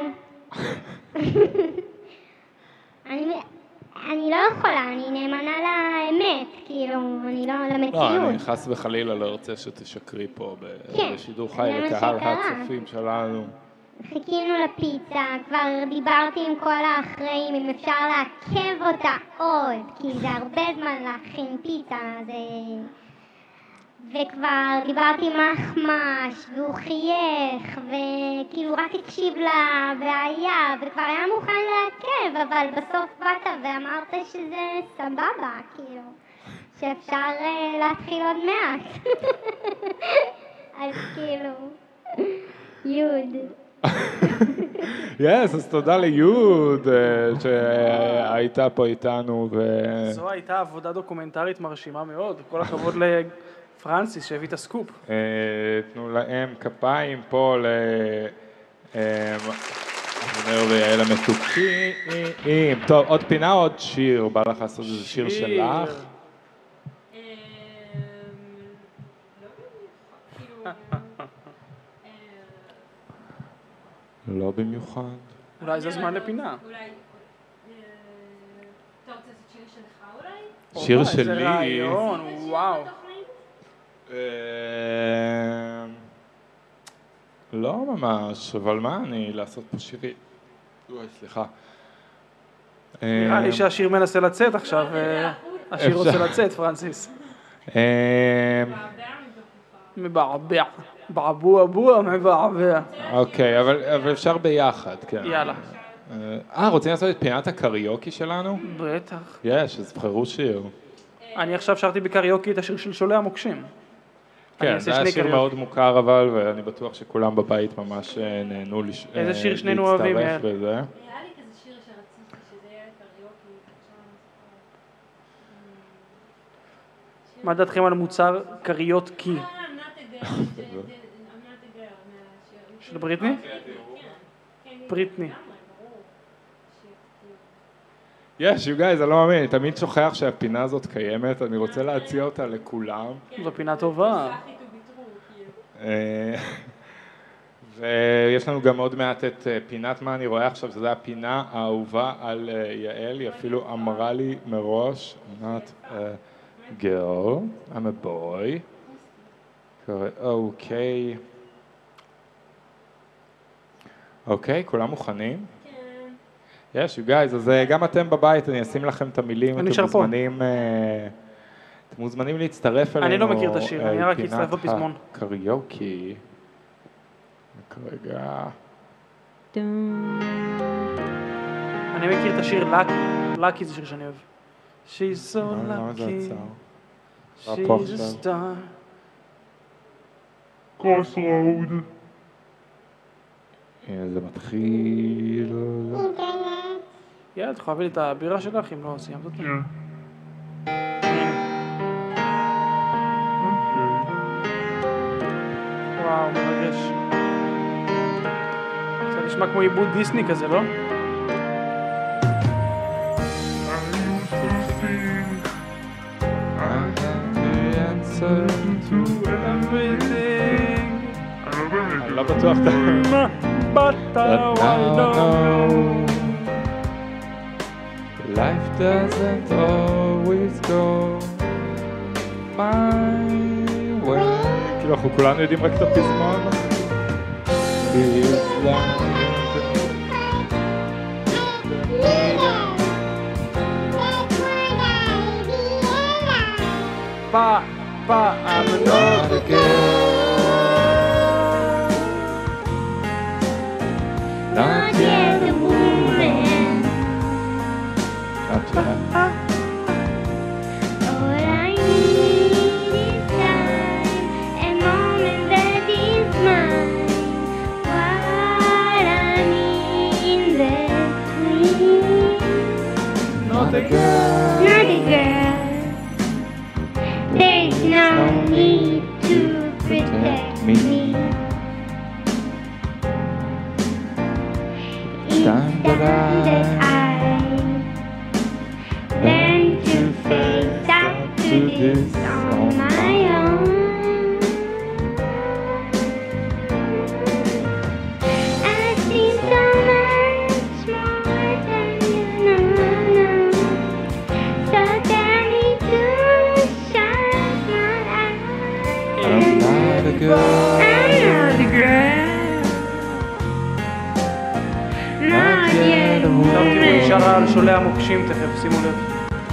אני לא יכולה, אני נאמנה לאמת, כאילו, אני לא למציאות. לא, אני חס וחלילה לא רוצה שתשקרי פה בשידור חי לקהל הצופים שלנו. חיכינו לפיצה, כבר דיברתי עם כל האחראים אם אפשר לעכב אותה עוד, כי זה הרבה זמן להכין פיצה, וכבר דיברתי עם אחמש, והוא חייך, וכאילו רק הקשיב לה, והיה, וכבר היה מוכן לעכב, אבל בסוף באת ואמרת שזה סבבה, כאילו, שאפשר להתחיל עוד מעט. אז כאילו, יוד. יס, אז תודה ליוד שהייתה פה איתנו. זו הייתה עבודה דוקומנטרית מרשימה מאוד, כל הכבוד לפרנסיס שהביא את הסקופ. תנו להם כפיים פה אבנר ויעל המתוקים. טוב, עוד פינה או עוד שיר? בא לך לעשות איזה שיר שלך? לא במיוחד. אולי זה זמן לפינה. אולי, אתה רוצה לעשות שיר שלך אולי? שיר שלי. זה רעיון, וואו. לא ממש, אבל מה אני לעשות פה שירי? אוי, סליחה. נראה לי שהשיר מנסה לצאת עכשיו, השיר רוצה לצאת, פרנסיס. מבעבע. בעבוע, מבעבע. אוקיי, אבל אפשר ביחד, כן. יאללה. רוצים לעשות את פינת הקריוקי שלנו? בטח. יש, אז בחרו שיר. אני עכשיו שרתי בקריוקי את השיר של שולי המוקשים. כן, זה היה שיר מאוד מוכר אבל, ואני בטוח שכולם בבית ממש נהנו להצטרף בזה. איזה שיר שנינו אוהבים, היה לי כזה שיר שרציתי שזה יהיה קריוקי. מה דעתכם על מוצר קריוקי? של בריטני? בריטני. יש, you guys, אני לא מאמין, אני תמיד שוכח שהפינה הזאת קיימת, אני רוצה להציע אותה לכולם. זו פינה טובה. ויש לנו גם עוד מעט את פינת מה אני רואה עכשיו, שזו הפינה האהובה על יעל, היא אפילו אמרה לי מראש, I'm not a girl, I'm a boy. אוקיי. אוקיי, כולם מוכנים? כן. יש, you guys, אז גם אתם בבית, אני אשים לכם את המילים, אתם מוזמנים להצטרף אלינו. אני לא מכיר את השיר, אני רק אצטרף בפזמון. קריוקי. כרגע. אני מכיר את השיר לקי, לקי זה שיר שאני אוהב. She's so lucky, she's a star. קוסרוד. הנה זה מתחיל. יאללה, תוכל להביא לי את הבירה שלך אם לא סיימת אותה. וואו, מרגש. זה נשמע כמו עיבוד דיסני כזה, לא? אני לא בטוח But now I know Life doesn't always go my way כאילו אנחנו כולנו יודעים רק את הפזמון But I'm not a girl Not yet a woman. Not yet. All I need is time, a moment that is mine. What I need between. Not a girl. Not a girl. There's no need to protect me. That I learn to face up to this on my own. not yet a עכשיו תראו, היא woman. שרה על שולי המוקשים תכף, שימו לב.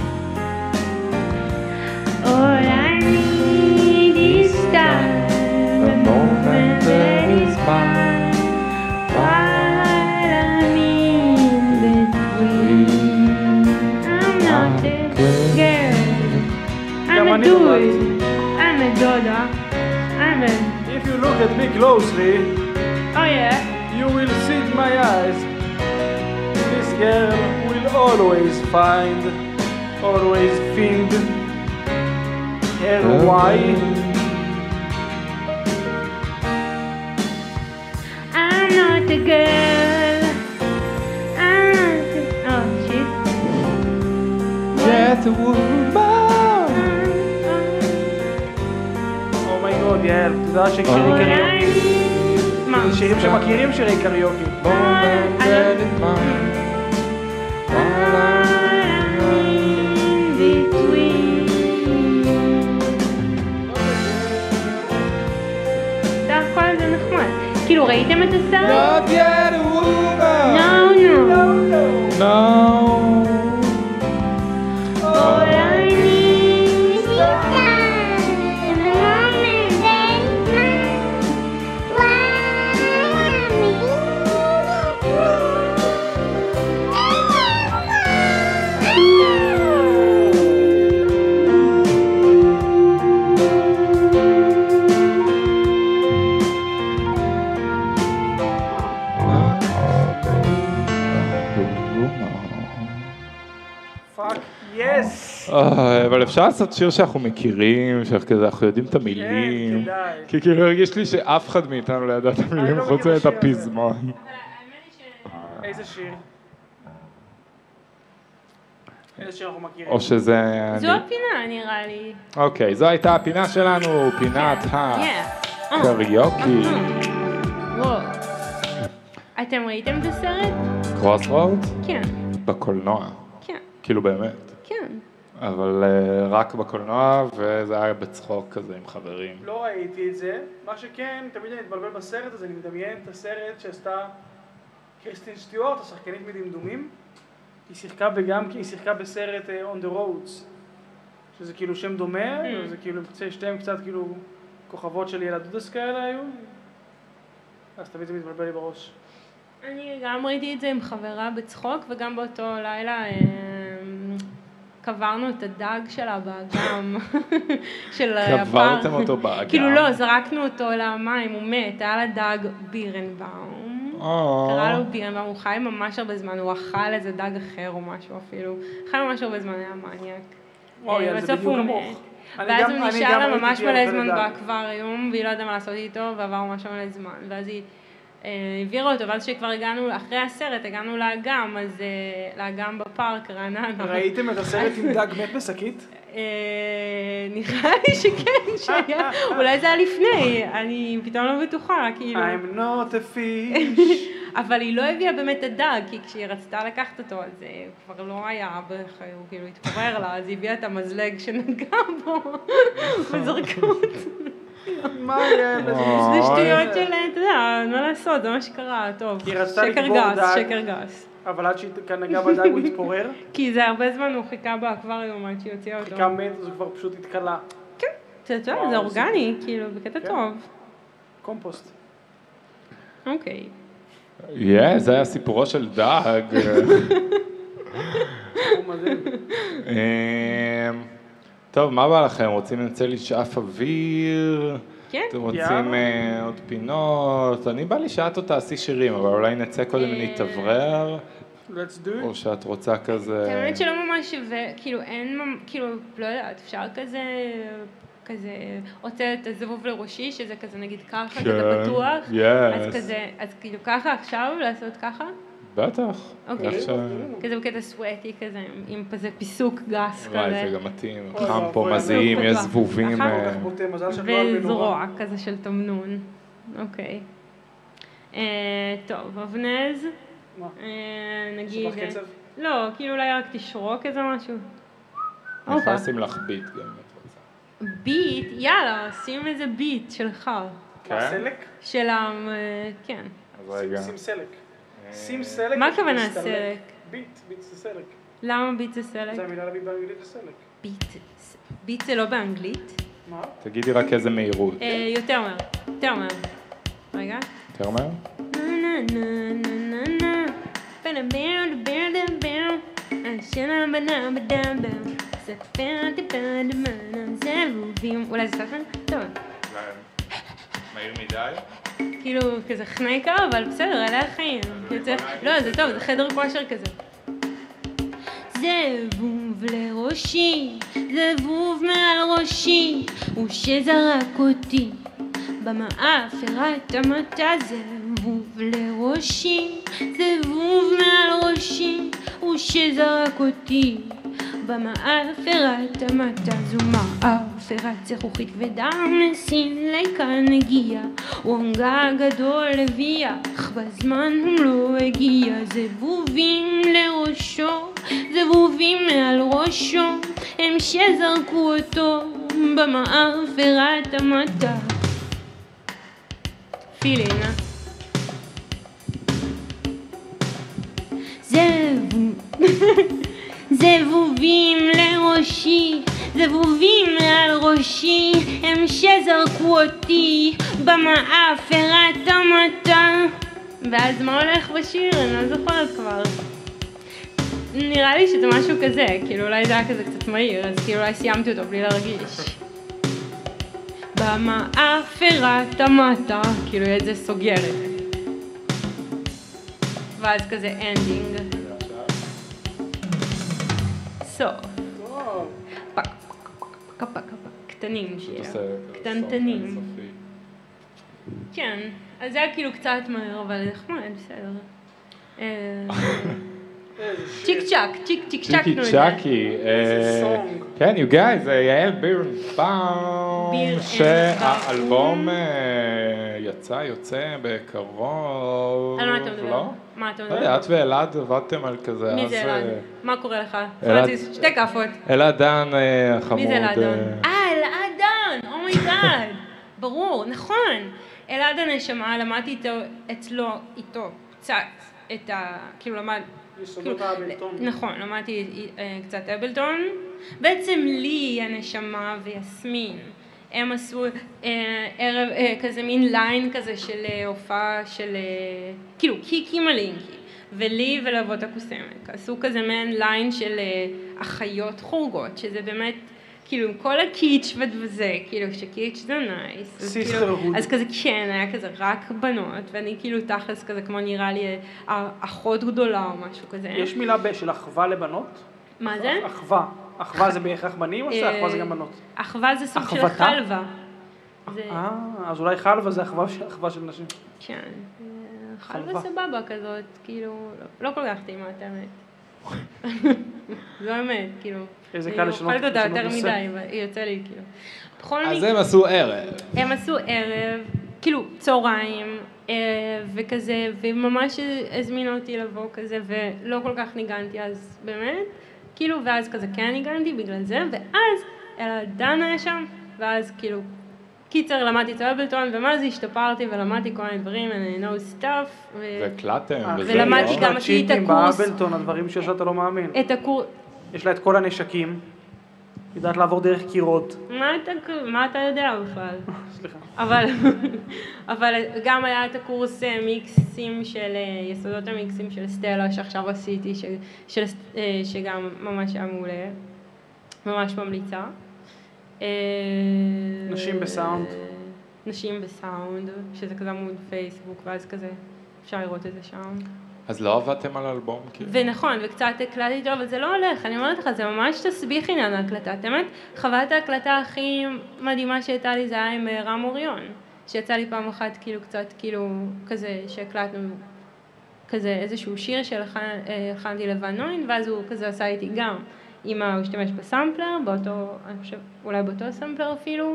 All I need is time, The moment that is mine. while I'm in between. I'm not a girl, I'm גם a אני dude, I'm a doda, I'm a... If you look at me closely, Oh yeah. you will see in my eyes. This girl will always find her why. I'm not a girl. I'm not a... Oh shit. Get a woman. אומייגוד, יעל, אתה יודע ששירי קריוקי. מה? זה שירים שמכירים שירי קריוקי. Moment that is mine. כאילו ראיתם את הסרט? Not yet a woman. No. No. All I need is time, the moment that is mine, while I'm פאק, יס! אבל אפשר לעשות שיר שאנחנו מכירים, שאנחנו יודעים את המילים. כן, כדאי. כי כאילו הרגיש לי שאף אחד מאיתנו לא ידע את המילים לא חוץ מכיר מאת בשיר הזה. הפזמון. איזה שיר? איזה שיר אנחנו מכירים? או שזה... זו הפינה נראה לי. אוקיי, זו הייתה הפינה שלנו, פינת הקריוקי. וואו. אתם ראיתם את הסרט? קרוס רוד? כן. בקולנוע. כן. כאילו באמת. כן. אבל רק בקולנוע, וזה היה בצחוק כזה עם חברים. לא ראיתי את זה. מה שכן, תמיד אני מתבלבל בסרט הזה, אני מדמיין את הסרט שעשתה קריסטין סטיוארט, השחקנית מדמדומים. היא שיחקה בסרט On the Roads, שזה כאילו שם דומה, זה כאילו שתיהם קצת כאילו כוכבות של ילדודס כאלה היו. אז תמיד זה מתבלבל לי בראש. אני גם ראיתי את זה עם חברה בצחוק, וגם באותו לילה קברנו את הדג שלה באגם של הפעם. קברתם אותו באגם? כאילו לא, זרקנו אותו למים, הוא מת, היה לה דג בירנבאום. קרא לו בירנבאום, הוא חי ממש הרבה זמן, הוא אכל איזה דג אחר או משהו אפילו. חי ממש הרבה זמן, היה מניאק. וואו, יאללה, זה בדיוק כמוך. ואז הוא נשאר לה ממש מלא זמן באקווריום, והיא לא יודעה מה לעשות איתו, ועבר ממש מלא זמן. ואז היא העבירה אותו, ואז שכבר הגענו, אחרי הסרט, הגענו לאגם, אז לאגם בפארק, רעננה. ראיתם את הסרט עם דג מת בשקית? נראה לי שכן, שהיה, אולי זה היה לפני, אני פתאום לא בטוחה, כאילו. I'm not a fish. אבל היא לא הביאה באמת את הדג, כי כשהיא רצתה לקחת אותו, אז הוא כבר לא היה, הוא כאילו התפורר לה, אז היא הביאה את המזלג שנגע בו, וזרקות. מה יהיה? זה שטויות של, אתה יודע, מה לעשות, זה מה שקרה, טוב. שקר גס. אבל עד שהיא נגעה בדג הוא התפורר? כי זה הרבה זמן הוא חיכה באקווריום עד שהיא הוציאה אותו. חיכה מת, אז הוא כבר פשוט התקלה. כן, זה אורגני, כאילו, בקטע טוב. קומפוסט. אוקיי. זה היה סיפורו של דג. טוב, מה בא לכם? רוצים לנצל לי שאף אוויר? כן. אתם רוצים עוד פינות? אני בא לי שאת עוד תעשי שירים, אבל אולי נצא קודם ונתאוורר? Let's do it. או שאת רוצה כזה... האמת שלא ממש שווה, כאילו אין, כאילו, לא יודעת, אפשר כזה, רוצה את הזבוב לראשי, שזה כזה נגיד ככה, כזה פתוח. אז כזה, אז כאילו ככה עכשיו, לעשות ככה? בטח. אוקיי. כזה בקטע סווטי כזה, עם כזה פיסוק גס כזה. וואי, זה גם מתאים. חם פה מזיעים, יש זבובים. וזרוע כזה של תמנון. אוקיי. טוב, אבנז. מה? נגיד... שפח קצב? לא, כאילו אולי רק תשרוק איזה משהו. אני יכולה לשים לך ביט גם, את רוצה. ביט? יאללה, שים איזה ביט שלך. מה, סלק? של כן. אז רגע. שים סלק. שים סלק. מה הכוונה סלק? ביט זה סלק. למה ביט זה סלק? זה המילה לביט באנגלית זה סלק. ביט זה לא באנגלית? מה? תגידי רק איזה מהירות. יותר מהר. רגע. יותר מהר? אולי זה סלפן? טוב. מהיר מדי? כאילו כזה חניקה, אבל בסדר, אלה החיים. לא, זה טוב, זה חדר כושר כזה. זבוב לראשי, זבוב מעל ראשי, הוא שזרק אותי במאפרת המטה. זבוב לראשי, זבוב מעל ראשי, הוא שזרק אותי במאפרת המטה. זו מאפרת זכוכית ודם, סיליקה נגיע, וונגה גדול הביאה, אך בזמן הוא לא הגיע. זבובים לראשו, זבובים מעל ראשו, הם שזרקו אותו במאפרת המטה. פילין. זבובים לראשי, זבובים מעל ראשי, הם שזרקו אותי במאפרת המטה. ואז מה הולך בשיר? אני לא זוכרת כבר. נראה לי שזה משהו כזה, כאילו אולי זה היה כזה קצת מהיר, אז כאילו אולי סיימתי אותו בלי להרגיש. במאפרת המטה, כאילו את זה סוגרת. ואז כזה אנדינג. סוף. קטנים שיהיה. קטנטנים. כן, אז זה היה כאילו קצת מהר, אבל נחמד, בסדר. צ'יק צ'ק, צ'יק צ'קנו את זה. צ'קי. כן, you guys, יעל בירנבאום, שהאלבום יוצא בקרוב. על מה אתה מדבר? מה אתה מדבר? לא יודע, את ואלעד עבדתם על כזה. מי זה אלעד? מה קורה לך? פרנסיס, שתי כאפות. אלעד דן החמוד. מי זה אלעד דן? אלעד דן, אומייגאד. ברור, נכון. אלעד הנשמה, למדתי איתו קצת את ה... כאילו למד... יסודות האבלטון. נכון, למדתי קצת אבלטון. בעצם לי הנשמה ויסמין, הם עשו ערב כזה מין ליין כזה של הופעה של כאילו קיקי מלינקי, ולי ולאבות הקוסמק עשו כזה מין ליין של אחיות חורגות, שזה באמת כאילו כל הקיץ' וזה, כאילו שקיץ' זה נייס, אז כזה כן, היה כזה רק בנות, ואני כאילו תכלס כזה כמו נראה לי אחות גדולה או משהו כזה. יש מילה של אחווה לבנות? מה זה? אחווה. אחווה זה בהכרח בנים או שאחווה זה גם בנות? אחווה זה סוג של חלווה. אז אולי חלווה זה אחווה של נשים. כן, חלווה סבבה כזאת, כאילו, לא כל כך טעימה את האמת. זו האמת, כאילו. איזה קל לשנות. אוכלת אותה יותר מדי, יוצא לי כאילו. אז הם עשו ערב. הם עשו ערב, כאילו צהריים, וכזה, וממש הזמינו אותי לבוא כזה, ולא כל כך ניגנתי אז באמת, כאילו, ואז כזה כן ניגנתי בגלל זה, ואז אלעד דן היה שם, ואז כאילו, קיצר למדתי את אבלטון, ומה זה השתפרתי ולמדתי כל מיני דברים, and I know stuff. והקלטתם, ולמדתי גם עשיתי את הקורס. באבלטון, הדברים שאתה לא מאמין. את הקורס. יש לה את כל הנשקים, יודעת לעבור דרך קירות. מה אתה יודע בכלל? סליחה. אבל גם היה את הקורס מיקסים של יסודות המיקסים של סטלה שעכשיו עשיתי, שגם ממש היה מעולה, ממש ממליצה. נשים בסאונד. נשים בסאונד, שזה כזה עמוד פייסבוק, ואז כזה אפשר לראות את זה שם. אז לא עבדתם על אלבום? ונכון, וקצת הקלטתי טוב, אבל זה לא הולך, אני אומרת לך, זה ממש תסביך עניין ההקלטה. באמת, חוויית ההקלטה הכי מדהימה שהייתה לי זה היה עם רם אוריון, שיצא לי פעם אחת כאילו קצת כאילו כזה שהקלטנו כזה איזשהו שיר שהלחנתי לבנוין, ואז הוא כזה עשה איתי גם. הוא השתמש בסמפלר, אני חושב, אולי באותו סמפלר אפילו,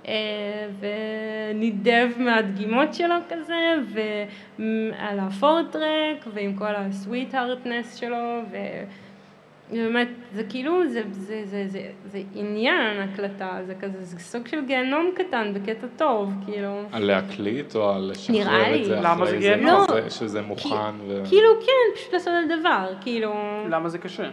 ונידב מהדגימות שלו כזה, ועל הפורטרק, ועם כל הסוויט-הארטנס שלו, באמת, זה כאילו, זה עניין הקלטה, זה כזה, זה סוג של גיהנום קטן בקטע טוב, כאילו. על להקליט או על נראה לשחרר לי. את זה למה זה אחרי גיהנום? זה, שזה מוכן ו... כאילו, כן, פשוט לעשות את הדבר, כאילו. למה זה קשה?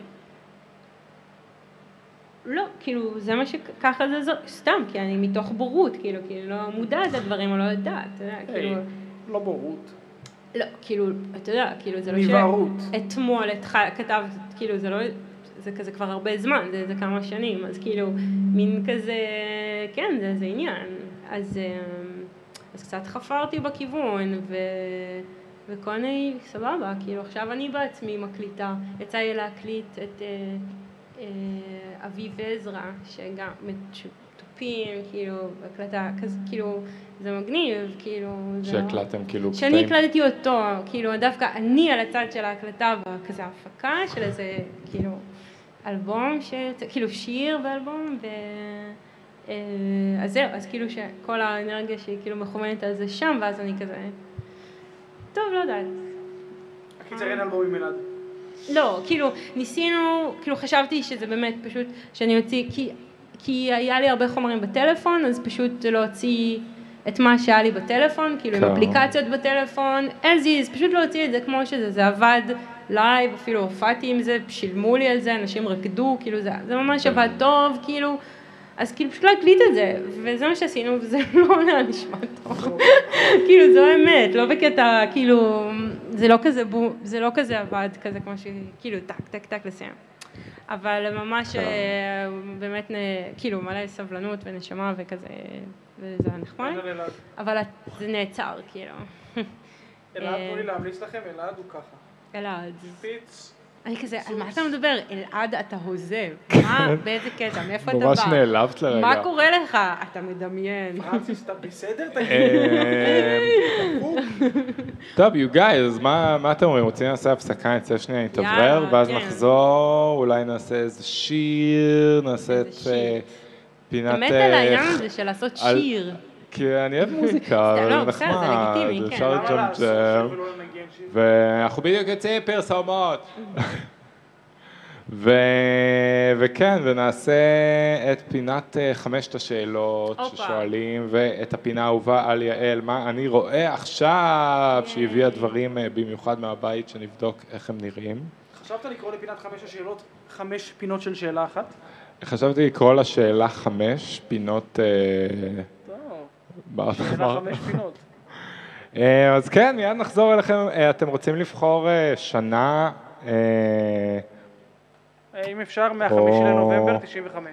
לא, כאילו, זה מה שככה זה סתם, כי אני מתוך בורות, כאילו, לא מודעת לדברים או לא יודעת, אתה יודע, כאילו. לא בורות. לא, כאילו, אתה יודע, כאילו, זה לא נבערות. שאתמול כתב, כאילו, זה לא, זה כזה כבר הרבה זמן, זה כמה שנים, אז כאילו, מין כזה, כן, זה עניין. אז קצת חפרתי בכיוון, וכל אני סבבה, כאילו, עכשיו אני בעצמי מקליטה, יצא לי להקליט את אביב עזרא, שגם תופים, כאילו, הקלטה, כזה, כאילו, זה מגניב, כאילו, שהקלטתם כאילו שאני הקלטתי אותו, כאילו, דווקא אני על הצד של ההקלטה, וכזה הפקה של איזה, כאילו, אלבום, כאילו, שיר באלבום, אז זהו, אז כאילו שכל האנרגיה שהיא כאילו מכוונת על זה שם, ואז אני כזה, טוב, לא יודעת. הקיצר אין אלבום עם אלעד. לא, כאילו, ניסינו, כאילו חשבתי שזה באמת פשוט, שאני אוציא, כי היה לי הרבה חומרים בטלפון, אז פשוט להוציא את מה שהיה לי בטלפון, כאילו עם אפליקציות בטלפון, as is, פשוט להוציא את זה כמו שזה, זה עבד לייב, אפילו הופעתי עם זה, שילמו לי על זה, אנשים רקדו, כאילו זה ממש עבד טוב, כאילו, אז כאילו פשוט להקליט את זה, וזה מה שעשינו, וזה לא היה נשמע טוב, כאילו זו האמת, לא בקטע, כאילו, זה לא כזה עבד כזה כמו שכאילו טק לסיים, אבל ממש באמת כאילו מלא סבלנות ונשמה וכזה, וזה היה נחמד, אבל זה נעצר כאילו. אלעד, תנו לי להמליץ לכם, אלעד הוא ככה. אלעד. פיץ. אני כזה, על מה אתה מדבר? אלעד אתה הוזב. מה? באיזה קטע? מאיפה אתה בא? ממש נעלבת לרגע. מה קורה לך? אתה מדמיין. פרנסיס, אתה בסדר? טוב, you guys, מה אתם אומרים? רוצים לעשות הפסקה, נצא שנייה, נתאוורר, ואז נחזור, אולי נעשה איזה שיר, נעשה את פינת... באמת על העניין הזה של לעשות שיר. כי אני אוהב מוזיקה, זה נחמד, אפשר לג'ם, ואנחנו בדיוק יוצאים פרסומות. וכן, ונעשה את פינת 5 השאלות ששואלים, ואת הפינה האהובה על יעל, מה אני רואה עכשיו שהביאה דברים במיוחד מהבית, שנבדוק איך הם נראים. חשבת לקרוא לפינת 5 השאלות 5 פינות של שאלה אחת? חשבתי לקרוא לשאלה 5 פינות... שאלה 5 פינות. אז כן, מיד נחזור אליכם. אתם רוצים לבחור שנה? אם אפשר, מה-5 לנובמבר 95.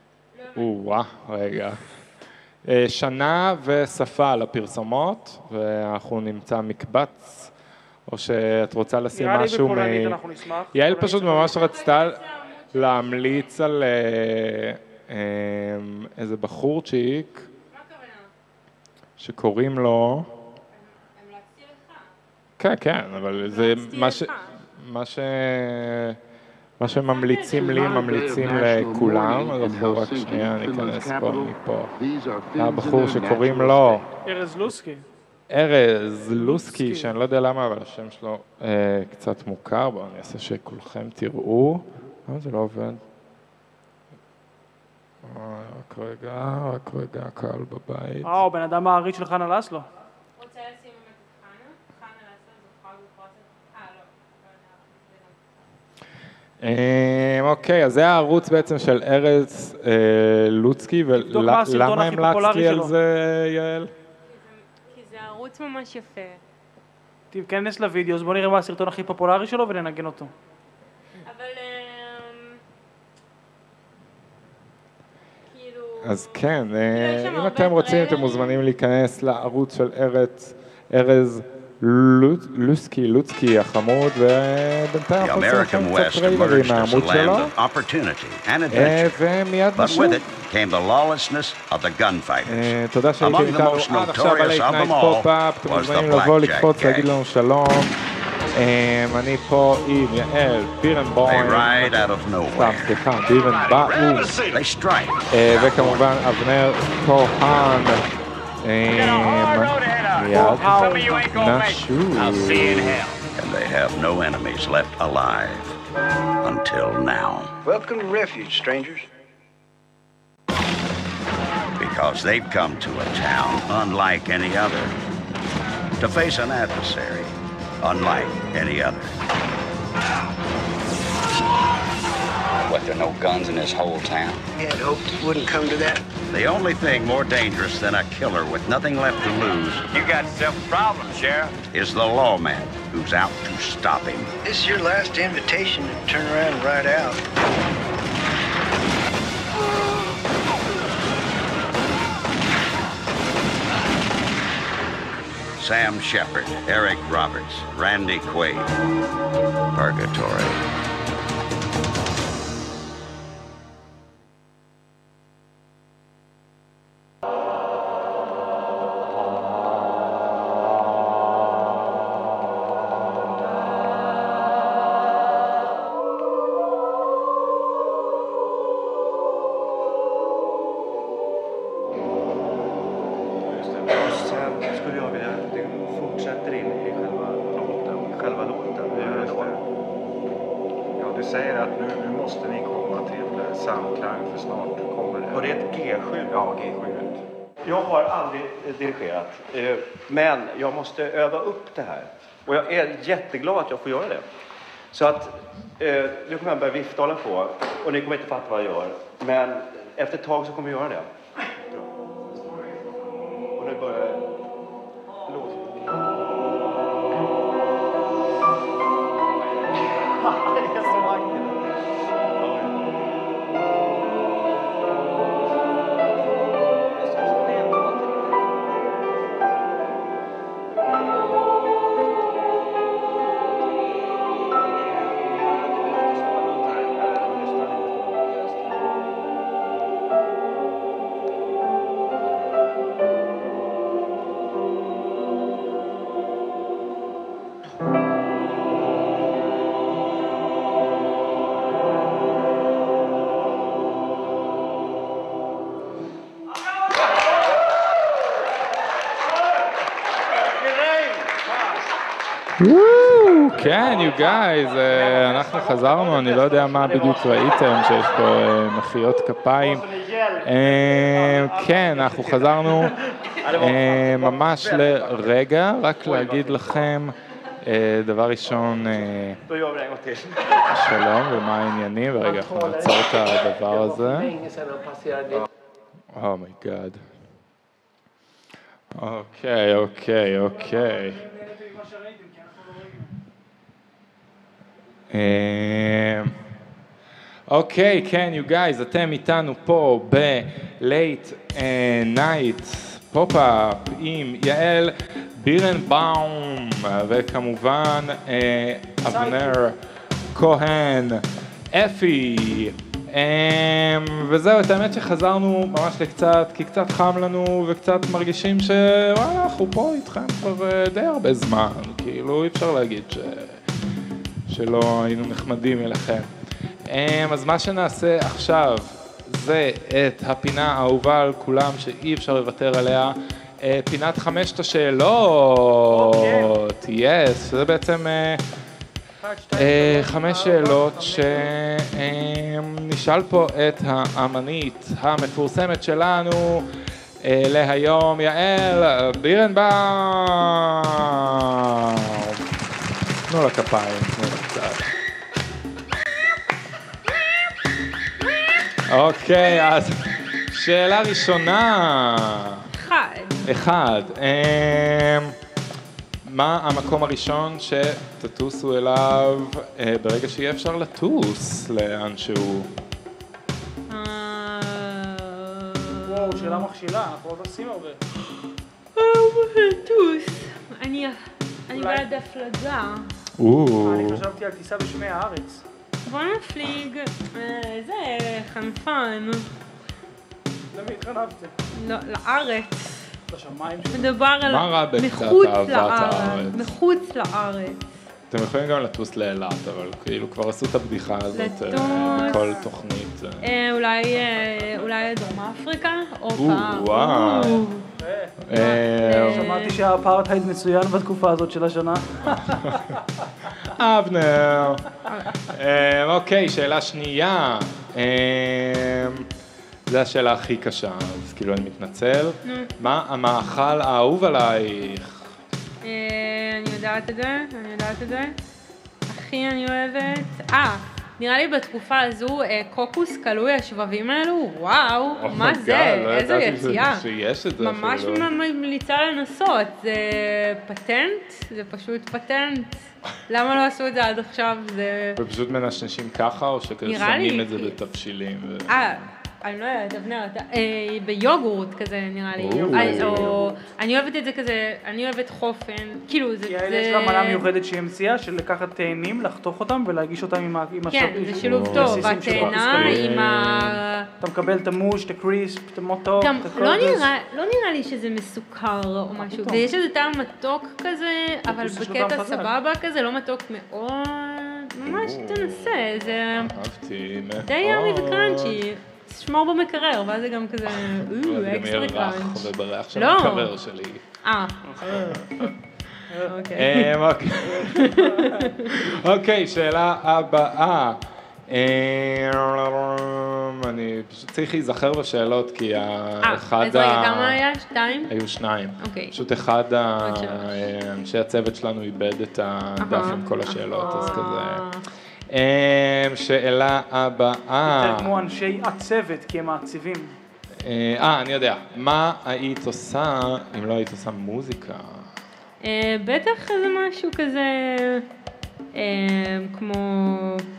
רגע. שנה ושפה לפרסומות, ואנחנו נמצא מקבץ, או שאת רוצה לשים משהו נראה לי בפולנית אנחנו נשמח. יעל פשוט ממש רצתה להמליץ על איזה בחורצ'יק, שקוראים לו... כן, אבל זה מה שממליצים לי, ממליצים לכולם, אז אנחנו רק שנייה ניכנס פה מפה. הבחור שקוראים לו... ארז לוסקי. ארז לוסקי, שאני לא יודע למה, אבל השם שלו קצת מוכר, בואו אני אעשה שכולכם תראו. למה זה לא עובד? רק רגע, הקהל בבית. בן אדם מעריץ של חנה לסלו. רוצה לשים באמת את חנה לסלו, זה יכול לפרוץ את... אוקיי, אז זה הערוץ בעצם של ארז לוצקי, ולמה המלצת לי על זה, יעל? כי זה ערוץ ממש יפה. תיכנס לוידאו, אז בוא נראה מה הסרטון הכי פופולרי שלו וננגן אותו. אבל... אז כן, אם אתם רוצים, אתם מוזמנים להיכנס לערוץ של ארז לוצקי החמוד, ובינתיים אנחנו עושים לכם קצת טריילרים מהעמוד שלו, ומיד נשוב. תודה שהייתם איתנו עד עכשיו על לייט נייט פופ-אפ, אתם מוזמנים לבוא, לקפוץ, להגיד לנו שלום. אני פה עם יעל בירנבוים, סליחה, בירנבאום, וכמובן אבנר כהן. מיד נשוב. have no enemies left alive until now. Welcome to refuge, strangers. Because they've come to a town unlike any other, to face an adversary unlike any other. What, there are no guns in this whole town? Yeah, I'd hoped it wouldn't come to that. The only thing more dangerous than a killer with nothing left to lose, You got yourself a problem, Sheriff. is the lawman who's out to stop him. This is your last invitation to turn around and ride out. Sam Shepard, Eric Roberts, Randy Quaid. Purgatory. Sen skulle jag vilja att du fortsätter in i själva låten. Ja, du säger att nu måste ni komma till samklang för snart kommer det. Och det är ett G7? Ja, G7. Jag har aldrig dirigerat, men jag måste öva upp det här. Och jag är jätteglad att jag får göra det. Så att nu kommer jag börja vifta hålla på och ni kommer inte fatta vad jag gör. Men efter ett tag så kommer jag göra det. Och nu börjar låt. Det är så vackert. כן, you guys, אנחנו חזרנו, אני לא יודע מה בדיוק ראיתם, שיש פה מחיאות כפיים. כן, אנחנו חזרנו ממש לרגע, רק להגיד לכם, דבר ראשון, שלום ומה העניינים, ורגע אנחנו נעצור את הדבר הזה. אומייגאד. אוקיי. אוקיי, כן, you guys, אתם איתנו פה ב-Late Night פופ-אפ עם יעל בירנבאום וכמובן אבנר כהן, אפי, וזהו, את האמת שחזרנו ממש לקצת, כי קצת חם לנו וקצת מרגישים שוואלה, אנחנו פה איתכם כבר די הרבה זמן, כאילו אי אפשר להגיד שלא היינו נחמדים אליכם. אז מה שנעשה עכשיו זה את הפינה האהובה על כולם שאי אפשר לוותר עליה, פינת 5 השאלות. יס, שזה בעצם 5 שאלות שנשאל פה את האמנית המפורסמת שלנו להיום, יעל בירנבאום. תנו לה כפיים, תנו לה קצת. אוקיי, אז שאלה ראשונה. אחד. מה המקום הראשון שתטוסו אליו ברגע שיהיה אפשר לטוס לאנשהו? וואו, שאלה מכשילה, אנחנו עוד עושים הרבה. לטוס. אני בעד הפלגה. אני חשבתי על טיסה בשמי הארץ. בוא נפליג, זה חנפן. למי התחנפתם? לא, לארץ. לשמיים מדובר על מחוץ לארץ. אתם יכולים גם לטוס לאילת, אבל כאילו כבר עשו את הבדיחה הזאת בכל תוכנית. אולי דרום אפריקה או פעם. וואו. שמעתי שהאפרטהייד מצוין בתקופה הזאת של השנה. אבנר. אוקיי, שאלה שנייה. זו השאלה הכי קשה, אז כאילו אני מתנצל. מה המאכל האהוב עלייך? אני יודעת את זה. הכי אני אוהבת. נראה לי בתקופה הזו קוקוס קלוי השבבים האלו, וואו, מה זה? איזו יציאה. שיש את זה. ממש ממליצה לנסות. זה פטנט? זה פשוט פטנט. למה לא עשו את זה עד עכשיו? ופשוט מנשנשים ככה, או שכזה שמים את זה בתבשילים? אני לא יודעת, אבנר, ביוגורט כזה נראה לי, אני אוהבת את זה כזה, אני אוהבת חופן, כאילו זה... יעל יש לה מנה מיוחדת שהיא המציאה, של לקחת תאנים, לחתוך אותם ולהגיש אותם עם כן, זה שילוב טוב, התאנה עם ה... אתה מקבל את המוש, את הקריספ, את המוטוק, גם לא נראה לי שזה מסוכר או משהו, ויש איזה טעם מתוק כזה, אבל בקטע סבבה כזה, לא מתוק מאוד, ממש תנסה, זה... אהבתי, די ימי וקראנצ'י. שמור במקרר, ואז זה גם כזה, אקסטרה קראנץ'. ובריח של המקרר שלי. אוקיי, שאלה הבאה. אני פשוט צריך להיזכר בשאלות, כי אחד אז רגע, כמה היה? 2? היו 2. פשוט אחד אנשי הצוות שלנו איבד את הדף עם כל השאלות, אז כזה... שאלה הבאה. יותר כמו אנשי הצוות, כי הם מעציבים. אני יודע. מה היית עושה אם לא היית עושה מוזיקה? בטח איזה משהו כזה, כמו,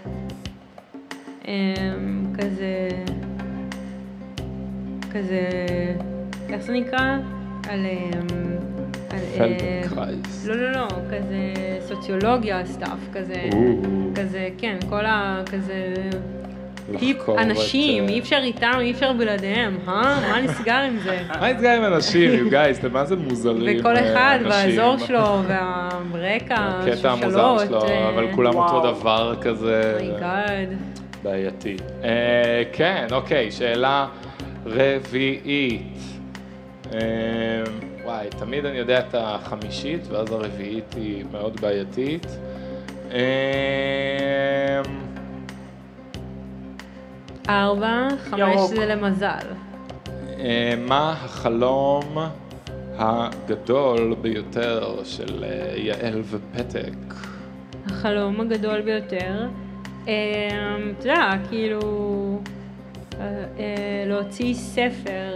כזה, איך זה נקרא? פלדנקרייס. לא, כזה סוציולוגיה, סטאפ, כזה, כן, כל כזה, אנשים, אי אפשר איתם, אי אפשר בלעדיהם, מה נסגר עם זה? מה נסגר עם אנשים, you guys, מה זה מוזרים? וכל אחד באזור שלו, והרקע, הקטע המוזר שלו, אבל כולם אותו דבר כזה. מייגאד. בעייתי. כן, אוקיי, שאלה רביעית. וואי, תמיד אני יודע את החמישית, ואז הרביעית היא מאוד בעייתית. 4, 5 זה למזל. מה החלום הגדול ביותר של יעל ופתק? החלום הגדול ביותר? אתה יודע, כאילו, להוציא ספר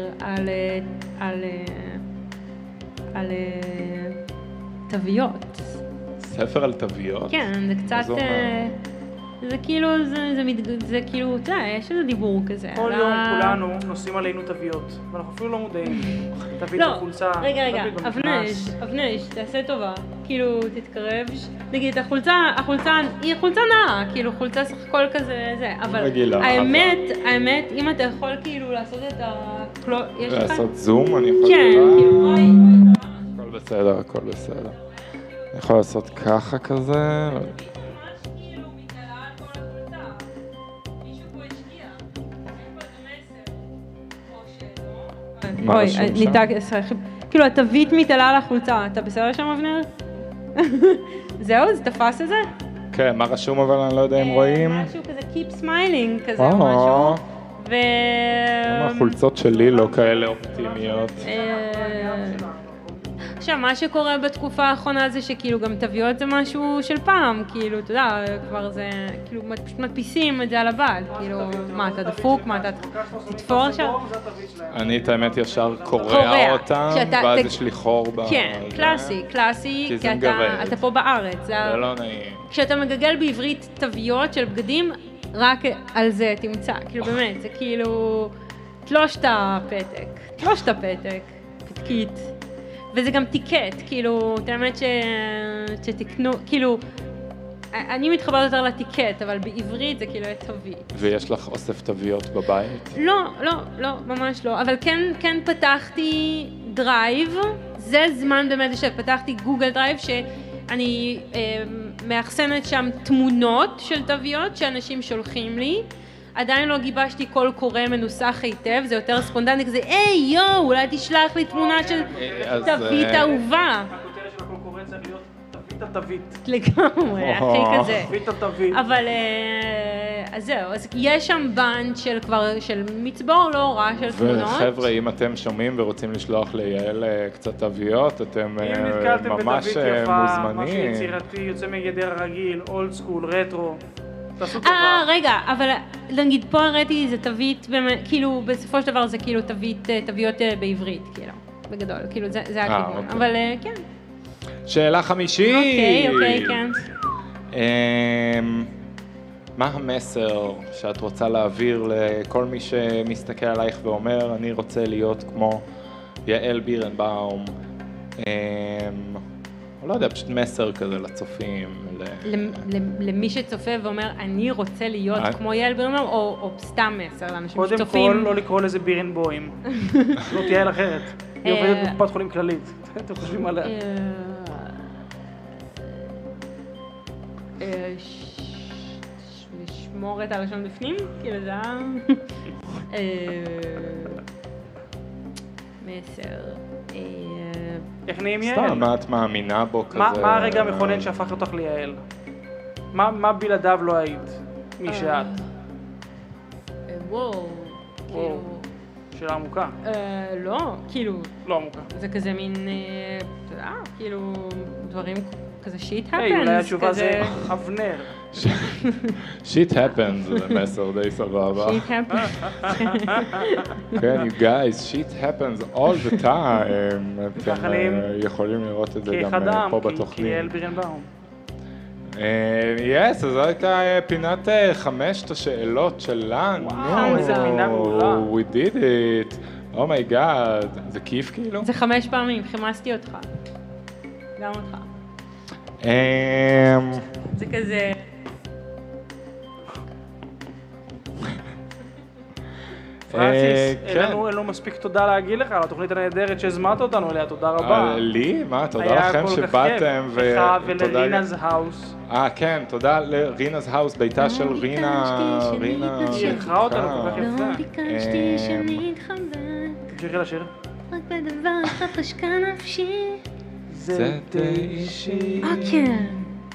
על תוויות. ספר על תוויות? כן, זה קצת, זה כאילו, זה כאילו, אתה יודע, יש איזה דיבור כזה. כל יום כולנו נושאים עלינו תוויות, ואנחנו אפילו לא מודעים. תווית בחולצה. רגע, אבנש, תעשה טובה. כאילו, תתקרב. נגיד, החולצה היא חולצה נאה, כאילו, חולצה סך הכל כזה, זה. אבל האמת, אם אתה יכול כאילו לעשות את יש לך? לעשות זום, אני יכול... כן, כאילו, הכל בסדר. אני יכול לעשות ככה כזה. אוי, כאילו התווית מתעלה על החולצה, אתה בסדר שם אבנר? זהו, זה תפס את זה? כן, מה רשום אבל אני לא יודע אם רואים. משהו כזה keep smiling כזה או משהו. החולצות שלי לא כאלה אופטימיות. עכשיו, מה שקורה בתקופה האחרונה זה שכאילו גם תוויות זה משהו של פעם, כאילו, אתה יודע, כבר זה, כאילו, פשוט מדפיסים את זה על הבד, כאילו, מה, אתה דפוק, מה, אתה תתפור עכשיו? אני את האמת ישר קורע אותם, ואז יש לי חור ב... כן, קלאסי, כי אתה פה בארץ. זה לא נעים. כשאתה מגגל בעברית תוויות של בגדים, רק על זה תמצא, כאילו, באמת, זה כאילו, תלוש את הפתק, פתקית. וזה גם טיקט, כאילו, את האמת שתקנו, כאילו, אני מתחברת יותר לטיקט, אבל בעברית זה כאילו תווית. ויש לך אוסף תוויות בבית? לא, ממש לא, אבל כן פתחתי דרייב, זה זמן באמת שפתחתי גוגל דרייב, שאני מאחסנת שם תמונות של תוויות שאנשים שולחים לי, עדיין לא גיבשתי קול קורא מנוסח היטב, זה יותר ספונטני כזה, היי יו, אולי תשלח לי תמונה של תווית אהובה. הכותרת של הקול קורא צריך להיות תווית התווית. לגמרי, הכי כזה. תווית התווית. אבל אז זהו, אז יש שם בנד של כבר, של מצבור לא רע של תמונות. וחבר'ה, אם אתם שומעים ורוצים לשלוח ליעל קצת תוויות, אתם ממש מוזמנים. משהו יצירתי, יוצא מגדר הרגיל, אולד סקול, רטרו. תעשו טובה. רגע, אבל נגיד פה הראיתי זה תווית, כאילו בסופו של דבר זה כאילו תוויות בעברית, כאילו, בגדול, כאילו זה הכיוון, אבל כן. שאלה 50. אוקיי, כן. מה המסר שאת רוצה להעביר לכל מי שמסתכל עלייך ואומר, אני רוצה להיות כמו יעל בירנבאום, לא יודע, פשוט מסר כזה לצופים. למי שצופה ואומר, אני רוצה להיות כמו יעל בירנבאום, או סתם מסר לאנשים שצופים? קודם כל, לא לקרוא לזה בירנבוים. זאת יעל אחרת. היא עובדת בקופת חולים כללית. אתם חושבים עליה. לשמור את הלשון בפנים? כאילו זה מסר. איך נעים יעל? סתם, מה את מאמינה בו כזה? מה הרגע המכונן שהפך אותך ליעל? מה בלעדיו לא היית? מי שאת? וואו. כאילו... שאלה עמוקה. לא, כאילו... לא עמוקה. זה כזה מין... כאילו... דברים כזה שיט הפנס. אולי התשובה זה אבנר. שיט הפנס זה מסר די סבבה. שיט הפנס. כן, you guys, shit happens all the time. אתם יכולים לראות את זה גם פה בתוכנית. כי יעל בירנבאום. יס, אז זו הייתה פינת 5 השאלות שלנו. וואו, איזה פינה מעולה. We did it. Oh my god. זה כיף כאילו? זה 5 פעמים, חימסתי אותך. גם אותך. זה כזה... פרנסיס, אין לנו מספיק תודה להגיד לך על התוכנית הנהדרת שהזמנת אותנו אליה, תודה רבה. לי? מה? תודה לכם שבאתם. לך ולרינה's האוס. כן, תודה לרינה's האוס, ביתה של רינה. היא אירחה אותנו כל כך יפה. לא ביקשתי שנתחבק. תמשיכי לשיר. רק בדבר אחד חשקה נפשי. זה די אישי. כן.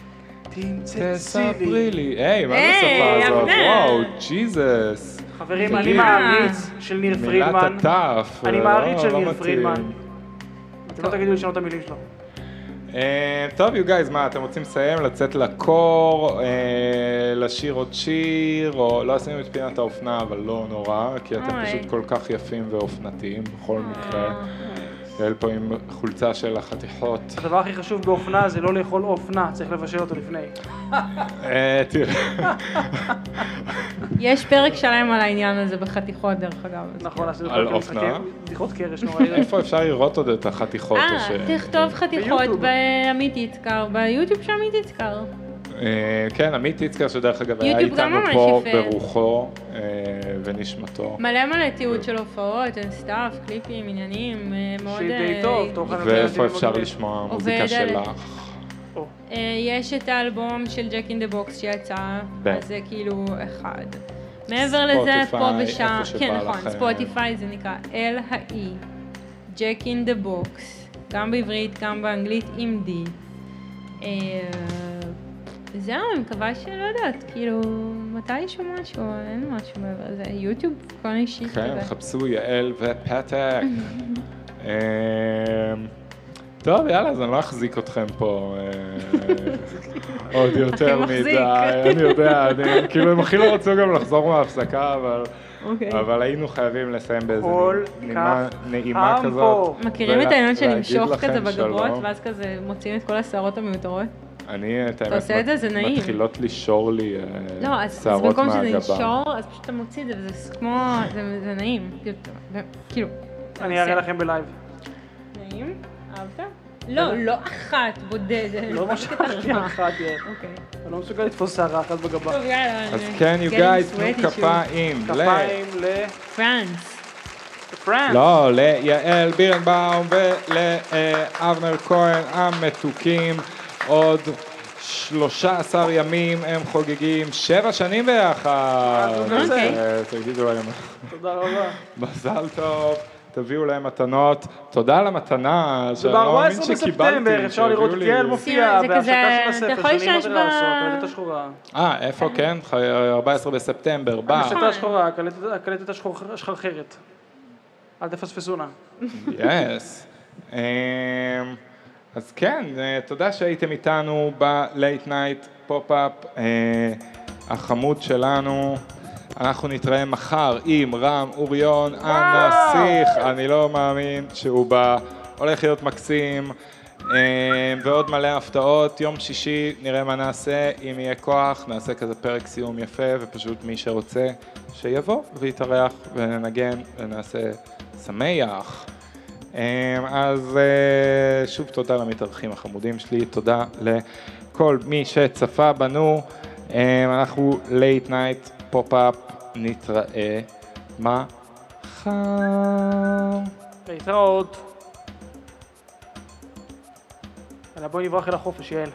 תספרי לי. היי, מה זה השפה הזאת? וואו, ג'יזוס. חברים, אני מעריץ של ניר פרידמן. מילת הטף. אני מעריץ של ניר פרידמן. אתם לא תגידו לשנות את המילים שלו. טוב, you guys, מה, אתם רוצים לסיים, לצאת לקור, לשיר עוד שיר, או לא עשינו את פינת האופנה, אבל לא נורא, כי אתם פשוט כל כך יפים ואופנתיים בכל מקרה. יעל פה עם חולצה של החתיכות. הדבר הכי חשוב באופנה זה לא לאכול אופנה, צריך לבשל אותו לפני. תראה. יש פרק שלם על העניין הזה בחתיכות דרך אגב. נכון, על אופנה? בדיחות קרש נוראי. איפה אפשר לראות עוד את החתיכות? תכתוב חתיכות בעמית יצקר, ביוטיוב של עמית יצקר. כן, עמית יצקר שדרך אגב היה איתנו פה ברוחו ונשמתו. מלא תיעוד של הופעות, סטאפ, קליפים, עניינים, מאוד... שדי טוב. ואיפה אפשר לשמוע מוזיקה שלך? יש את האלבום של ג'ק אין דה בוקס שיצא, אז זה כאילו אחד. מעבר לזה, פה ושם, כן נכון, ספוטיפיי זה נקרא אל האי, ג'ק אין דה בוקס, גם בעברית, גם באנגלית עם די. זהו, אני מקווה שלא יודעת, כאילו, מתישהו משהו, אין משהו מעבר לזה, יוטיוב, כל אישית כזה. כן, חפשו יעל ופתק. טוב, יאללה, אז אני לא אחזיק אתכם פה עוד יותר מדי, אני יודע, כאילו הם הכי לא רצו גם לחזור מההפסקה, אבל היינו חייבים לסיים באיזה נימה נעימה כזאת. מכירים את העניין שנמשוך כזה בגברות, ואז כזה מוצאים את כל השערות המיותרות? אני, את האמת, מתחילות לשור לי שערות מהגבה. לא, אז במקום שזה נשור, אז פשוט אתה מוציא את זה, וזה כמו, זה נעים, כאילו. אני אראה לכם בלייב. נעים? אהבת? לא אחת בודדת. לא מה שחשתי אחת, אוקיי. אני לא מסוגל לתפוס שערה אחת בגבה. טוב, יאללה. אז כן, you guys, תנו כפיים לפרנס. לא, ליעל בירנבאום ולאבנר כהן המתוקים. עוד 13 ימים הם חוגגים 7 שנים ביחד. אוקיי. תגידו להם. תודה רבה. מזל טוב. תביאו להם מתנות, תודה על המתנה, זה ב-14 בספטמבר, אפשר לראות את יעל מופיע בהשקה של הספר, שאני מודה לעשות, הקלטת השחורה. איפה כן? 14 בספטמבר, בא. הקלטת השחורה, הקלטת השחרחרת. אל תפספסונה. יס. אז כן, תודה שהייתם איתנו ב-Late Night Pop-Up החמוד שלנו. אנחנו נתראה מחר עם רם אוריון הנסיך, אני לא מאמין שהוא בא, הולך להיות מקסים, ועוד מלא הפתעות. יום שישי נראה מה נעשה, אם יהיה כוח נעשה כזה פרק סיום יפה, ופשוט מי שרוצה שיבוא ויתארח וננגן ונעשה שמח. אז שוב תודה למתארחים החמודים שלי, תודה לכל מי שצפה בנו. אנחנו Late Night Pop-Up, נתראה מחר. להתראות. יאללה, בואי נברח אל החופש, יעל.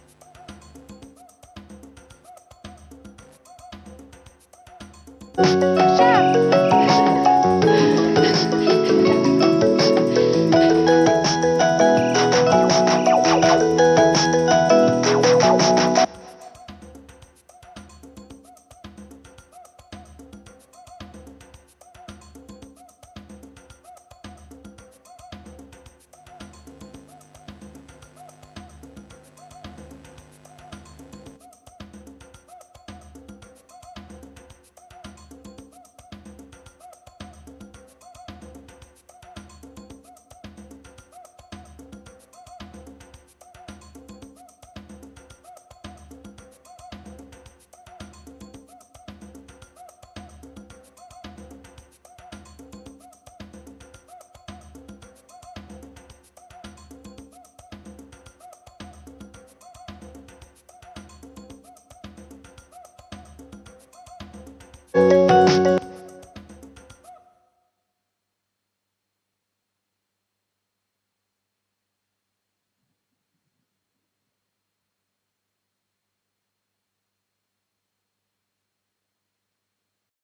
Thank